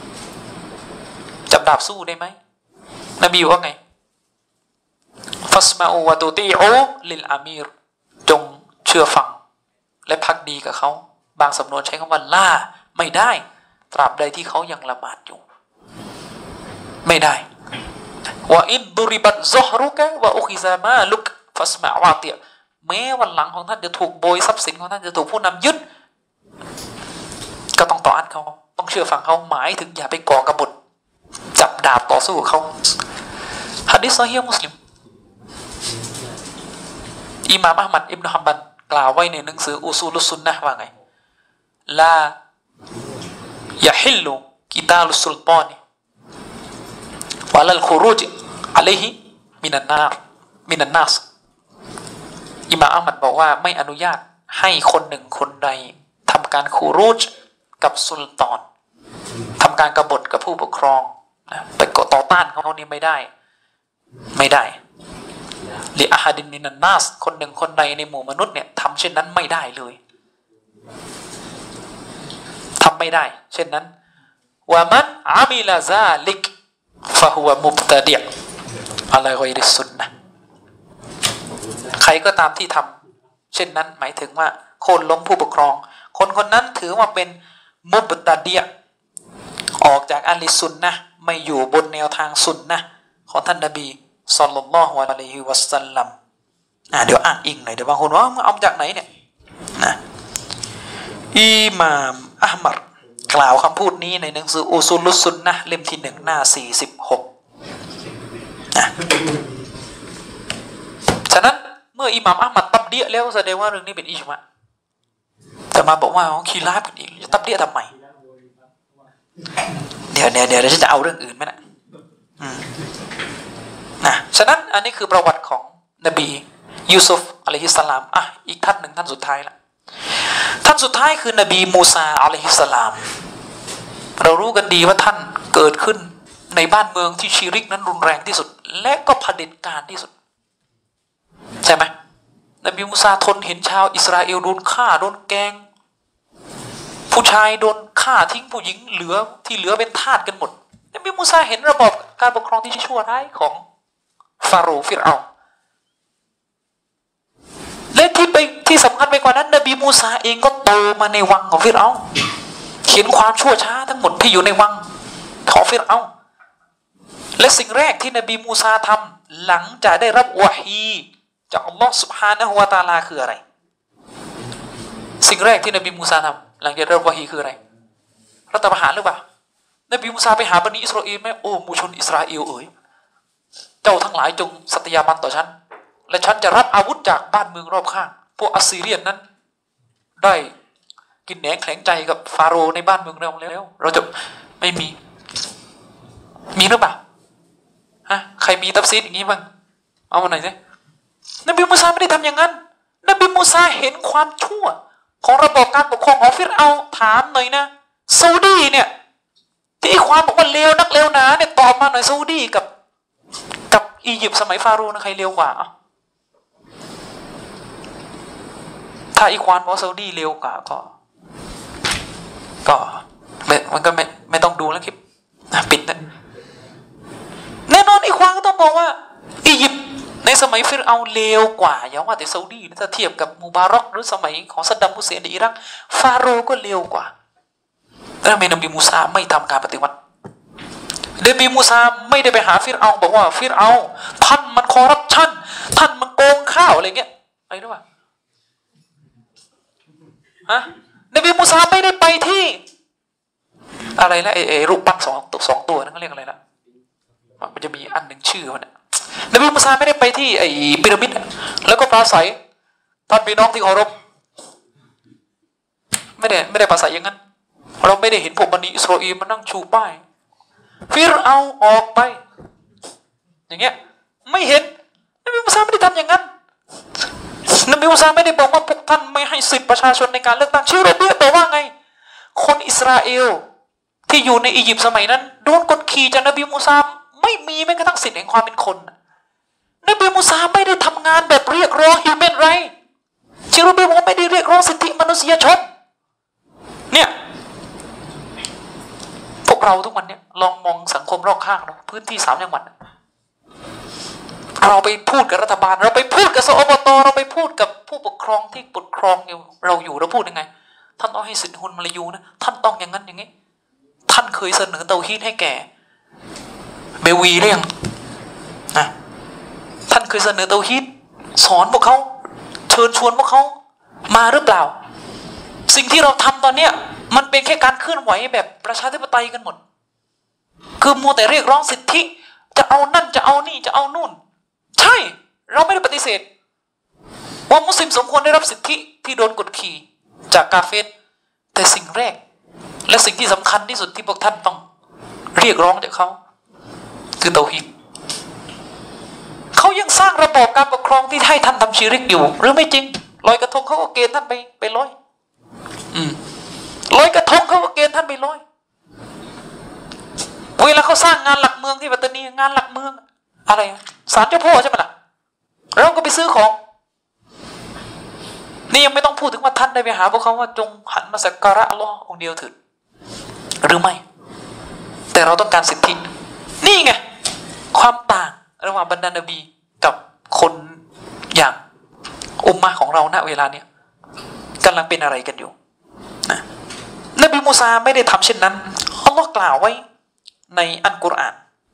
จับดาบสู้ได้ไหมนบีว่าไงฟัสมาอูวะตูตีอูลิลอามีรจงเชื่อฟังและพักดีกับเขาบางสำนวนใช้คำว่าล่าไม่ได้ตราบใดที่เขายังละหมาดอยู่ไม่ได้ว่าอินดุริบัตซอฮรุกะว่าอุคิซามาลุกฟัสมาวาเตียแม้วันหลังของท่านจะถูกโบยทรัพย์สินของท่านจะถูกผู้นำยึดก็ต้องต่ออันเขาต้องเชื่อฟังเขาหมายถึงอย่าไปก่อกบฏจับดาบต่อสู้กับเขาหะดีษซอฮีฮ์มุสลิมอิหม่ามอะห์มัดอิบนุฮัมบัลกล่าวไว้ในหนังสืออุซูลุสซุนนะห์ว่าไงลายะฮิลลุกิตาลุสซุลฏานิวะลัลคุรูจอะลัยฮิมินันนัสอิหม่ามอะห์มัดบอกว่าไม่อนุญาตให้คนหนึ่งคนใดทำการคูรูจกับสุลต่านทำการกบฏกับผู้ปกครองไปต่อต้านเขานี่ไม่ได้ลิอะฮัดินมินันนัสคนหนึ่งคนใดในหมู่มนุษย์เนี่ยทำเช่นนั้นไม่ได้เลยทำไม่ได้เช่นนั้นวะมันอามิลาซาลิกฟะฮุวะมุบตะดิอ์อะลาฆอยริสซุนนะห์ใครก็ตามที่ทำเช่นนั้นหมายถึงว่าโค่นล้มผู้ปกครองคนคนนั้นถือว่าเป็นมุบตะดิอ์ออกจากอัลลิซุนนะห์ไม่อยู่บนแนวทางซุนนะห์ของท่านนบีศ็อลลัลลอฮุอะลัยฮิวะซัลลัมเดี๋ยวอ้างอิงหน่อยเดี๋ยวบางคนว่าเอามาจากไหนเนี่ยนะอิหม่ามอะห์มัดกล่าวคำพูดนี้ในหนังสืออุซูลุสซุนนะห์เล่มที่1หน้า46นะฉะนั้นเมื่ออิหม่ามอะห์มัดตับเดียแล้วแสดงว่าเรื่องนี้เป็นอิจมะแต่มาบอกว่าคีราฟกันอีกจะตับเดียทำไมเดี๋ยวฉันจะเอาเรื่องอื่นไหมนะฉะนั้นอันนี้คือประวัติของนบียูซุฟอะลัยฮิสสลามอีกท่านหนึ่งท่านสุดท้ายละท่านสุดท้ายคือนบีมูซาอะลัยฮิสสลามเรารู้กันดีว่าท่านเกิดขึ้นในบ้านเมืองที่ชิริกนั้นรุนแรงที่สุดและก็เผด็จการที่สุดใช่ไหมนบีมูซาทนเห็นชาวอิสราเอลโดนฆ่าโดนแกงผู้ชายโดนฆ่าทิ้งผู้หญิงเหลือเป็นทาสกันหมดนบีมูซาเห็นระบบการปกครองที่ชั่วร้ายของฟาโรห์ฟิรเอาน์และที่สำคัญไปกว่านั้นนบีมูซาเองก็โตมาในวังของฟิรเอาน์เห็นความชั่วช้าทั้งหมดที่อยู่ในวังของฟิรเอาน์และสิ่งแรกที่นบีมูซาทำหลังจากได้รับวะฮีจากอัลลอฮฺซุบฮานะฮูวะตะอาลาคืออะไรสิ่งแรกที่นบีมูซาทำหลังจากได้รับวะฮีคืออะไรรัฐประหารหรือเปล่านบีมูซาไปหาบันิอิสราเอลไหมโอ้หมู่ชนอิสราเอลเจ้าทั้งหลายจงสัตยาบันต่อฉันและฉันจะรับอาวุธจากบ้านเมืองรอบข้างพวกอัสซีเรียนนั้นได้กินแหนงแข็งใจกับฟาโรห์ในบ้านเมืองเราแล้วเราจะไม่มีหรือเปล่าใครมีตัฟซีรอย่างนี้บ้างเอามาหน่อยสินบีมูซาไม่ได้ทำอย่างนั้นนบีมูซาเห็นความชั่วของระบบการปกครองของฟิรเอาน์ถามหน่อยนะซาอุดีเนี่ยที่ความบอกว่าเลวนักเลวหนาเนี่ยตอบมาหน่อยซาอุดีกับอียิปต์สมัยฟาโรห์นะใครเลวกว่าถ้าอีควานบอกซาอุดีเลวกว่าก็มันก็ไม่ต้องดูแล้วคลิปปิดนะแน่นอนอีควานก็ต้องบอกว่าอียิปต์ในสมัยฟิรเอาน์เลวกว่าอย่าว่าแต่ซาอุดีถ้าเทียบกับมูบารอกหรือสมัยของซัดดัมฮุเซนในอิรักฟาโรห์ก็เลวกว่าแล้วทำไมนบีมูซาไม่ทำการปฏิวัตินบีมูซาไม่ได้ไปหาฟิรเอาน์บอกว่าฟิรเอาน์ท่านมันคอร์รัปชันท่านมันโกงข้าวอะไรเงี้ยอะไรรู้ป่ะนบีมูซาไม่ได้ไปที่อะไรนะไอ้รูปปั้นสองตัวนั่นเขาเรียกอะไรนะมันจะมีอันหนึ่งชื่อมันนบีมูซาไม่ได้ไปที่ไอ้พีระมิดแล้วก็ปราศัยท่านพี่น้องที่เคารพไม่ได้ปราศัยอย่างนั้นเราไม่ได้เห็นพวกบันิอิสราเอลมานั่งชูป้ายฟิรเอาออกไปอย่างเงี้ยไม่เห็นนบีมูซาไม่ได้ทำอย่างนั้นนบีมูซาไม่ได้บอกว่าพวกท่านไม่ให้สิทธิประชาชนในการเลือกตั้งชื่อโรเบียแต่ว่าไงคนอิสราเอลที่อยู่ในอียิปต์สมัยนั้นโดนกดขี่จากนบีมูซาไม่มีแม้กระทั่งสิทธิแห่งความเป็นคนนบีมูซาไม่ได้ทำงานแบบเรียกร้องฮิวแมนไรท์ชื่อโรเบียบอกไม่ได้เรียกร้องสิทธิมนุษยชนเนี่ยพวกเราทุกวันเนี่ยลองมองสังคมรอบข้างเราพื้นที่3 จังหวัดเราไปพูดกับรัฐบาลเราไปพูดกับสอบตเราไปพูดกับผู้ปกครองที่ปกครองอยู่เราอยู่เราพูดยังไงท่านต้องให้สิทธิคนมาลายูนะท่านต้องอย่างนั้นอย่างนี้ท่านเคยเสนอเตาฮีดให้แก่เบวีหรือยังนะท่านเคยเสนอเตาฮีดสอนพวกเขาเชิญชวนพวกเขามาหรือเปล่าสิ่งที่เราทำตอนเนี้ยมันเป็นแค่การเคลื่อนไหวแบบประชาธิปไตยกันหมดคือมัวแต่เรียกร้องสิทธิจะเอานั่นจะเอานี่จะเอานู่นใช่เราไม่ได้ปฏิเสธว่ามุสลิมสมควรได้รับสิทธิที่โดนกดขี่จากกาเฟรแต่สิ่งแรกและสิ่งที่สำคัญที่สุดที่พวกท่านต้องเรียกร้องจากเขาคือเตาฮีดเขายังสร้างระบอบการปกครองที่ให้ท่านทำชิริกอยู่หรือไม่จริงลอยกระทงเขาก็เกณฑ์ท่านไปลอยลอยกระทงเขาก็เกณฑ์ท่านไปลอยเวลาเขาสร้างงานหลักเมืองที่ปัตตานีงานหลักเมืองอะไรศาลเจ้าพ่อใช่ไหมล่ะเราก็ไปซื้อของนี่ยังไม่ต้องพูดถึงว่าท่านได้ไปหาพวกเขาว่าจงหันมาสักการะอัลลอฮ์องเดียวเถิดหรือไม่แต่เราต้องการสิทธินี่ไงความต่างระหว่างบรรดานบีกับคนอย่างอุมมะของเราณเวลาเนี้ยกำลังเป็นอะไรกันอยู่นะนบีมูซาไม่ได้ทำเช่นนั้นอัลลอฮ์กล่าวไว้ในอัลกุรอาน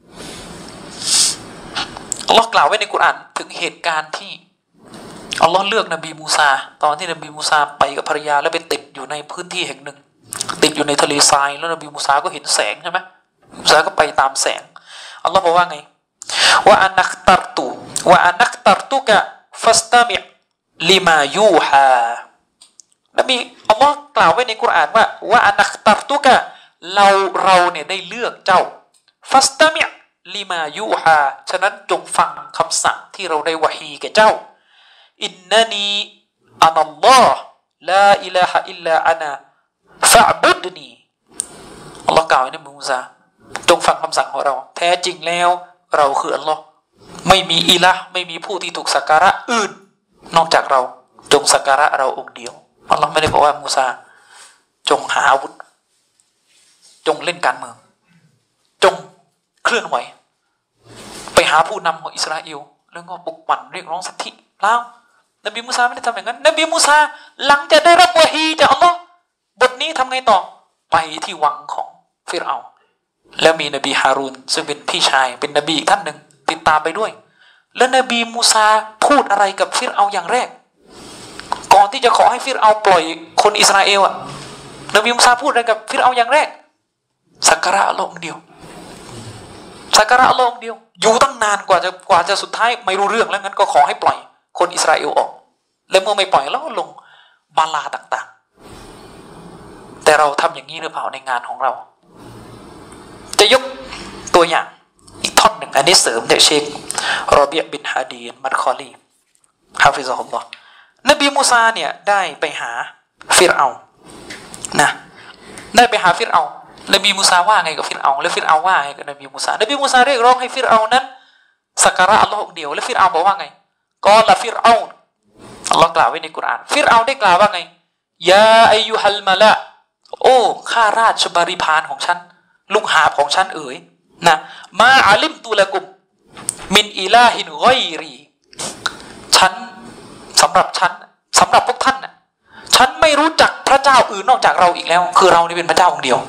อัลลอฮ์กล่าวไว้ในกุรอานถึงเหตุการณ์ที่อัลลอฮ์เลือกนบีมูซาตอนที่นบีมูซาไปกับภรรยาแล้วไปติดอยู่ในพื้นที่แห่งหนึ่งติดอยู่ในทะเลทรายแล้วนบีมูซาก็เห็นแสงใช่ไหมมูซาก็ไปตามแสงอัลลอฮ์บอกว่าไงว่าอานักตัรตุกะฟัสตามิลิมายูฮานบีอัลลอฮ์กล่าวไว้ในกุรอานว่าอานักตัรตุกะเราเนี่ยได้เลือกเจ้าฟัสตามิลิมายูฮาฉะนั้นจงฟังคำสั่งที่เราได้วะฮีแก่เจ้าอินนานีอานัลลอฮ์ลาอิลาฮะอิลลาอานาฟะบุดนีอัลลอฮ์กล่าวในมูซาจงฟังคำสั่งของเราแท้จริงแล้วเราคืออัลลอฮ์ไม่มีอิละห์ไม่มีผู้ที่ถูกสักการะอื่นนอกจากเราจงสักการะเราองค์เดียวอัลลอฮ์ไม่ได้บอกว่ามูซาจงหาอาวุธจงเล่นการเมืองจงเคลื่อนไหวไปหาผู้นำของอิสราเอลแล้วก็ปลุกปั่นเรียกร้องสิทธิแล้วนบีมูซาไม่ได้ทำอย่างนั้นนบีมูซาหลังจากได้รับวะฮีจากอัลลอฮ์บทนี้ทำไงต่อไปที่วังของฟิรเอาแล้วมีนบีฮารูนซึ่งเป็นพี่ชายเป็นนบีท่านหนึ่งติดตามไปด้วยแล้วนบีมูซาพูดอะไรกับฟิรเอาอย่างแรกก่อนที่จะขอให้ฟิรเอาปล่อยคนอิสราเอลนบีมูซาพูดอะไรกับฟิรเอาอย่างแรกสักการะอัลลอฮ์องเดียวสักการะอัลลอฮ์องเดียวอยู่ตั้งนานกว่าจะสุดท้ายไม่รู้เรื่องแล้วงั้นก็ขอให้ปล่อยคนอิสราเอลออกและเมื่อไม่ปล่อยแล้วก็ลงบาลาต่างๆแต่เราทำอย่างนี้หรือเปล่าในงานของเราจะยกตัวอย่างอีกท่อนหนึ่งอันนี้เสริมจากเชครอเบียบินฮาดีนมัดคอลีฮาฟิซะฮุลลอฮ์นบีมูซาเนี่ยได้ไปหาฟิรเอานะได้ไปหาฟิรเอานบีมูซาว่าไงกับฟิรเอาและฟิรเอาว่าไงกับนบีมูซานบีมูซาเรียกร้องให้ฟิรเอานั้นสักการะอัลลอฮ์องเดียวและฟิรเอาบอกว่าไงกอละฟิรเอาอัลลอฮ์กล่าวไว้ในกุรอานฟิรเอาได้กล่าวว่าไงยาอายุฮัลมาละโอ้ข้าราชบริพารของฉันลูกหาบของฉันเอ๋ยนะมาอาลิมตุละกุมมินอิลาฮินกอยรีฉันสำหรับพวกท่านนะฉันไม่รู้จักพระเจ้าอื่นนอกจากเราอีกแล้วคือเรานี่เป็นพระเจ้าองค์เดียว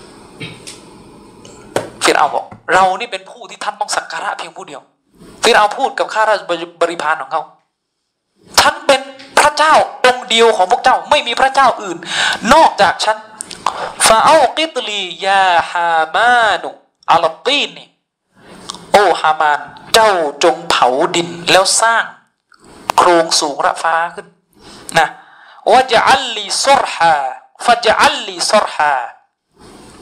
ฟิรเอาบอกเรานี่เป็นผู้ที่ท่านต้องสักการะเพียงผู้เดียวฟิรเอาพูดกับข้าราชบริพารของเขาฉันเป็นพระเจ้าองค์เดียวของพวกเจ้าไม่มีพระเจ้าอื่นนอกจากฉันฟาเอากิตลียาฮามานุอัลตีนนี่โอ้ฮามานเจ้าจงเผาดินแล้วสร้างโครงสูงระฟ้าขึ้นนะวะจะอัลลีซอรฮาฟะจะอัลลีซอรฮา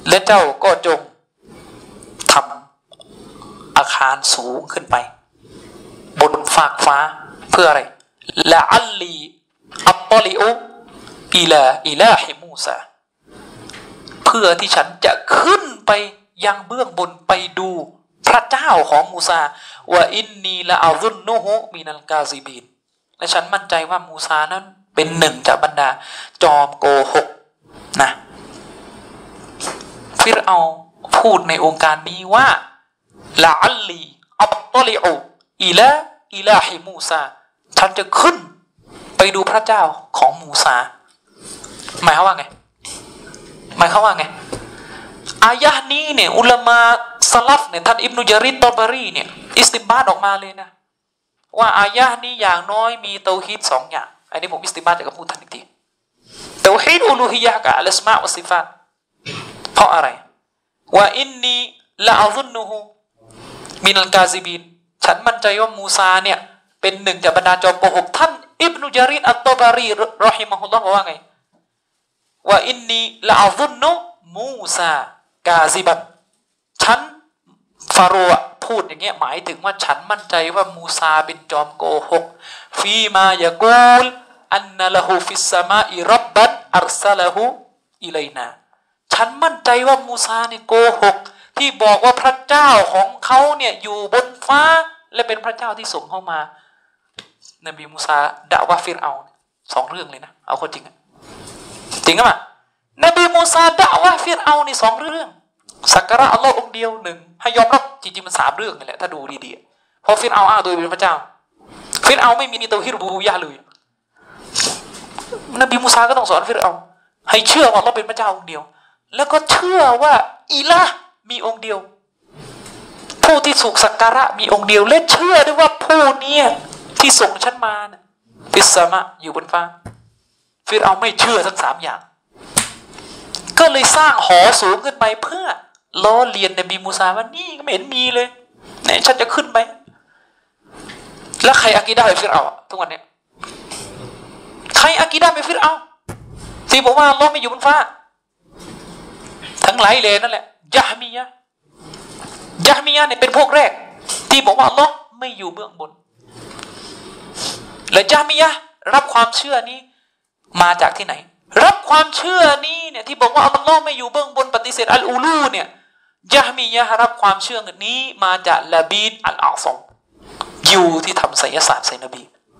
และเจ้าก็จงทำอาคารสูงขึ้นไปบนฟากฟ้าเพื่ออะไรละอัลลีอัตตลิอุอิลาฮิมูซาเพื่อที่ฉันจะขึ้นไปยังเบื้องบนไปดูพระเจ้าของมูซาว่าอินนีละอัซุนนุฮุมินัลกาซิบีนและฉันมั่นใจว่ามูซานั้นเป็นหนึ่งจากบรรดาจอมโกหกนะฟิรเอาพูดในองค์การนี้ว่าละอัลลีอัตตลิอุอิลาฮิมูซาฉันจะขึ้นไปดูพระเจ้าของมูซาหมายความว่าไงอายะห์นี้เนี่ยอุลามะสลัฟเนี่ยท่านอิบนุญะรีรตอบารีเนี่ยอิสติมบาตออกมาเลยนะว่าอายะห์นี้อย่างน้อยมีเตาฮีดสองอย่างอันนี้ผมอิสติมบาตจากคำพูดท่านอีกทีเตาฮีดอุลูฮิยะห์กับอัลอัสมาอ์วัสซิฟาตเพราะอะไรว่าอินนีละอัซุนนุฮุมินัลกาซิบีนฉันมั่นใจว่ามูซาเนี่ยเป็นหนึ่งจากบรรดาจอมโกหกท่านอิบนุญะรีรอัตตอบารีรอฮิมะฮุลลอฮ์ว่าไงว่าอินนีละอัซุนนุมูซากาซิบันฉันฟาโรห์พูดอย่างเงี้ยหมายถึงว่าฉันมั่นใจว่ามูซาเป็นจอมโกหกฟีมายะกูลอันนะละฮูฟิสสมาอิร็อบบันอัรซะละฮูอิลัยนาฉันมั่นใจว่ามูซาเนี่ยโกหกที่บอกว่าพระเจ้าของเขาเนี่ยอยู่บนฟ้าและเป็นพระเจ้าที่ส่งเข้ามานบีมูซาด่าว่าฟิรเอาสองเรื่องเลยนะเอาคนจริงไหมนบีมูซาด่าว่าฟิรเอานี่สองเรื่องสักการะอัลลอฮ์องเดียวหนึ่งให้ยอมรับจริงๆมันสามเรื่องนี่แหละถ้าดูดีๆเพราะฟิรเอาอ้างตัวเป็นพระเจ้าฟิรเอาไม่มีนิเตาฮีดรุบูบิยะห์เลยนบีมูซาก็ต้องสอนฟิรเอาให้เชื่อว่าอัลลอฮ์เป็นพระเจ้าองค์เดียวแล้วก็เชื่อว่าอิละห์มีองค์เดียวผู้ที่ถูกสักการะมีองค์เดียวและเชื่อด้วยว่าผู้นี้ที่ส่งฉันมานะฟิสสามะอยู่บนฟ้าฟิรเอาไม่เชื่อทั้งสามอย่างก็เลยสร้างหอสูงขึ้นไปเพื่อล้อเลียนนบีมูซาว่านี่ก็ไม่เห็นมีเลยไหนฉันจะขึ้นไปแล้วใครอากีดะห์ไปฟิรเอาทุกวันนี้ใครอากีดะห์ไปฟิรเอาที่บอกว่าอัลเลาะห์ไม่อยู่บนฟ้าทั้งหลายเลยนั่นแหละยะฮ์มียะห์เนี่ยเป็นพวกแรกที่บอกว่าอัลเลาะห์ไม่อยู่เบื้องบนและยะฮ์มียะห์รับความเชื่อนี้มาจากที่ไหนรับความเชื่อนี้เนี่ยที่บอกว่าอัลเลาะห์ไม่อยู่เบื้องบนปฏิเสธอัลอูลูเนี่ยยะฮ์มียะห์รับความเชื่อนี้มาจากละบีดอัลอาซอมยิวที่ทำไสยศาสตร์ใส่นบี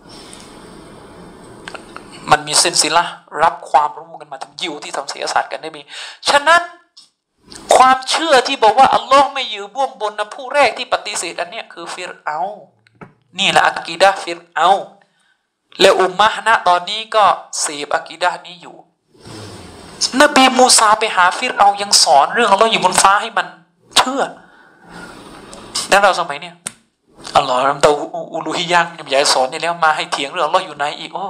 มันมีเซนซิละรับความรู้กันมาทั้งยิวที่ทำไสยศาสตร์กันนบีฉะนั้นความเชื่อที่บอกว่าอัลลอฮ์ไม่อยู่เบื้องบนนะผู้แรกที่ปฏิเสธอันเนี้ยคือฟิรเอานี่แหละอะกีดะห์ฟิรเอาและอุมมะห์ณตอนนี้ก็เสพอะกีดะห์นี้อยู่นบีมูซาไปหาฟิรเอายังสอนเรื่องอัลลอฮ์อยู่บนฟ้าให้มันเชื่อแล้วเราสมัยเนี่ยอัลลอฮ์เตาอูลูฮิยะห์ยังอยากสอนนี่แล้วมาให้เถียงเรื่องอัลลอฮ์อยู่ไหนอีกโอ้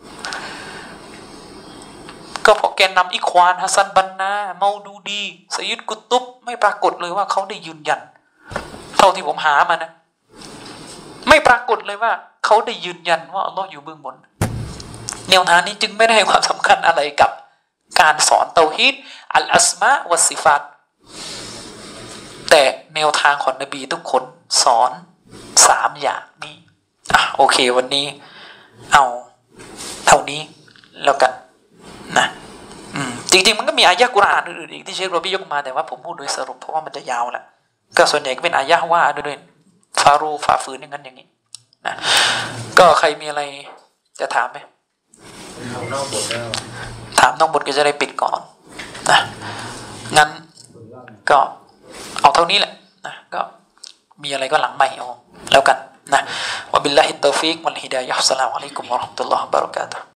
ก็เพราะแกนนำอิควานฮัสซันบันนาเมาดูดีสยิดกุตุบไม่ปรากฏเลยว่าเขาได้ยืนยันเท่าที่ผมหามานะไม่ปรากฏเลยว่าเขาได้ยืนยันว่าอัลลอฮ์อยู่เบื้องบนแนวทางนี้จึงไม่ได้ให้ความสำคัญอะไรกับการสอนเตาฮีดอัลอัสมาวัสซิฟาตแต่แนวทางของนบีทุกคนสอนสามอย่างนี้โอเควันนี้เอาเท่านี้แล้วกันนะจริงๆมันก็มีอายะห์กุรอานอื่นๆอีกที่เชคโรบี้ยกมาแต่ว่าผมพูดโดยสรุปเพราะว่ามันจะยาวแหละก็ส่วนใหญ่ก็เป็นอายะห์ว่าด้วยฟาโรห์ฝ่าฝืนอย่างนั้นอย่างนี้นะก็ใครมีอะไรจะถามไหมถามนอกบทก็จะได้ปิดก่อนนะงั้นก็เอาเท่านี้แหละนะก็มีอะไรก็หลังใหม่เอาแล้วกันนะวะบิลลาฮิตตอฟิกวัลฮิดายะฮ์อัสสลามุอะลัยกุมวะเราะห์มะตุลลอฮิวะบะเราะกาตุฮ์